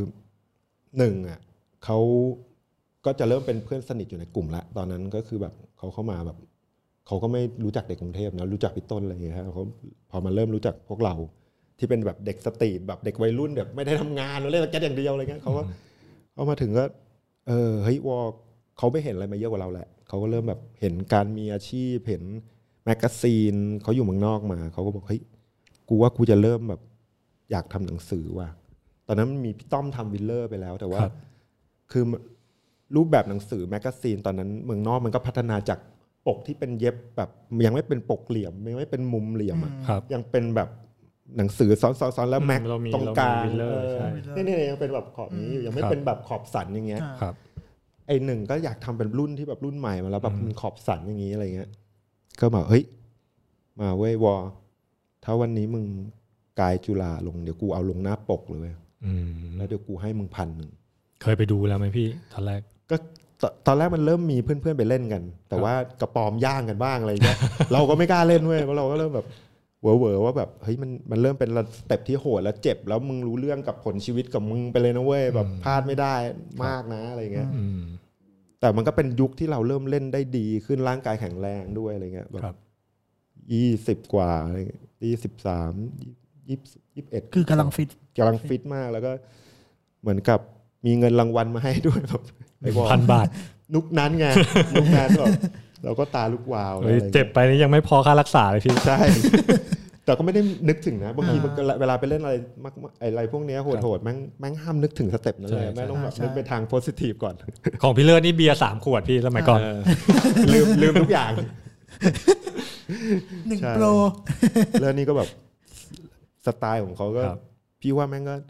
Speaker 4: 1อ่ะเขาก็จะเริ่มเป็นเพื่อนสนิทอยู่ในกลุ่มละตอนนั้นก็คือแบบเขาเข้ามาแบบเขาก็ไม่รู้จักเด็กกรุงเทพนะรู้จักพี่ต้นอะไรอย่างเงี้ยเขาพอมาเริ่มรู้จักพวกเราที่เป็นแบบเด็กสตรีทแบบเด็กวัยรุ่นแบบไม่ได้ทำงานแล้วเล่นแก๊สอย่างเดียวอะไรเงี้ยเขามาถึงก็เฮ้ยวอเขาไม่เห็นอะไรมาเยอะกว่าเราแหละเขาก็เริ่มแบบเห็นการมีอาชีพเห็นแมกกาซีนเขาอยู่เมืองนอกมาเขาก็บอกเฮ้ยกูว่ากูจะเริ่มแบบอยากทำหนังสือว่ะตอนนั้นมีพี่ต้อมทำวิลเลอร์ไปแล้วแต่ว่าคือรูปแบบหนังสือแมกกาซีนตอนนั้นเมืองนอกมันก็พัฒนาจากปกที่เป็นเย็บแบบยังไม่เป็นปกเหลี่ยมยังไม่เป็นมุมเหลี่ยมอ่ะยังเป็นแบบหนังสือซ้อนๆแล้วแม็กตรงกลางนี่ยังเป็นแบบขอบนี้อยู่ยังไม่เป็นแบบขอบสันอย่างเงี้ยไอ้หนึ่งก็อยากทำเป็นรุ่นที่แบบรุ่นใหม่มาแล้วแบบขอบสันอย่างงี้อะไรเงี้ยก็มาเฮ้ยมาเว้ยวอถ้าวันนี้มึงกายจุฬาลงเดี๋ยวกูเอาลงหน้าปกเลยแล้วเดี๋ยวกูให้มึง1,000
Speaker 3: เคยไปดูแล้วไหมพี่ตอนแรก
Speaker 4: ก็ตอนแรกมันเริ่มมีเพื่อนๆไปเล่นกันแต่ว่ากระปอมย่างกันบ้างอะไรเงี้ยเราก็ไม่กล้าเล่นเว้ยเพราะเราก็เริ่มแบบเวอร์ว่าแบบเฮ้ยมันเริ่มเป็นสเต็ปที่โหดแล้วเจ็บแล้วมึงรู้เรื่องกับผลชีวิตกับมึงไปเลยนะเว้ยแบบพลาดไม่ได้มากนะอะไรเงี้ยแต่มันก็เป็นยุคที่เราเริ่มเล่นได้ดีขึ้นร่างกายแข็งแรงด้วยอะไรเงี้ยแบบ20 กว่าอะไร23 21
Speaker 2: คือกำลัง
Speaker 4: ฟิตมากแล้วก็เหมือนกับมีเงินรางวัลมาให้ด้วยแบบ
Speaker 3: 1,000 บาท
Speaker 4: นุกนั้นไงนุกนั้นแบบเราก็ตาลุกวาว
Speaker 3: เจ็บไปนี่ยังไม่พอค่ารักษาเลยพี่
Speaker 4: ใช่แต่ก็ไม่ได้นึกถึงนะบางทีเวลาไปเล่นอะไรพวกนี้โหดๆแม่งห้ามนึกถึงสเต็ปนั้นเลยแม่ต้องแบบนึกไปทางโพสิทีฟก่อน
Speaker 3: ของพี่เลิศนี่เบียร์3 ขวดพี่สมัยก่อน
Speaker 4: ลืมทุกอย่าง
Speaker 2: 1 โปร
Speaker 4: แล้วนี่ก็แบบสไตล์ของเขาก็พี่ว่าแม่งก็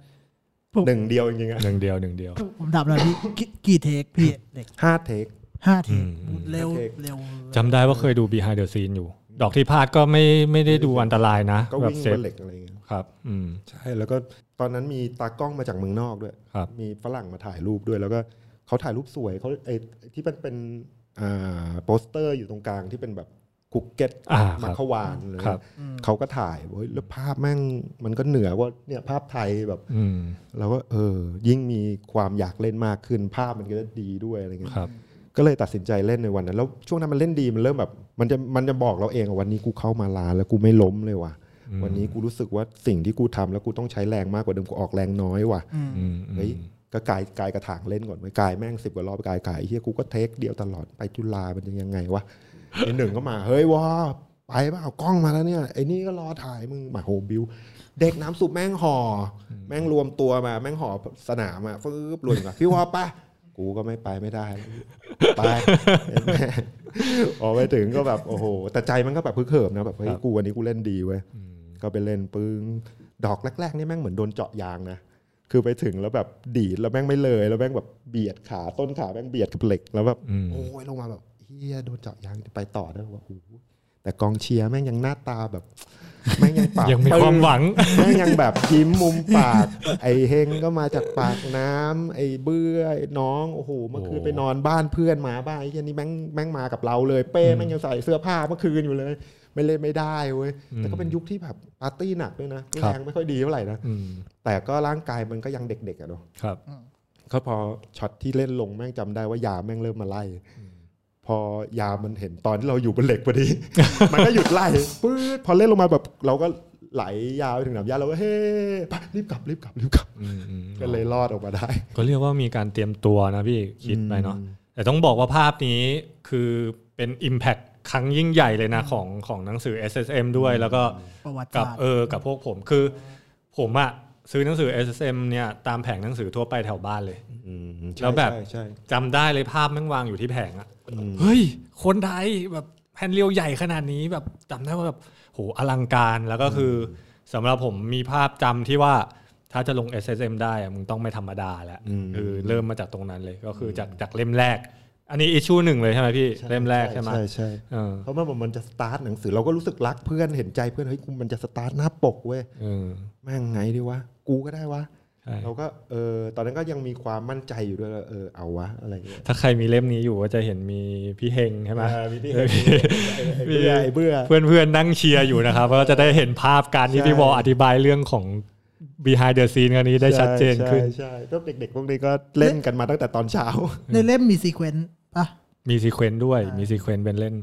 Speaker 4: 1 เดียวจริงๆอ่ะ
Speaker 3: 1 เดียว
Speaker 2: ผมถามเลยพี่กี่เทคพี่เด็ก
Speaker 4: 5 เทค
Speaker 2: เร็ว
Speaker 3: จำได้ว่าเคยดู behind the scene อยู่ดอกที่พลาดก็ไม่ได้ดูอันตรายนะ
Speaker 4: ก็วิ่งบนเหล็กอะไรเงี้ย
Speaker 3: ครับ
Speaker 4: ใช่แล้วก็ตอนนั้นมีตากล้องมาจากเมืองนอกด้วยมีฝรั่งมาถ่ายรูปด้วยแล้วก็เขาถ่ายรูปสวยเขาไอ้ที่เป็นโปสเตอร์อยู่ตรงกลางที่เป็นแบบคุกเก็ตมัคควานเลยเขาก็ถ่ายแล้วภาพแม่งมันก็เหนือว่าเนี่ยภาพไทยแบบเราก็ยิ่งมีความอยากเล่นมากขึ้นภาพมันก็ดีด้วยอะไรเงี้ยก็เลยตัดสินใจเล่นในวันนั้นแล้วช่วงนั้นมันเล่นดีมันเริ่มแบบมันจะบอกเราเองวันนี้กูเข้ามาลาแล้วกูไม่ล้มเลยว่ะวันนี้กูรู้สึกว่าสิ่งที่กูทำแล้วกูต้องใช้แรงมากกว่าเดิมกูออกแรงน้อยว่ะเฮ้ยก็กายกระถางเล่นก่อนไว้กายแม่ง10 กว่ารอบกายเฮียกูก็เทคเดียวตลอดไปจุฬามันยังไงวะไอ้หนึ่งก็มาเฮ้ยว้าไปเปล่ากล้องมาแล้วเนี่ยไอ้นี่ก็รอถ่ายมึงมาโฮบิวเด็กน้ำซุปแม่งห่อแม่งรวมตัวมาแม่งห่อสนามอ่ะฟื้บรวนกับพี่ว่าป่ะกูก็ไม่ไปไม่ได้ไปพอไปถึงก็แบบโอ้โหแต่ใจมันก็แบบพึกเหิมนะแบบเฮ้ยกูวันนี้กูเล่นดีเว้ยก็ไปเล่นปึ้งดอกแรกๆนี่แม่งเหมือนโดนเจาะยางนะคือไปถึงแล้วแบบดีดแล้วแม่งไม่เลยแล้วแม่งแบบเบียดขาต้นขาแม่งเบียดกับเหล็กแล้วแบบโอ้ยลงมาแบบเฮียโดนเจาะยางไปต่อได้ว่าโอ้โหแต่กองเชียร์แม่งยังหน้าตาแบบแม่งยังปาก
Speaker 3: ยังมีความหวัง
Speaker 4: แม่งยังแบบยิ้มมุมปากไอ้เฮงก็มาจากปากน้ำไอ้เบื่อไอ้น้องโอ้โหเมื่อคืนไปนอนบ้านเพื่อนมาบ้านไอ้เหี้ยนี่แม่งมากับเราเลยเป้แม่งยังใส่เสื้อผ้าเมื่อคืนอยู่เลยไม่เล่นไม่ได้เว้ยแต่ก็เป็นยุคที่แบบปาร์ตี้หนักด้วยนะแรงไม่ค่อยดีเท่าไหร่นะแต่ก็ร่างกายมันก็ยังเด็กๆอ่ะเนาะเขาพอช็อตที่เล่นลงแม่งจำได้ว่ายาแม่งเริ่มมาไล่พอยามันเห็นตอนที่เราอยู่บนเหล็กพอดี มันก็หยุดไล่ปื๊ดพอเล่นลงมาแบบเราก็ไหลยาวไปถึงหนามหญ้าเราก็เฮ้รีบกลับก็เลยรอดออกมาได้
Speaker 3: ก็เรียกว่ามีการเตรียมตัวนะพี่คิดไปเนาะแต่ต้องบอกว่าภาพนี้คือเป็น impact ครั้งยิ่งใหญ่เลยนะของหนังสือ SSM ด้วยแล้วก็กับพวกผมคือผมอะซื้อหนังสือ SSM เนี่ยตามแผงหนังสือทั่วไปแถวบ้านเลยแล้วแบบจำได้เลยภาพแม่งวางอยู่ที่แผงอะเฮ้ยคนไทยแบบแผ่นเรียวใหญ่ขนาดนี้แบบจำได้ว่าแบบโหอลังการแล้วก็คือสำหรับผมมีภาพจำที่ว่าถ้าจะลง SSM ได้มึงต้องไม่ธรรมดาแล้วคือเริ่มมาจากตรงนั้นเลยก็คือจากเล่มแรกอันนี้ issue 1เลยใช่ไหมพี่เล่มแรกใช่ไหม
Speaker 4: ใช่เพราะมันจะสตาร์ทหนังสือเราก็รู้สึกรักเพื่อนเห็นใจเพื่อนเฮ้ยมันจะสตาร์ทหน้าปกเว้ยแม่งไงดีวะกูก็ได้วะเราก็ตอนนั้นก็ยังมีความมั่นใจอยู่ด้วยเอาวะอะไรเงี้ย
Speaker 3: ถ้าใครมีเล่มนี้อยู่ก็จะเห็นมีพี่เฮงใช่ไหม
Speaker 4: มีพี่เฮงเบื่อ
Speaker 3: เพื่อนนั่งเชียร์อยู่นะครับก็จะได้เห็นภาพการที่พี่วออธิบายเรื่องของ behind the scene กันนี้ได้ชัดเจนขึ้น
Speaker 4: ใช่พวกเด็กๆพวกนี้ก็เล่นกันมาตั้งแต่ตอนเช้า
Speaker 2: ในเล่มมีซีเควนต์ป่ะ
Speaker 3: มีซีเควนต์ด้วยมีซีเควนต์เป็นเล่น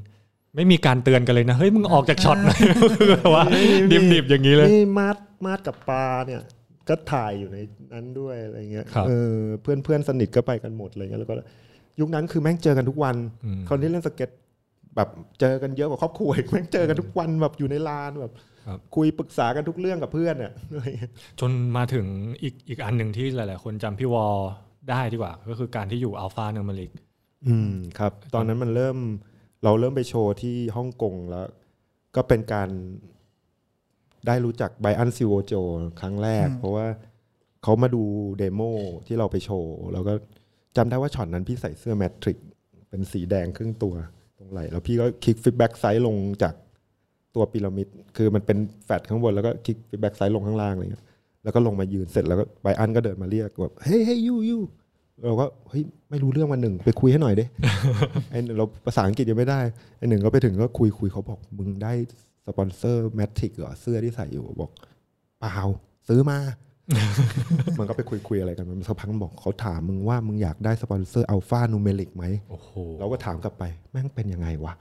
Speaker 3: ไม่มีการเตือนกันเลยนะเฮ้ยมึงออกจากช็อตหน่อยคือแบบว่าดิบๆอย่างนี้เลย
Speaker 5: นี่มาดกับปลาเนี่ยก็ถ่ายอยู่ในนั้นด้วยอะไรเงี้ยเพื่อนสนิทก็ไปกันหมดอะไรเงี้ยแล้วก็ยุคนั้นคือแม่งเจอกันทุกวันคนที่เล่นสเก็ตแบบเจอกันเยอะกว่าครอบครัวแม่งเจอกันทุกวันแบบอยู่ในลานแบบคุยปรึกษากันทุกเรื่องกับเพื่อนเนี่ย
Speaker 3: จนมาถึงอีกอันหนึ่งที่หลายๆคนจำพี่วอได้ดีกว่าก็คือการที่อยู่อัลฟาเนอร์มาลิก
Speaker 5: ครับตอนนั้นเราเริ่มไปโชว์ที่ฮ่องกงแล้วก็เป็นการได้รู้จักไบรอันซิโวโจครั้งแรกเพราะว่าเขามาดูเดโมที่เราไปโชว์แล้วก็จำได้ว่าช็อตนั้นพี่ใส่เสื้อแมทริกเป็นสีแดงครึ่งตัวตรงไหล่แล้วพี่ก็คลิกฟีดแบ็กไซด์ลงจากตัวพีระมิดคือมันเป็นแฟลตข้างบนแล้วก็คลิกฟีดแบ็กไซด์ลงข้างล่างอะไรเงี้ยแล้วก็ลงมายืนเสร็จแล้วก็ไบรอันก็เดินมาเรียกแบบเฮ้ยยูเราก็เฮ้ยไม่รู้เรื่องวันหนึ่งไปคุยให้หน่อยดิ ไอ้เราภาษาอังกฤษยังไม่ได้ไอ้หนึ่งก็ไปถึงก็คุยเขาบอกมึงได้สปอนเซอร์แมทริกเหรอเสื้อที่ใส่อยู่บอกเปล่าซื้อมา มันก็ไปคุยอะไรกันมันสักพักบอกเขาถามมึงว่ามึงอยากได้สปอนเซอร์อัลฟานูเมริกไหมเราก็ถามกลับไปแม่งเป็นยังไงวะ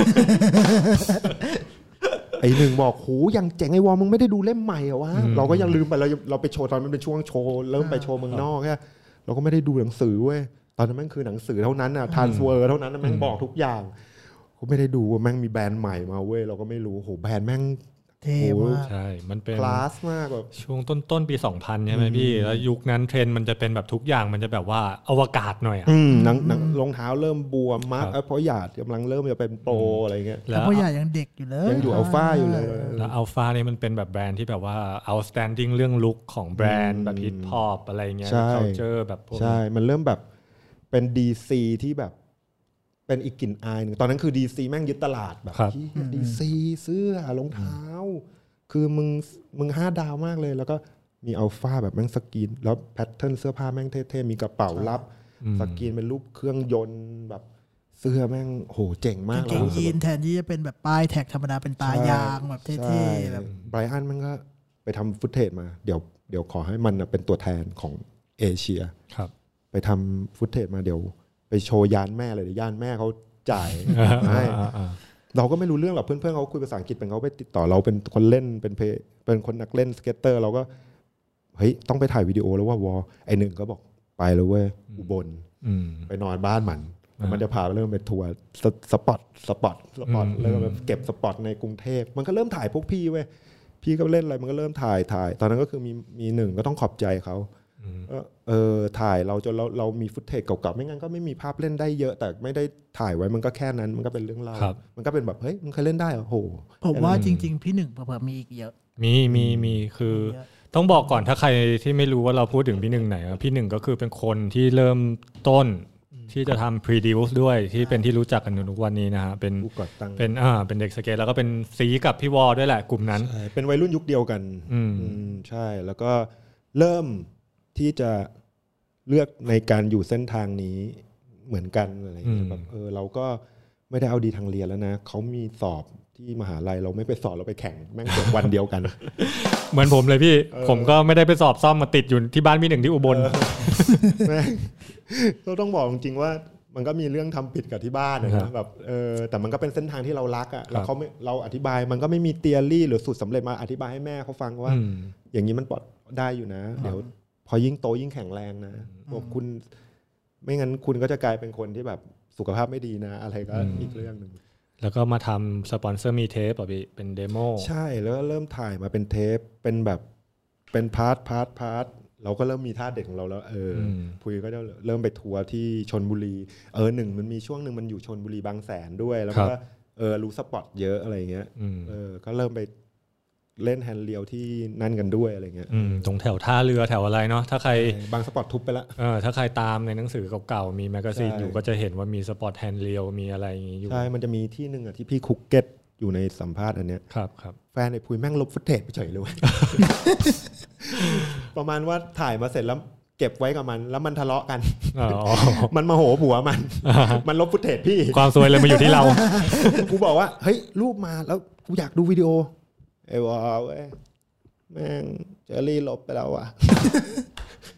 Speaker 5: ไอ้หนึ่งบอกโหยังเจ๋งไอ้วอมึงไม่ได้ดูเล่มใหม่เหรอวะเราก็ยังลืมไปเราไปโชว์ตอนมันเป็นช่วงโชว์เริ่มไปโชว์เมืองนอกแค่เราก็ไม่ได้ดูหนังสือเว้ยตอนนั้นแม่งคือหนังสือเท่านั้นน่ะทรานสเฟอร์เท่านั้นแม่งบอกทุกอย่างเขาไม่ได้ดูว่าแม่งมีแบรนด์ใหม่มาเว้ยเราก็ไม่รู้โหแบรนด์แม่ง
Speaker 2: เท่มาก
Speaker 3: ใช่มันเป็น
Speaker 5: คลาสมากแบบ
Speaker 3: ช่วงต้นปี 2000 ใช่ไหมพี่แล้วยุคนั้นเทรนด์มันจะเป็นแบบทุกอย่างมันจะแบบว่าอวกาศหน่อย
Speaker 5: หนังรองเท้าเริ่มบวมมาร์คเพราะหยาดกำลังเริ่มจะเป็นโปรอะไรเงี้ย
Speaker 2: แล้วเพราะหยาดยังเด็กอยู่เลย
Speaker 5: ยังอยู่อัลฟาอยู่เลย
Speaker 3: แล้วอัลฟาเนี่ยมันเป็นแบบแบรนด์ที่แบบว่า outstanding เรื่องลุคของแบรนด์แบบฮิปฮอปอะไรเงี้ย culture แบบ
Speaker 5: ใช่มันเริ่มแบบเป็น DC ที่แบบเป็นอีกกลิ่นอายนึงตอนนั้นคือ DC แม่งยึดตลาดแบบที่ DC เสื้อรองเท้าคือมึง5 ดาวมากเลยแล้วก็มีอัลฟาแบบแม่งสกรีนแล้วแพทเทิร์นเสื้อผ้าแม่งเท่ๆมีกระเป๋าลับสกรีนเป็นรูปเครื่องยนต์แบบเสื้อแม่งโหเจ๋งมาก
Speaker 2: เลยยีนแทนที่จะเป็นแบบป้ายแท็กธรรมดาเป็นตายางแบบเท่ๆแบบ
Speaker 5: ไบรอันมันก็ไปทำฟุตเทจมาเดี๋ยวขอให้มันเป็นตัวแทนของเอเชียไปทำฟุตเทจมาเดี๋ยวไปโชว์ยานแม่เลยยานแม่เขาจ่ายให้เราก็ไม่รู้เรื่องหรอกเพื่อนๆเขาคุยภาษาอังกฤษเป็นเขาไปติดต่อเราเป็นคนเล่นเป็นคนนักเล่นสเก็ตเตอร์เราก็เฮ้ยต้องไปถ่ายวิดีโอแล้วว่าวอไอหนึ่งก็บอกไปเลยเว้ยอุบลไปนอนบ้านมันจะพาไปเริ่มไปทัวร์สปอตแล้วก็เก็บสปอตในกรุงเทพมันก็เริ่มถ่ายพวกพี่เว้ยพี่ก็เล่นอะไรมันก็เริ่มถ่ายตอนนั้นก็คือมีหนึ่งก็ต้องขอบใจเขาถ่ายเราจนเรามีฟุตเทจเก่าๆไม่งั้นก็ไม่มีภาพเล่นได้เยอะแต่ไม่ได้ถ่ายไว้มันก็แค่นั้นมันก็เป็นเรื่องเล่ามันก็เป็นแบบเฮ้ยมึงเคยเล่นได้เหรอโห
Speaker 2: ผมว่าจริงๆพี่หนึ่งเผื่อมีอีกเยอะ
Speaker 3: มีคือต้องบอกก่อนถ้าใครที่ไม่รู้ว่าเราพูดถึงพี่หนึ่งไหนพี่หนึ่งก็คือเป็นคนที่เริ่มต้นที่จะทำ Produce ด้วยที่เป็นที่รู้จักกันอยู่ทุกวันนี้นะฮะเป็นเด็กสเก็ตแล้วก็เป็นซีกับพี่วอด้วยแหละกลุ่มนั้น
Speaker 5: เป็นวัยรุ่นยุคเดียวกันใช่แล้วก็เริ่มที่จะเลือกในการอยู่เส้นทางนี้เหมือนกันอะไรอย่างเงี้ยแบบเราก็ไม่ได้เอาดีทางเรียนแล้วนะเขามีสอบที่มหาลัยเราไม่ไปสอบเราไปแข่งแม่งจบวันเดียวกัน
Speaker 3: เหมือนผมเลยพี่ผมก็ไม่ได้ไปสอบซ่อมมาติดอยู่ที่บ้านพี่หนึ่งที่อุบล
Speaker 5: เราต้องบอกจริงๆว่ามันก็มีเรื่องทำผิดกับที่บ้านนะแบบแต่มันก็เป็นเส้นทางที่เรารักอ่ะแล้วเราอธิบายมันก็ไม่มีเทียรี่หรือสูตรสำเร็จมาอธิบายให้แม่เขาฟังว่าอย่างนี้มันปลอดได้อยู่นะเดี๋ยวพอยิ่งโตยิ่งแข็งแรงนะบอกคุณไม่งั้นคุณก็จะกลายเป็นคนที่แบบสุขภาพไม่ดีนะอะไรก็อีกเรื่องนึง
Speaker 3: แล้วก็มาทำสปอนเซอร์มีเทปอ่ะพี่เป็นเดโม
Speaker 5: ใช่แล้วก็เริ่มถ่ายมาเป็นเทปเป็นแบบเป็นพาร์ทเราก็เริ่มมีท่าเด็กของเราแล้วพุยก็จะเริ่มไปทัวร์ที่ชลบุรีหนึ่งมันมีช่วงนึงมันอยู่ชลบุรีบางแสนด้วยแล้วก็รู้สปอตเยอะอะไรเงี้ยก็เริ่มไปเล่นแฮนด์เรียวที่นั่นกันด้วยอะไรเงี้ย
Speaker 3: ตรงแถวท่าเรือแถวอะไรเนาะถ้าใคร
Speaker 5: บางสปอตทุบไปละ
Speaker 3: ถ้าใครตามในหนังสือเก่าๆมีแมกกาซีนอยู่ก็จะเห็นว่ามีสปอตแฮนด์เรียวมีอะไรอย่างงี้อยู่
Speaker 5: ใช่มันจะมีที่นึงอ่ะที่พี่คุกเก็ตอยู่ในสัมภาษณ์อันเนี้ย
Speaker 3: ครับ
Speaker 5: แฟนไอ้พุยแม่งลบฟุตเทจไปเฉยเลย ประมาณว่าถ่ายมาเสร็จแล้วเก็บไว้กับมันแล้วมันทะเลาะกันมันมาโหผัวมันลบฟุตเทจพี่
Speaker 3: ความซวยเลยมาอยู่ที่เรา
Speaker 5: กูบอกว่าเฮ้ยรูปมาแล้วกูอยากดูวิดีโอไอ้วอเว้ยแม่งเจอรี่ลบไปแล้วว่ะ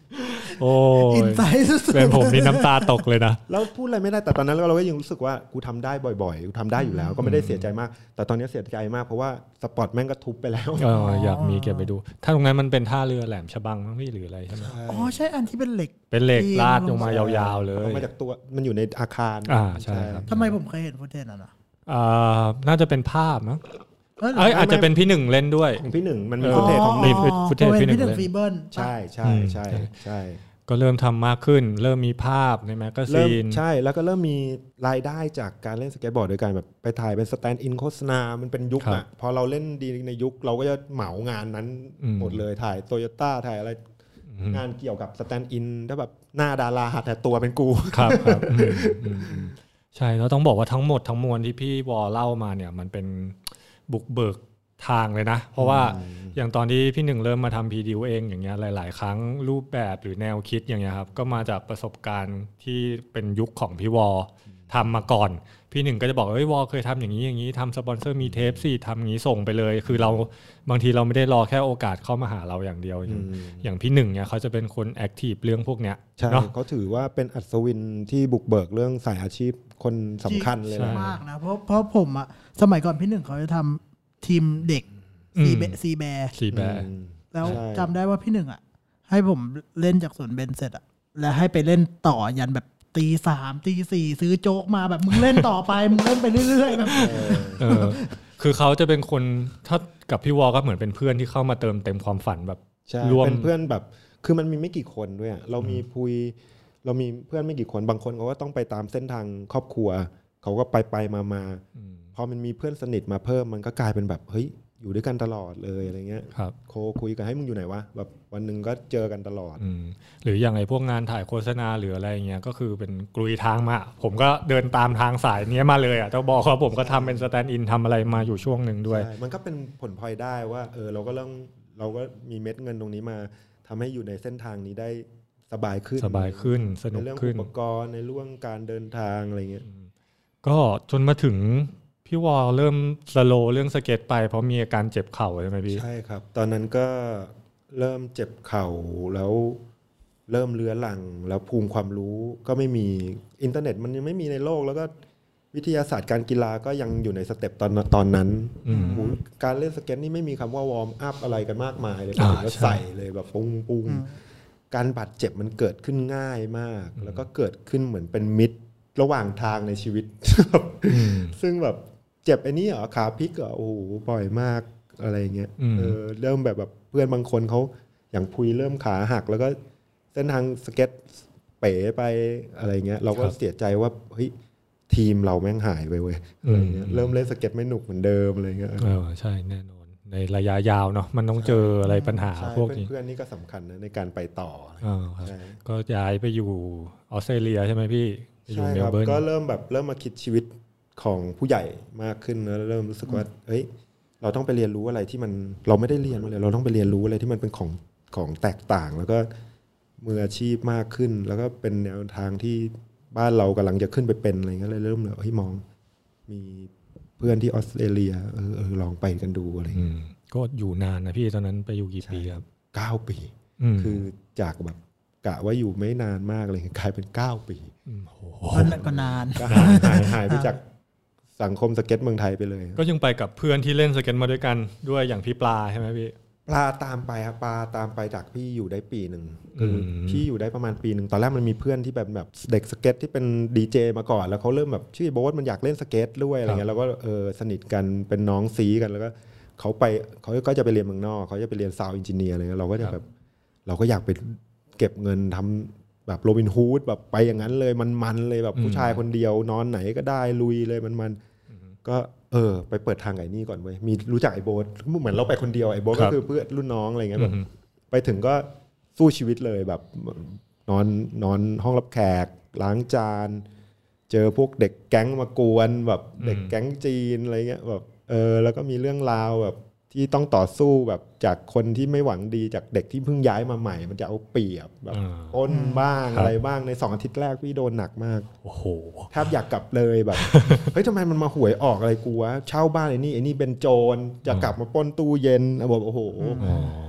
Speaker 3: โอ้
Speaker 2: อิ
Speaker 3: ย
Speaker 2: นไซต์สุดๆ
Speaker 3: เป็นผมนี่น้ำตาตกเลยนะ
Speaker 5: แล้วพูดอะไรไม่ได้แต่ตอนนั้นเราก็ยังรู้สึกว่ากูทำได้บ่อยๆกูทำได้อยู่แล้วก็ไม่ได้เสียใจมากแต่ตอนนี้เสียใจมากเพราะว่าสปอร์ตแม่งก็ทุบไปแล้ว
Speaker 3: อยากมีเก็บไปดู ถ้าตรงนั้นมันเป็นท่าเรือแหลมฉบังมั้งพี่หรืออะไรใช่ไหม
Speaker 2: อ๋อใช่อันที่เป็นเหล็ก
Speaker 3: เป็นเหล็ก
Speaker 2: ที่
Speaker 3: ลาดลงมายาวๆเลย
Speaker 5: เอามาจากตัวมันอยู่ในอาคาร
Speaker 3: ใช่ครับ
Speaker 2: ทำไมผมเคยเห็นฟุตเทจน่ะ
Speaker 3: น่าจะเป็นภาพมั้ง
Speaker 2: เอ้ย
Speaker 3: อาจจะเป็นพี่หนึ่งเล่นด้วย
Speaker 5: ของพี่หนึ่งมันมีฟุตเทจของ
Speaker 3: มี
Speaker 5: มี
Speaker 3: ฟุตเทจพี่หนึ่ง
Speaker 2: พี่หนึ่ง
Speaker 3: เล่น
Speaker 2: ฟีเบิล
Speaker 5: ใช่ใช่ใช่ใช่
Speaker 3: ก็เริ่มทำมากขึ้น เริ่มมีภาพในแมกกา
Speaker 5: เริ่
Speaker 3: ซี
Speaker 5: ม
Speaker 3: น
Speaker 5: ใช่แล้วก็เริ่มมีรายได้จากการเล่นสเก็ตบอร์ดโดยการแบบไปถ่ายเป็นสแตนด์อินโฆษณามันเป็นยุค
Speaker 3: ครั
Speaker 5: อ่ะ
Speaker 3: บ
Speaker 5: พอเราเล่นดีในยุคเราก็จะเหมางานนั้น หมดเลยถ่ายโตโยต้าถ่ายอะไรงานเกี่ยวกับสแตนด์อินถ้าแบบหน้าดาราแต่ตัวเป็นกู
Speaker 3: ครับใช่แล้วต้องบอกว่าทั้งหมดทั้งมวลที่พี่วอเล่ามาเนี่ยมันเป็นบุกเบิกทางเลยนะ เพราะว่าอย่างตอนที่พี่หนึ่งเริ่มมาทำพีดิวเองอย่างเงี้ยหลายๆครั้งรูปแบบหรือแนวคิดอย่างเงี้ยครับก็มาจากประสบการณ์ที่เป็นยุคของพี่วอทำมาก่อนพี่หนึ่งก็จะบอกเอ้ยวอเคยทำอย่างนี้อย่างนี้ทำสปอนเซอร์มีเทปสิทำอย่างนี้ส่งไปเลยคือเราบางทีเราไม่ได้รอแค่โอกาสเข้ามาหาเราอย่างเดียวอย่างพี่หนึ่งเนี่ยเขาจะเป็นคนแอคทีฟเรื่องพวกเนี้ย
Speaker 5: ใช่
Speaker 3: เนาะ
Speaker 5: เขาถือว่าเป็นอัศวินที่บุกเบิกเรื่องสายอาชีพคนสำคัญเลย
Speaker 3: ใช่
Speaker 5: นะ
Speaker 2: มากนะเพราะผมอะสมัยก่อนพี่หนึ่งเขาจะทำทีมเด็กซีแบร์
Speaker 3: ซีแบร์
Speaker 2: แล้ว
Speaker 5: ใช่
Speaker 2: จำได้ว่าพี่หนึ่งอ่ะให้ผมเล่นจากสวนเบนเสร็จอ่ะแล้วให้ไปเล่นต่อยันแบบตี 3 ตี 4ซื้อโจ๊กมาแบบมึงเล่นต่อไป มึงเล่นไปเรื่อยๆแบบ
Speaker 3: คือเขาจะเป็นคนถ้ากับพี่วอก็เหมือนเป็นเพื่อนที่เข้ามาเติมเต็มความฝันแบบ
Speaker 5: ใช่
Speaker 3: รวม
Speaker 5: เป็นเพื่อนแบบคือมันมีไม่กี่คนด้วยอะเรามีเรามีเพื่อนไม่กี่คนบางคนเขาก็ต้องไปตามเส้นทางครอบครัวเขาก็ไปมาพอมันมีเพื่อนสนิทมาเพิ่มมันก็กลายเป็นแบบเฮ้ยอยู่ด้วยกันตลอดเลยอะไรเงี้ย
Speaker 3: ครับ
Speaker 5: คุยกันให้มึงอยู่ไหนวะแบบวันหนึ่งก็เจอกันตลอด
Speaker 3: หรืออย่างไอ้พวกงานถ่ายโฆษณาหรืออะไรเงี้ยก็คือเป็นกลุยทางมาผมก็เดินตามทางสายนี้มาเลยอ่ะต้องบอกว่าผมก็ทำเป็นสแตนด์อินทำอะไรมาอยู่ช่วงหนึ่งด้วย
Speaker 5: ใช่มันก็เป็นผลพลอยได้ว่าเราก็มีเม็ดเงินตรงนี้มาทำให้อยู่ในเส้นทางนี้ได้สบายขึ้น
Speaker 3: สบายขึ้นส
Speaker 5: ใน
Speaker 3: นุก
Speaker 5: เรื่อง
Speaker 3: ขึ้
Speaker 5: อุ
Speaker 3: น
Speaker 5: ปกรณ์ในเรื่องการเดินทางอะไรเงี้ย
Speaker 3: ก็จนมาถึงพี่วอลเริ่มสโลว์เรื่องสเก็ตไปเพราะมีอาการเจ็บเข่าใช่ไหมพี่
Speaker 5: ใช่ครับ ตอนนั้นก็เริ่มเจ็บเข่าแล้วเริ่มเรื้อรังแล้วภูมิความรู้ก็ไม่มีอินเทอร์เน็ตมันยังไม่มีในโลกแล้วก็วิทยาศาสตร์การกีฬาก็ยังอยู่ในสเต็ปตอนนั้นการเล่นสเก็ตนี่ไม่มีคำว่าวอร์มอัพอะไรกันมากมายเลยก็ใส่เลยแบบปุ้งการบาดเจ็บมันเกิดขึ้นง่ายมากแล้วก็เกิดขึ้นเหมือนเป็นมิตรระหว่างทางในชีวิต ซึ่งแบบเจ็บไอ้นี่เหรอขาพลิกเหรอโอ้โหบ่อยมากอะไรเงี้ยเริ่มแบบเพื่อนบางคนเขาอย่างพุยเริ่มขาหักแล้วก็เส้นทางสเก็ตเป๋ไปอะไรเงี้ยเราก็เสียใจว่าเฮ้ยทีมเราแม่งหายไปเว้ยอะไรเงี้ยเริ่มเล่นสเก็ตไม่หนุกเหมือนเดิมอะไรเงี้ย
Speaker 3: ใช่แน่นอนในระยะยาวเนาะมันต้องเจออะไรปัญหาพวกนี้
Speaker 5: เพื่อนนี่ก็สำคัญนะในการไปต่อ
Speaker 3: ครับก็ย้ายไปอยู่ออสเตรเลียใช่ไหมพี่อยู่
Speaker 5: ใช่
Speaker 3: เม
Speaker 5: ค
Speaker 3: ล
Speaker 5: รับ
Speaker 3: เบิร์น
Speaker 5: ก็เริ่มมาคิดชีวิตของผู้ใหญ่มากขึ้นแล้วเริ่มรู้สึกว่าเฮ้ยเราต้องไปเรียนรู้อะไรที่มันเราไม่ได้เรียนมาเลยเราต้องไปเรียนรู้อะไรที่มันเป็นของแตกต่าง แล้วก็มืออาชีพมากขึ้น แล้วก็เป็นแนวทางที่บ้านเรากำลังจะขึ้นไปเป็นอะไรเงี้ยเลยเริ่มเลยมองมีเพื่อนที่ออสเตรเลียลองไปกันดูอะไรเงี้ย
Speaker 3: ก็อยู่นานนะพี่ตอนนั้นไปอยู่กี่ปีครับ
Speaker 5: 9 ปีคือจากแบบกะว่าอยู่ไม่นานมากเลยกลายเป็น9 ปี
Speaker 2: ก็นาน
Speaker 5: ก็หายไปจากสังคมสเก็ตเมืองไทยไปเลย
Speaker 3: ก็ยังไปกับเพื่อนที่เล่นสเก็ตมาด้วยกันด้วยอย่างพี่ปลาใช่ไหมพี่
Speaker 5: ปลาตามไปครับปลาตามไปจากพี่อยู่ได้ปีหนึ่งพี่อยู่ได้ประมาณปีหนึ่งตอนแรกมันมีเพื่อนที่แบบเด็กสเก็ตที่เป็นดีเจมาก่อนแล้วเขาเริ่มแบบชื่อโบ๊ทมันอยากเล่นสเก็ตด้วยอะไรเงี้ยแล้วก็สนิทกันเป็นน้องซีกันแล้วก็เขาก็จะไปเรียนเมืองนอกเขาจะไปเรียนซาวด์อินจิเนียร์อะไรเงี้ยเราก็จะแบบเราก็อยากไปเก็บเงินทำแบบโรบินฮูดแบบไปอย่างนั้นเลยมันเลยแบบผู้ชายคนเดียวนอนไหนก็ได้ลุยเลยมันก็ไปเปิดทางไอ้นี่ก่อนเว้ยมีรู้จักไอ้โบ๊ทเหมือนเราไปคนเดียวไอ้โบ๊ทก็คือเพื่อนรุ่นน้องอะไรเงี้ยแบบไปถึงก็สู้ชีวิตเลยแบบนอนห้องรับแขกล้างจานเจอพวกเด็กแก๊งมากวนแบบเด็กแก๊งจีนอะไรเงี้ยแบบแล้วก็มีเรื่องราวแบบที่ต้องต่อสู้แบบจากคนที่ไม่หวังดีจากเด็กที่เพิ่งย้ายมาใหม่มันจะเอาเปรียบแบบอ้นบ้างอะไรบ้างใน2 อาทิตย์แรกพี่โดนหนักมาก
Speaker 3: โอ้โห
Speaker 5: แทบอยากกลับเลยแบบ เฮ้ยทำไมมันมาหวยออกอะไรกูวะเช่าบ้านไอ้นี่เป็นโจรจะกลับมาปล้นตู้เย็นบอกโอ้โห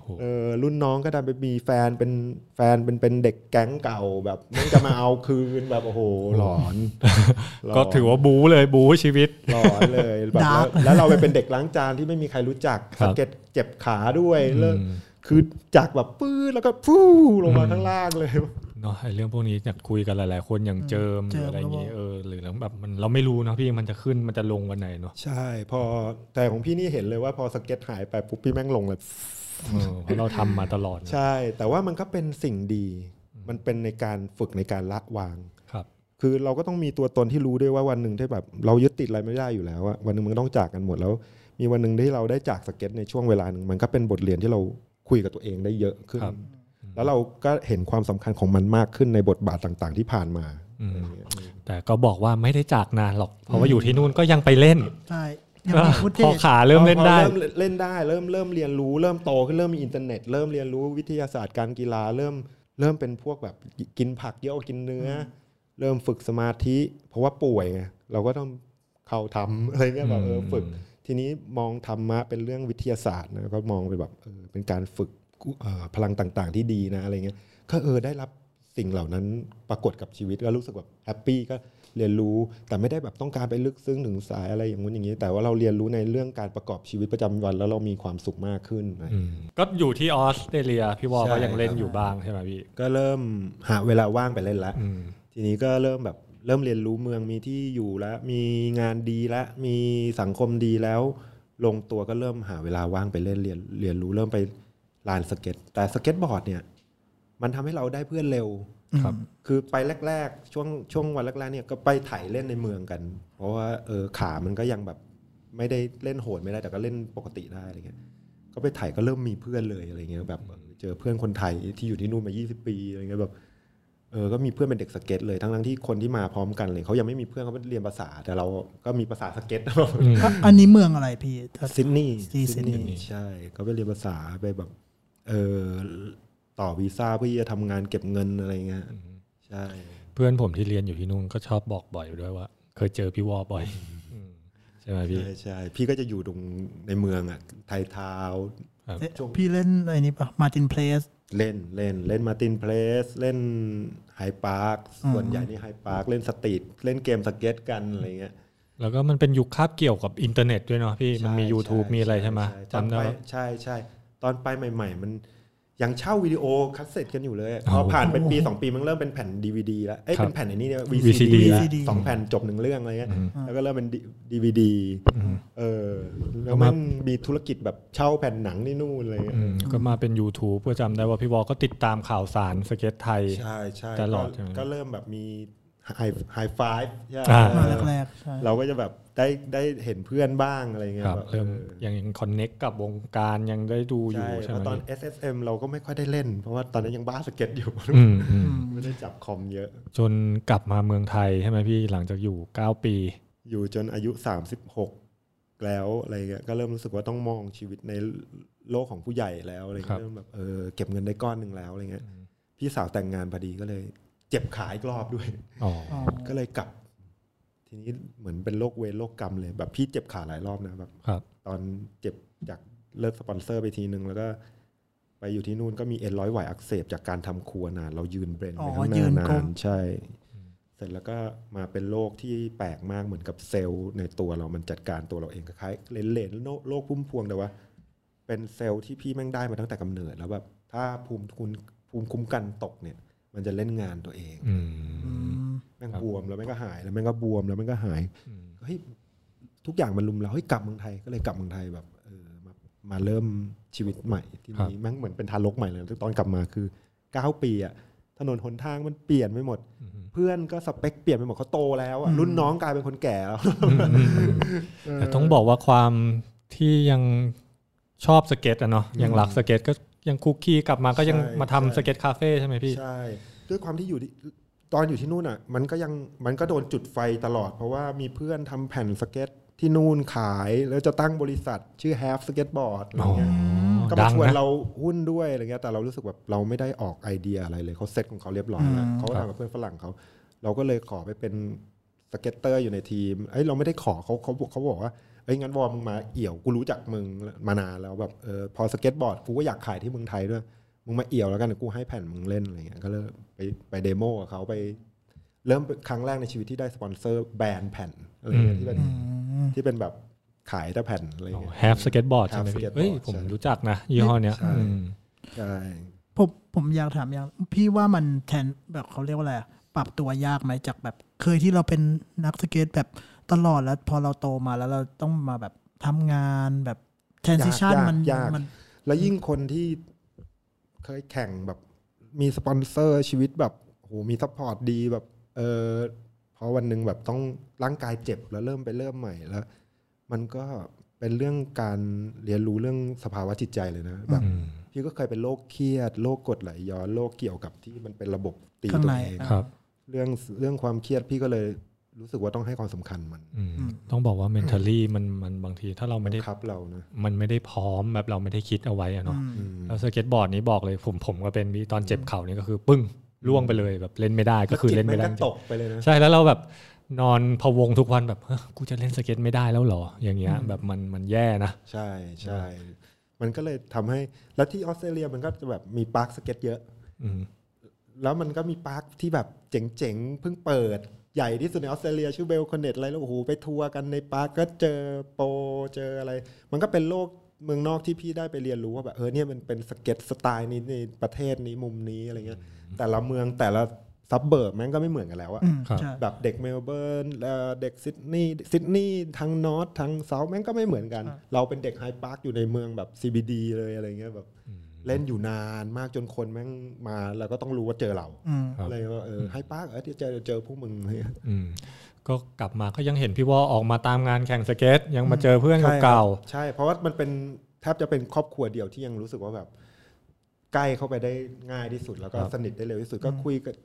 Speaker 5: รุ่นน้องก็ดันไปมีแฟนเป็นเด็กแก๊งเก่าแบบมันจะมาเอาคืนแบบโอ้โหหลอน
Speaker 3: ก็ถือว่าบู๊เลยบู๊ชีวิต
Speaker 5: หลอนเลยแบบแล้วเราไปเป็นเด็กล้างจานที่ไม่มีใครรู้จักสเก็ตเจ็บขาด้วยคือจากแบบปื้ดแล้วก็ฟู่ลงมาข้างล่างเลย
Speaker 3: เนาะไอ้เรื่องพวกนี้อยากคุยกันหลายๆคนอย่างเจิมหรืออะไรอย่างเงี้ยหรือแบบมันเราไม่รู้นะพี่มันจะขึ้นมันจะลงวันไหนเนาะ
Speaker 5: ใช่พอแต่ของพี่นี่เห็นเลยว่าพอสเก็ตหายไปปุ๊บพี่แม่งลงเลย
Speaker 3: เพราะเราทำมาตลอด
Speaker 5: ใช่แต่ว่ามันก็เป็นสิ่งดีมันเป็นในการฝึกในการละวาง
Speaker 3: ครับ
Speaker 5: คือเราก็ต้องมีตัวตนที่รู้ด้วยว่าวันหนึ่งที่แบบเรายึดติดอะไรไม่ได้อยู่แล้ววันหนึ่งมันต้องจากกันหมดแล้วมีวันหนึ่งที่เราได้จากสเก็ตในช่วงเวลาหนึ่งมันก็เป็นบทเรียนที่เราคุยกับตัวเองได้เยอะขึ้นแล้วเราก็เห็นความสำคัญของมันมากขึ้นในบทบาทต่างๆที่ผ่านมา
Speaker 3: แต่ก็บอกว่าไม่ได้จากนานหรอกเพราะว่าอยู่ที่นู่นก็ยังไปเล่น
Speaker 2: ใช่
Speaker 3: พอขาเริ่มเล่นได้
Speaker 5: เล่นได้เริ่มเรียนรู้เริ่มโตขึ้นเริ่มมีอินเทอร์เน็ตเริ่มเรียนรู้วิทยาศาสตร์การกีฬาเริ่มเป็นพวกแบบกินผักเยอะกินเนื้อเริ่มฝึกสมาธิเพราะว่าป่วยไงเราก็ต้องเข้าทำอะไรเงี้ยแบบฝึกทีนี้มองธรรมะเป็นเรื่องวิทยาศาสตร์นะก็มองไปแบบเป็นการฝึกพลังต่างๆที่ดีนะอะไรเงี้ยก็ได้รับสิ่งเหล่านั้นปรากฏกับชีวิตก็รู้สึกแบบแฮปปี้ก็เรียนรู้แต่ไม่ได้แบบต้องการไปลึกซึ้งถึงสายอะไรอย่างงู้นอย่างนี้แต่ว่าเราเรียนรู้ในเรื่องการประกอบชีวิตประจำวันแล้วเรามีความสุขมากขึ้น
Speaker 3: ก็อยู่ที่ออสเตรเลียพี่วอก็ยังเล่นอยู่บ้างใช่ไหมพี่
Speaker 5: ก็เริ่มหาเวลาว่างไปเล่นแล้วทีนี้ก็เริ่มเรียนรู้เมืองมีที่อยู่แล้วมีงานดีแล้วมีสังคมดีแล้วลงตัวก็เริ่มหาเวลาว่างไปเล่นเรียนรู้เริ่มไปลานสเก็ตแต่สเก็ตบอร์ดเนี่ยมันทำให้เราได้เพื่อนเร็วคือไปแรกๆช่วงวันแรกๆเนี่ยก็ไปไถเล่นในเมืองกันเพราะว่าขามันก็ยังแบบไม่ได้เล่นโหดไม่ได้แต่ก็เล่นปกติได้อะไรเงี้ยก็ไปไถก็เริ่มมีเพื่อนเลยอะไรเงี้ยแบบเจอเพื่อนคนไทยที่อยู่ที่นู่นมา20 ปีอะไรเงี้ยแบบก็มีเพื่อนเป็นเด็กสเก็ตเลยทั้งที่คนที่มาพร้อมกันเลยเขายังไม่มีเพื่อนเขาเรียนภาษาแต่เราก็มีภาษาสเก็ต
Speaker 2: อันนี้เมืองอะไรพี่
Speaker 5: ซิดนีย์ใช่เขาไปเรียนภาษาไปแบบต่อวีซ่าเพื่อจะทำงานเก็บเงินอะไรเงี้ยใช่
Speaker 3: เพื่อนผมที่เรียนอยู่ที่นู่นก็ชอบบอกบ่อยด้วยว่าเคยเจอพี่วอบ่อยใช่ไหมพี่
Speaker 5: ใช่พี่ก็จะอยู่ตรงในเมืองอ่ะไทยทาวน์
Speaker 2: พี่เล่นอะไรนี่ปะมาร์ตินเพลส
Speaker 5: เล่นมาร์ตินเพลสเล่นไฮพาร์คส่วนใหญ่นี่ไฮพาร์คเล่นสตรีทเล่นเกมสเก็ตกันอะไรเงี้ย
Speaker 3: แล้วก็มันเป็นยุคคาบเกี่ยวกับอินเทอร์เน็ตด้วยเนาะพี่มันมี YouTube มีอะไรใช่ไหม
Speaker 5: จำได้ใช่ตอนไปใหม่ๆมันยังเช่าวิดีโอคัสเซ็ตกันอยู่เลยพอผ่านไปปี2ปีมันเริ่มเป็นแผ่น DVD แล้วเป็นแผ่นไอ้นี่เนี่ย VCD แล้ว2แผ่นจบ1เรื่องอะไรเงี้ยแล้วก็เริ่มเป็น DVD แล้วมันมีธุรกิจแบบเช่าแผ่นหนังนี่นู่นอะไรเงี้ย
Speaker 3: ก็มาเป็น YouTube ก็จำได้ว่าพี่วอก็ติดตามข่าวสารสเก็ตไทย
Speaker 5: ใช่
Speaker 3: ตลอด
Speaker 5: ก็เริ่มแบบมีไฮไฟฟ์
Speaker 2: มาแรก
Speaker 5: ๆเราก็จะแบบได้เห็นเพื่อนบ้างอะไรเงี้ย
Speaker 3: เริ่มยังคอนเน็กกับวงการยังได้ดูอยู่ใช่ไหม
Speaker 5: ตอน SSM เราก็ไม่ค่อยได้เล่นเพราะว่าตอนนั้นยังบ้าสเก็ตอยู่ไม่ได้จับคอมเยอะ
Speaker 3: จนกลับมาเมืองไทยใช่ไหมพี่หลังจากอยู่9 ปี
Speaker 5: อยู่จนอายุ36แล้วอะไรเงี้ยก็เริ่มรู้สึกว่าต้องมองชีวิตในโลกของผู้ใหญ่แล้วอะไรเงี้ยเริ่มแบบเก็บเงินได้ก้อนนึงแล้วอะไรเงี้ยพี่สาวแต่งงานพอดีก็เลยเจ็บขาอีกรอบด้วยก็เลยกลับทีนี้เหมือนเป็นโรคเวรโรคกรรมเลยแบบพี่เจ็บขาหลายรอบนะแบบตอนเจ็บจากเลิกสปอนเซอร์ไปทีนึงแล้วก็ไปอยู่ที่นู่นก็มีเอ็นร้อยหวายอักเสบจากการทำครัวนานเรายืนเบรนไปข้างหน้านานใช่เสร็จแล้วก็มาเป็นโรคที่แปลกมากเหมือนกับเซลล์ในตัวเรามันจัดการตัวเราเองคล้ายเลนโรคพุ่มพวงแต่ว่าเป็นเซลล์ที่พี่แม่งได้มาตั้งแต่กำเนิดแล้วแบบถ้าภูมิคุ้มกันตกเนี่ยมันจะเล่นงานตัวเองแม่งบวมแล้วแม่งก็หายแล้วแม่งก็บวมแล้วแม่งก็หายเฮ้ยทุกอย่างมันลุมเราเฮ้ยกลับเมืองไทยก็เลยกลับเมืองไทยแบบมาเริ่มชีวิตใหม่ที่นี่แม่งเหมือนเป็นทารกใหม่เลยตอนกลับมาคือ9 ปีอะถนนหนทางมันเปลี่ยนไปหมดเพื่อนก็สเปคเปลี่ยนไปหมดเขาโตแล้วอะรุ่นน้องกลายเป็นคนแก่แล้ว
Speaker 3: แต่ต้องบอกว่าความที่ยังชอบสเก็ตอะเนาะยังรักสเก็ตก็ยังคุกกี้กลับมาก็ยังมาทำสเก็ตคาเฟ่ใช่ไหมพี่
Speaker 5: ใช่ด้วยความที่ตอนอยู่ที่นู่นอ่ะมันก็โดนจุดไฟตลอดเพราะว่ามีเพื่อนทำแผ่นสเก็ตที่นู่นขายแล้วจะตั้งบริษัทชื่อ Half Skateboard อะไรเงี้ยก็มาชวนเราหุ้นด้วยอะไรเงี้ยแต่เรารู้สึกแบบเราไม่ได้ออกไอเดียอะไรเลยเขาเซ็ตของเขาเรียบร้อยแล้วเขาทำกับเพื่อนฝรั่งเขาเราก็เลยขอไปเป็นสเก็ตเตอร์อยู่ในทีมเราไม่ได้ขอเขาบอกว่างั้นวอร์มมึงมาเอี่ยวกูรู้จักมึงมานานแล้วแบบพอสเก็ตบอร์ดกูก็อยากขายที่เมืองไทยด้วยมึงมาเอี่ยวแล้วกันกูให้แผ่นมึงเล่นอะไรเงี้ยก็เลยไปเดโมกับเขาไปเริ่มครั้งแรกในชีวิตที่ได้สปอนเซอร์แบรนด์แผ่นอะไรเงี้ยที่เป็นแบบขายแต่แผ่นอะไรเงี้ย
Speaker 3: Have Skateboard ใช่ไหมพี่เฮ้ยผมรู้จักนะยี่ห้อเนี้ย
Speaker 5: ใช่
Speaker 2: ผมอยากถามอย่างพี่ว่ามันแทนแบบเขาเรียกว่าอะไรปรับตัวยากไหมจากแบบเคยที่เราเป็นนักสเก็ตแบบตลอดแล้วพอเราโตมาแล้วเราต้องมาแบบทำงานแบบ transition มัน
Speaker 5: แล้วยิ่งคนที่เคยแข่งแบบมีสปอนเซอร์ชีวิตแบบโหมีซัพพอร์ตดีแบบพอวันหนึ่งแบบต้องร่างกายเจ็บแล้วเริ่มใหม่แล้วมันก็เป็นเรื่องการเรียนรู้เรื่องสภาวะจิตใจเลยนะแบบพี่ก็เคยเป็นโรคเครียดโรคกรดไหลย้อนโรคเกี่ยวกับที่มันเป็นระบบตีตัวเองเรื่องความเครียดพี่ก็เลยรู้สึกว่าต้องให้ความสำคัญมัน
Speaker 3: ต้องบอกว่า mentally มันบางทีถ้าเราไม่ได้
Speaker 5: ครับเรานะ
Speaker 3: มันไม่ได้พร้อมแบบเราไม่ได้คิดเอาไว้อะเนาะแล้วสเก็ตบอร์ดนี้บอกเลยผมก็เป็นตอนเจ็บเข่านี่ก็คือปึ้งล่วงไปเลยแบบเล่นไม่ได้ก็คือเล่นไม่ได้
Speaker 5: ตกไปเลยนะ
Speaker 3: ใช่แล้วเราแบบนอนพะวงทุกวันแบบกูจะเล่นสเก็ตไม่ได้แล้วหรออย่างเงี้ยแบบมันแย่นะ
Speaker 5: ใช่ใช่มันก็เลยทำให้แล้วที่ออสเตรเลียมันก็จะแบบมีปาร์คสเก็ตเยอะแล้วมันก็มีปาร์คที่แบบเจ๋งๆเพิ่งเปิดใหญ่ที่สุดในออสเตรเลียชื่อเบลคอนเนตอะไรแล้วโอ้โหไปทัวร์กันในปาร์คก็เจอโปเจออะไรมันก็เป็นโลกเมืองนอกที่พี่ได้ไปเรียนรู้ว่าแบบเนี่ยมันเป็นสเก็ตสไตล์นี้ในประเทศนี้มุมนี้อะไรเงี้ยแต่ละเมืองแต่ละซับเบิร์บแม่งก็ไม่เหมือนกันแล้วอะแบบเด็กเมลเบิร์นเด็กซิดนีย์ทางนอร์ททางเซาท์แม่งก็ไม่เหมือนกันเราเป็นเด็กไฮพาร์คอยู่ในเมืองแบบ CBD เลยอะไรเงี้ยแบบเล่นอยู่นานมากจนคนแม่งมาแล้วก็ต้องรู้ว่าเจอเราอะไรว่าไฮพาร์คที่เจอพวกมึง
Speaker 3: ก็กลับมาก็ยังเห็นพี่วอออกมาตามงานแข่งสเก็ตยังมาเจอเพื่อนเก่า
Speaker 5: ใช่เพราะว่ามันเป็นแทบจะเป็นครอบครัวเดียวที่ยังรู้สึกว่าแบบใกล้เข้าไปได้ง่ายที่สุดแล้วก็สนิทได้เร็วที่สุดก็คุยกับ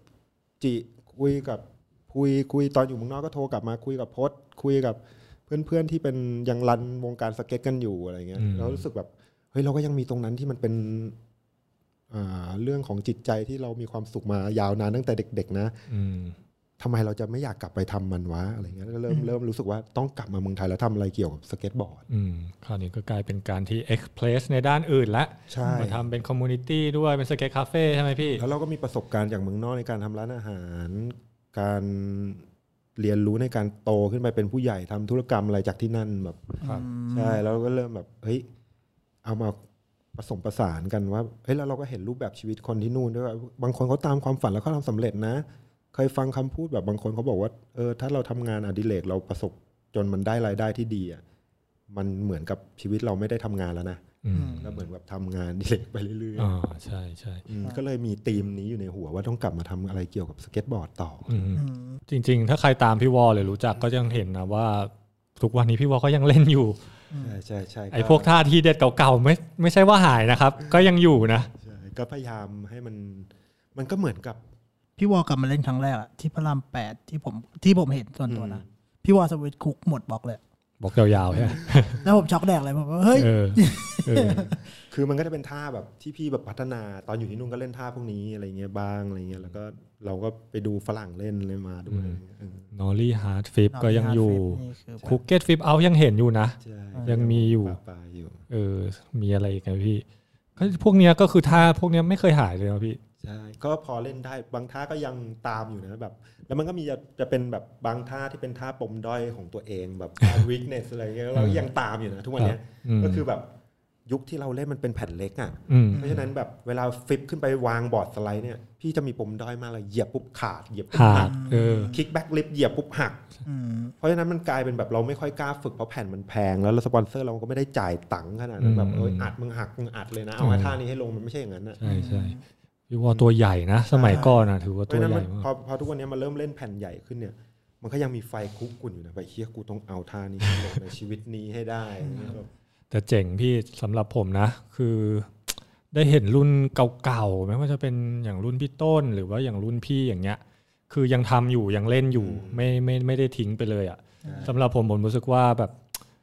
Speaker 5: คุยตอนอยู่เมืองนอกก็โทรกลับมาคุยกับพจน์คุยกับเพื่อนๆที่เป็นยังรันวงการสเก็ตกันอยู่อะไรเงี้ยเรารู้สึกแบบเฮ้ยเราก็ยังมีตรงนั้นที่มันเป็นเรื่องของจิตใจที่เรามีความสุขมายาวนานตั้งแต่เด็กๆนะทำไมเราจะไม่อยากกลับไปทำมันวะอะไรเงี้ยก็เริ่มรู้สึกว่าต้องกลับมาเมืองไทยแล้วทำอะไรเกี่ยวกับสเก็ตบอร์ด
Speaker 3: คราวนี้ก็กลายเป็นการที่ express ในด้านอื่นละมาทำเป็น community ด้วยเป็นสเก็ตคาเฟ่ใช่ไหมพี่
Speaker 5: แล้วเราก็มีประสบการณ์จากเมืองนอกในการทำร้านอาหารการเรียนรู้ในการโตขึ้นไปเป็นผู้ใหญ่ทำธุรกรรมอะไรจากที่นั่นแบบใช่แล้วก็เริ่มแบบเฮ้ยเอามาผสมประสานกันว่าเฮ้ยแล้วเราก็เห็นรูปแบบชีวิตคนที่นู่นด้วยว่าบางคนเขาตามความฝันแล้วเขาทำสำเร็จนะเคยฟังคำพูดแบบบางคนเขาบอกว่าถ้าเราทำงานอดิเรกเราประสบจนมันได้รายได้ที่ดีอ่ะมันเหมือนกับชีวิตเราไม่ได้ทำงานแล้วนะแล้วเหมือนแบบทำงานอดิเรกไปเรื่อย
Speaker 3: ๆใช่ใช่
Speaker 5: ก็เลยมีธีมนี้อยู่ในหัวว่าต้องกลับมาทำอะไรเกี่ยวกับสเก็ตบอร์ดต่อ
Speaker 3: จริงๆถ้าใครตามพี่วอลเลยรู้จักก็ยังเห็นนะว่าทุกวันนี้พี่วอลก็ยังเล่นอยู่
Speaker 5: ใช่ใช่
Speaker 3: ไอ้พวกท่าที่เด็ดเก่าๆไม่ใช่ว่าหายนะครับก็ยังอยู่นะ
Speaker 5: ก็พยายามให้มันก็เหมือนกับ
Speaker 2: พี่วอลกลับมาเล่นครั้งแรกที่พระราม8ที่ผมเห็นส่วนตัวนะพี่วอลสวิตคุกหมดบล็อกเลย
Speaker 3: บล็อกยาวๆใช่
Speaker 2: แล้วผมช็อกแดกเลยผมว่าเฮ้ย
Speaker 5: คือมันก็จะเป็นท่าแบบที่พี่แบบพัฒนาตอนอยู่ที่นู่นก็เล่นท่าพวกนี้อะไรเงี้ยบ้างอะไรเงี้ยแล้วก็เราก็ไปดูฝรั่งเล่นเลยมาด้วย
Speaker 3: นอร์ลี่ฮาร์ดฟิปก็ยังอยู่คุกเก็ตฟิปเอายังเห็นอยู่นะยังมีอยู่มีอะไรอีกนะพี่พวกเนี้ยก็คือท่าพวกเนี้ยไม่เคยหายเลยนะพี่
Speaker 5: ใช่ก็พอเล่นได้บางท่าก็ยังตามอยู่นะแบบแล้วมันก็มีจะเป็นแบบบางท่าที่เป็นท่าปมด้อยของตัวเองแบบ weakness อะไรเงี้ยเรายังตามอยู่นะทุกวันนี้ก็คือแบบยุคที่เราเล่นมันเป็นแผ่นเล็กอ่ะเพราะฉะนั้นแบบเวลาฟลิปขึ้นไปวางบอร์ดสไลด์เนี่ยพี่จะมีปมด้อยมากเลยเหยียบปุ๊บขาดเหยียบปุ๊บหักคิกแบ็กลิฟเหยียบปุ๊บหักเพราะฉะนั้นมันกลายเป็นแบบเราไม่ค่อยกล้าฝึกเพราะแผ่นมันแพงแล้วสปอนเซอร์เราก็ไม่ได้จ่ายตังค์ขนาดนั้นแบบอัดมึงหักมึงอัดเลยนะเอาท่านี้ให้ลงมันไม่ใช่อย่างนั้นนะ
Speaker 3: ใช่พี่ว่าตัวใหญ่นะสมัยก่อนนะถือว่าตัวใหญ่
Speaker 5: มากพอทุกวันนี้มาเริ่มเล่นแผ่นใหญ่ขึ้นเนี่ยมันก็ยังมีไฟคุกกุ่นอยู่นะไปเฮียกูต้องเอาท่านี้ลงในชีวิตนี้ให้ได้
Speaker 3: แต่เจ๋งพี่สำหรับผมนะคือได้เห็นรุ่นเก่าๆไม่ว่าจะเป็นอย่างรุ่นพี่ต้นหรือว่าอย่างรุ่นพี่อย่างเงี้ยคือยังทำอยู่ยังเล่นอยู่ไม่ได้ทิ้งไปเลยอ่ะสำหรับผมรู้สึกว่าแบบ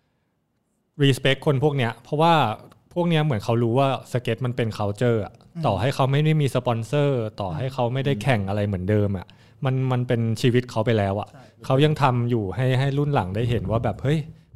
Speaker 3: respect คนพวกเนี้ยเพราะว่าพวกเนี้ยเหมือนเขารู้ว่าสเก็ตมันเป็น culture อ่ะต่อให้เขาไม่ได้มีสปอนเซอร์ต่อให้เขาไม่ได้แข่งอะไรเหมือนเดิมอ่ะมันเป็นชีวิตเขาไปแล้วอ่ะเขายังทำอยู่ให้รุ่นหลังได้เห็นว่าแบบเฮ้ย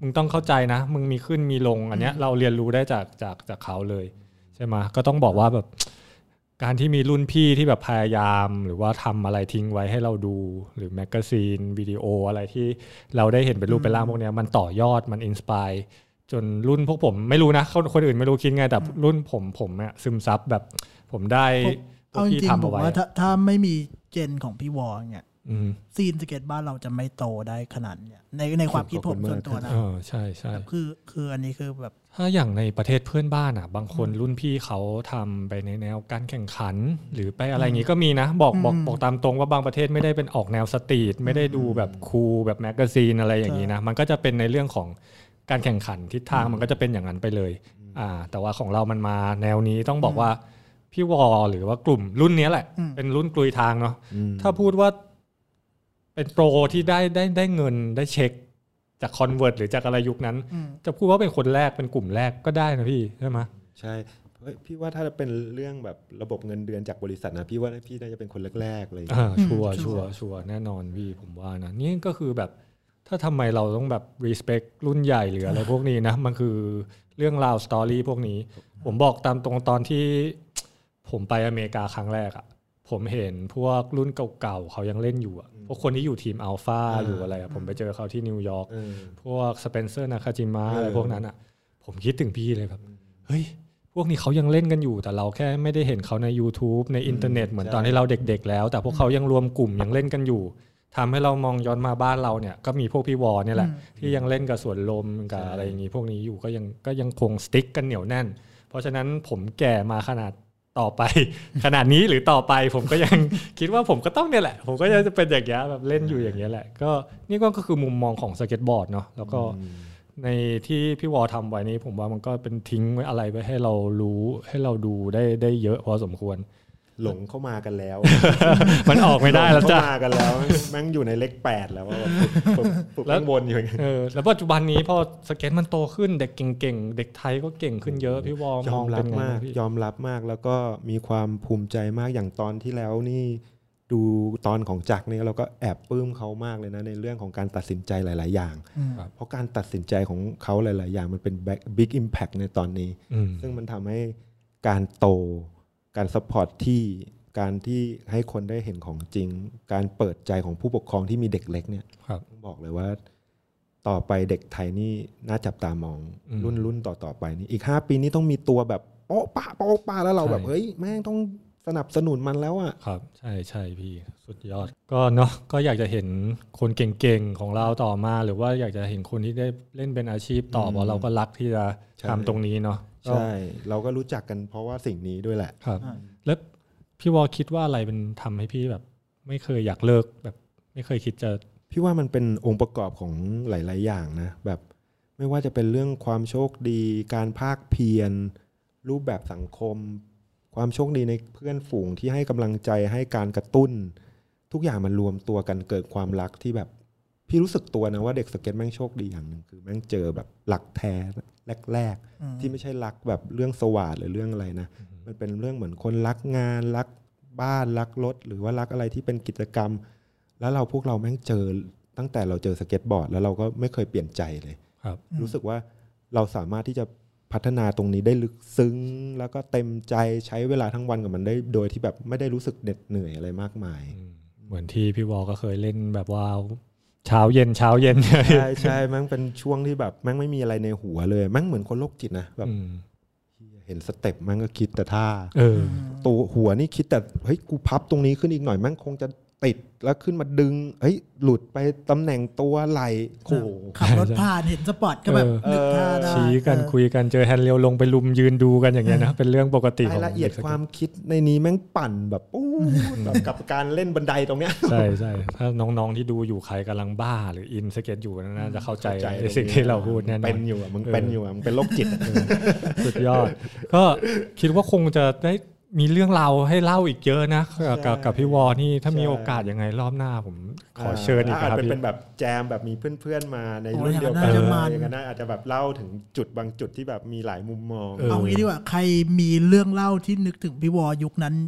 Speaker 3: มึงต้องเข้าใจนะมึงมีขึ้นมีลงอันเนี้ยเราเรียนรู้ได้จากเขาเลยใช่ไหมก็ต้องบอกว่าแบบการที่มีรุ่นพี่ที่แบบพยายามหรือว่าทำอะไรทิ้งไว้ให้เราดูหรือแมกกาซีนวิดีโออะไรที่เราได้เห็นเป็นรูปเป็นร่างพวกนี้มันต่อยอดมันอินสไปร์จนรุ่นพวกผมไม่รู้นะคนอื่นไม่รู้คิดไงแต่รุ่นผมเนี่ยซึมซับแบบผมได้พวกพี่ทำเอาไว้
Speaker 2: ถ้าไม่มีเจนของพี่วอเนี่ยซีนสเก็ตบ้านเราจะไม่โตได้ขนาดเนี่ยในความคิดผมส่วนตัวนะ
Speaker 3: ใช่ใช่
Speaker 2: คืออันนี้คือแบบ
Speaker 3: ถ้าอย่างในประเทศเพื่อนบ้านอ่ะบางคนรุ่นพี่เขาทำไปในแนวการแข่งขันหรือไปอะไรอย่างงี้ก็มีนะบอกตามตรงว่าบางประเทศไม่ได้เป็นออกแนวสตรีทไม่ได้ดูแบบคูลแบบแมกกาซีนอะไรอย่างงี้นะมันก็จะเป็นในเรื่องของการแข่งขันทิศทางมันก็จะเป็นอย่างนั้นไปเลยแต่ว่าของเรามันมาแนวนี้ต้องบอกว่าพี่วอหรือว่ากลุ่มรุ่นนี้แหละเป็นรุ่นกลุยทางเนาะถ้าพูดว่าเป็นโปรที่ได้เงินได้เช็คจากคอนเวิร์ตหรือจากอะไรยุคนั้นจะพูดว่าเป็นคนแรกเป็นกลุ่มแรกก็ได้นะพี่ใช่ไหม
Speaker 5: ใช่พี่ว่าถ้าเป็นเรื่องแบบระบบเงินเดือนจากบริษัทนะพี่ว่าพี่น่าจะเป็นคนแรกๆเลย
Speaker 3: ชัวร์แน่นอนพี่ผมว่านะนี่ก็คือแบบถ้าทำไมเราต้องแบบ respect รุ่นใหญ่หรืออะไรพวกนี้นะมันคือเรื่องราวสตอรี่พวกนี้ผมบอกตามตรงตอนที่ผมไปอเมริกาครั้งแรกอ่ะผมเห็นพวกรุ่นเก่าๆเขายังเล่นอยู่พวกคนที่อยู่ทีมอัลฟาอยู่อะไรผมไปเจอเขาที่นิวยอร์กพวกสเปนเซอร์นาคาจิมะอะไรพวกนั้นอ่ะผมคิดถึงพี่เลยแบบเฮ้ยพวกนี้เขายังเล่นกันอยู่แต่เราแค่ไม่ได้เห็นเขาใน YouTube ในอินเทอร์เน็ตเหมือนตอนที่เราเด็กๆแล้วแต่พวกเขายังรวมกลุ่มยังเล่นกันอยู่ทำให้เรามองย้อนมาบ้านเราเนี่ยก็มีพวกพี่วอเนี่ยแหละที่ยังเล่นกับสวนลมกับอะไรอย่างงี้พวกนี้อยู่ก็ยังคงสติ๊กกันเหนียวแน่นเพราะฉะนั้นผมแก่มาขนาดต่อไปขนาดนี้หรือต่อไปผมก็ยังคิดว่าผมก็ต้องเนี่ยแหละผมก็จะเป็นอย่างเงี้ยแบบเล่นอยู่อย่างเงี้ยแหละก็นี่ก็คือมุมมองของสเก็ตบอร์ดเนาะแล้วก็ในที่พี่วอทำไว้นี้ผมว่ามันก็เป็นทิ้งไว้อะไรไว้ให้เรารู้ให้เราดูได้เยอะพอสมควร
Speaker 5: หลงเข้ามากันแล้ว
Speaker 3: มันออกไม่ได้แล้วจ้ะ
Speaker 5: เข้ามากันแล้วแม่งอยู่ในเลข8แล้วว่าแล้ววนอยู่
Speaker 3: แล้วปัจจุบันนี้พอสเก็ตมันโตขึ้นเด็กเก่งๆเด็กไทยก็เก่งขึ้นเยอะพี่วอมองเป็นไง
Speaker 5: ยอมรับมากแล้วก็มีความภูมิใจมากอย่างตอนที่แล้วนี่ดูตอนของจักรนี่เราก็แอบปลื้มเขามากเลยนะในเรื่องของการตัดสินใจหลายๆอย่างเพราะการตัดสินใจของเขาหลายๆอย่างมันเป็น big impact ในตอนนี้ซึ่งมันทำให้การโตการซัพพอร์ตที่การที่ให้คนได้เห็นของจริงการเปิดใจของผู้ปกครองที่มีเด็กเล็กเนี่ยต้องบอกเลยว่าต่อไปเด็กไทยนี่น่าจับตามองรุ่นต่อไปนี่อีก5ปีนี้ต้องมีตัวแบบโป๊ะป้าแล้วเราแบบเฮ้ยแม่งต้องสนับสนุนมันแล้วอ่ะ
Speaker 3: ครับใช่พี่สุดยอดก็เนาะก็อยากจะเห็นคนเก่งๆของเราต่อมาหรือว่าอยากจะเห็นคนที่ได้เล่นเป็นอาชีพต่อเพราะเราก็รักที่จะทำตรงนี้เนาะ
Speaker 5: ใช่เราก็รู้จักกันเพราะว่าสิ่งนี้ด้วยแหละ
Speaker 3: ครับแล้วพี่วอคิดว่าอะไรเป็นทำให้พี่แบบไม่เคยอยากเลิกแบบไม่เคยคิดจะ
Speaker 5: พี่ว่ามันเป็นองค์ประกอบของหลายๆอย่างนะแบบไม่ว่าจะเป็นเรื่องความโชคดีการภาคเพียรรูปแบบสังคมความโชคดีในเพื่อนฝูงที่ให้กำลังใจให้การกระตุ้นทุกอย่างมันรวมตัวกันเกิดความรักที่แบบพี่รู้สึกตัวนะว่าเด็กสเก็ตแม่งโชคดีอย่างนึงคือแม่งเจอแบบรักแท้แรกๆที่ไม่ใช่รักแบบเรื่องสวัสดิ์หรือเรื่องอะไรนะมันเป็นเรื่องเหมือนคนรักงานรักบ้านรักรถหรือว่ารักอะไรที่เป็นกิจกรรมแล้วพวกเราแม่งเจอตั้งแต่เราเจอสเก็ตบอร์ดแล้วเราก็ไม่เคยเปลี่ยนใจเลยรู้สึกว่าเราสามารถที่จะพัฒนาตรงนี้ได้ลึกซึ้งแล้วก็เต็มใจใช้เวลาทั้งวันกับมันได้โดยที่แบบไม่ได้รู้สึกเหน็ดเหนื่อยอะไรมากมาย
Speaker 3: เหมือนที่พี่วอก็เคยเล่นแบบว่าเช้าเย็นใ
Speaker 5: ช่แม่งเป็นช่วงที่แบบแม่งไม่มีอะไรในหัวเลยแม่งเหมือนคนโรคจิตนะแบบเห็นสเต็ปแม่งก็คิดแต่ท่าตัวหัวนี่คิดแต่เฮ้ยกูพับตรงนี้ขึ้นอีกหน่อยแม่งคงจะติดแล้วขึ้นมาดึงเฮ้ยหลุดไปตำแหน่งตัวไหล่โอ้
Speaker 2: ขับรถผ่านเห็นสปอร์ตก็แบบนึกท่าได้
Speaker 3: ชี้กันคุยกันเจอแฮนด์เร็วลงไปลุมยืนดูกันอย่างเงี้ยนะเป็นเรื่องปกติของ
Speaker 5: ละเอียดความคิดในนี้แม่งปั่นแบบปู๊แบบกับการเล่นบันไดตรงเนี้ย
Speaker 3: ใช่ถ้าน้องๆที่ดูอยู่ใครกำลังบ้าหรืออินสเก็ตอยู่น่าจะเข้าใจในสิ่งที่เราพูดแน่นอน
Speaker 5: เป็นอยู่มึงเป็นอยู่มึงเป็นโรคจิต
Speaker 3: สุดยอดก็คิดว่าคงจะได้มีเรื่องราวให้เล่าอีกเยอะนะกับพี่วอนี่ถ้ามีโอกาสยังไงรอบหน้าผมขอเชิญอีกครับ
Speaker 5: เป็นแบบแจมแบบมีเพื่อนๆมาในรุ่นเดียวกันอย่างนั้นอาจจะแบบเล่าถึงจุดบางจุดที่แบบมีหลายมุมมอง
Speaker 2: เอางี้ดีกว่าใครมีเรื่องเล่าที่นึกถึงพี่วอยุคนั้น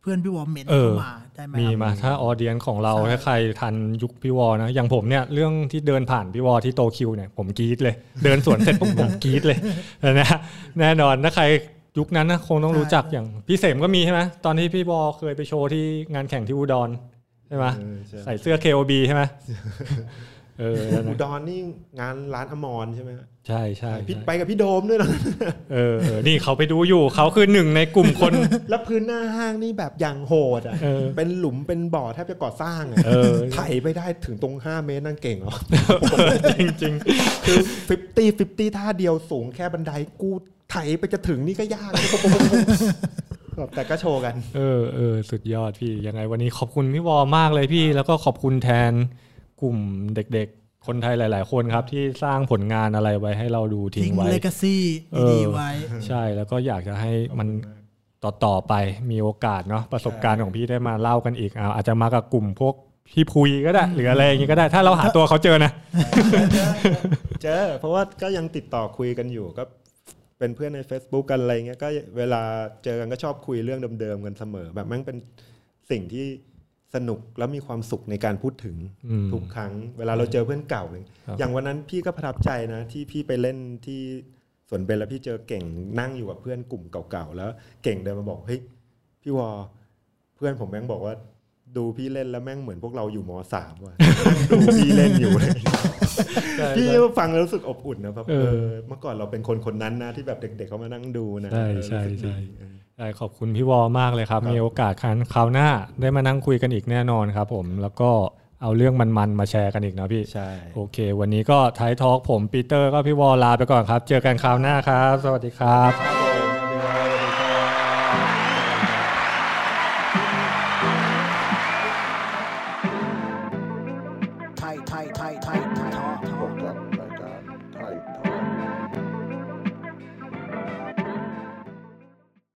Speaker 2: เพื่อนพี่วอเมนเข้ามาได้ไหม
Speaker 3: มีมาถ้าออเดียนของเราถ้าใครทันยุคพี่วอนะอย่างผมเนี่ยเรื่องที่เดินผ่านพี่วอที่โตคิวเนี่ยผมกรี๊ดเลยเดินสวนเสร็จผมกรี๊ดเลยนะแน่นอนถ้าใครยุคนั้นนะคงต้องรู้จักอย่างพี่เสมก็มีใช่ไหมตอนที่พี่วอเคยไปโชว์ที่งานแข่งที่อุดรใช่ไหมใส่เสื้อ KOB ใช่ไหม
Speaker 5: อุดรนี่งานร้านอมรใช่ไหม
Speaker 3: ใช่ใช่
Speaker 5: พี่ไปกับพี่โดมด้วยนะ
Speaker 3: นี่เขาไปดูอยู่เขาคือหนึ่งในกลุ่มคน
Speaker 5: แล้วพื้นหน้าห้างนี่แบบอย่างโหดอ่ะเป็นหลุมเป็นบ่อแทบจะก่อสร้างอ่ะไถไปได้ถึงตรง5 เมตรนั่นเก่งเหรอ
Speaker 3: จริง
Speaker 5: ๆคือ50ท่าเดียวสูงแค่บันไดกูไถไปจะถึงนี่ก็ยากแต่ก็โชว์กัน
Speaker 3: สุดยอดพี่ยังไงวันนี้ขอบคุณพี่วอมากเลยพี่แล้วก็ขอบคุณแทนกลุ่มเด็กๆคนไทยหลายๆคนครับที่สร้างผลงานอะไรไว้ให้เราดูทิ้งไว้
Speaker 2: legacy ดีๆไว้
Speaker 3: ใช่แล้วก็อยากจะให้มันต่อไปมีโอกาสเนาะประสบการณ์ของพี่ได้มาเล่ากันอีกอาจจะมากับกลุ่มพวกพี่พุยก็ได้หรืออะไรอย่างงี้ก็ได้ถ้าเราหาตัวเขาเจอนะ
Speaker 5: เจอเพราะว่าก็ยังติดต่อคุยกันอยู่ก็เป็นเพื่อนใน Facebook กันอะไรเงี้ยก็เวลาเจอกันก็ชอบคุยเรื่องเดิมๆกันเสมอแบบมันเป็นสิ่งที่สนุกแล้วมีความสุขในการพูดถึงทุกครั้งเวลาเราเจอเพื่อนเก่าเลยอย่างวันนั้นพี่ก็ประทับใจนะที่พี่ไปเล่นที่สวนเบญแล้วพี่เจอเก่งนั่งอยู่กับเพื่อนกลุ่มเก่าๆแล้วเก่งเดินมาบอกเฮ้ยพี่วอเพื่อนผมแม่งบอกว่าดูพี่เล่นแล้วแม่งเหมือนพวกเราอยู่ม.3 ว่ะดูพี่เล่นอยู่เลยพี่ฟังแล้วรู้สึกอบอุ่นนะแบบเมื่อก่อนเราเป็นคนนั้นนะที่แบบเด็กๆเขามานั่งดูนะ
Speaker 3: ใช่ขอบคุณพี่วอมากเลยครับมีโอกาสคราวหน้าได้มานั่งคุยกันอีกแน่นอนครับผมแล้วก็เอาเรื่องมันๆมาแชร์กันอีกนะพี่
Speaker 5: ใช่
Speaker 3: โอเควันนี้ก็ท้ายทอล์กผมปีเตอร์ก็พี่วอลาไปก่อนครับเจอกันคราวหน้าครับสวัสดีครับ
Speaker 1: พบกับรายการไทยทอ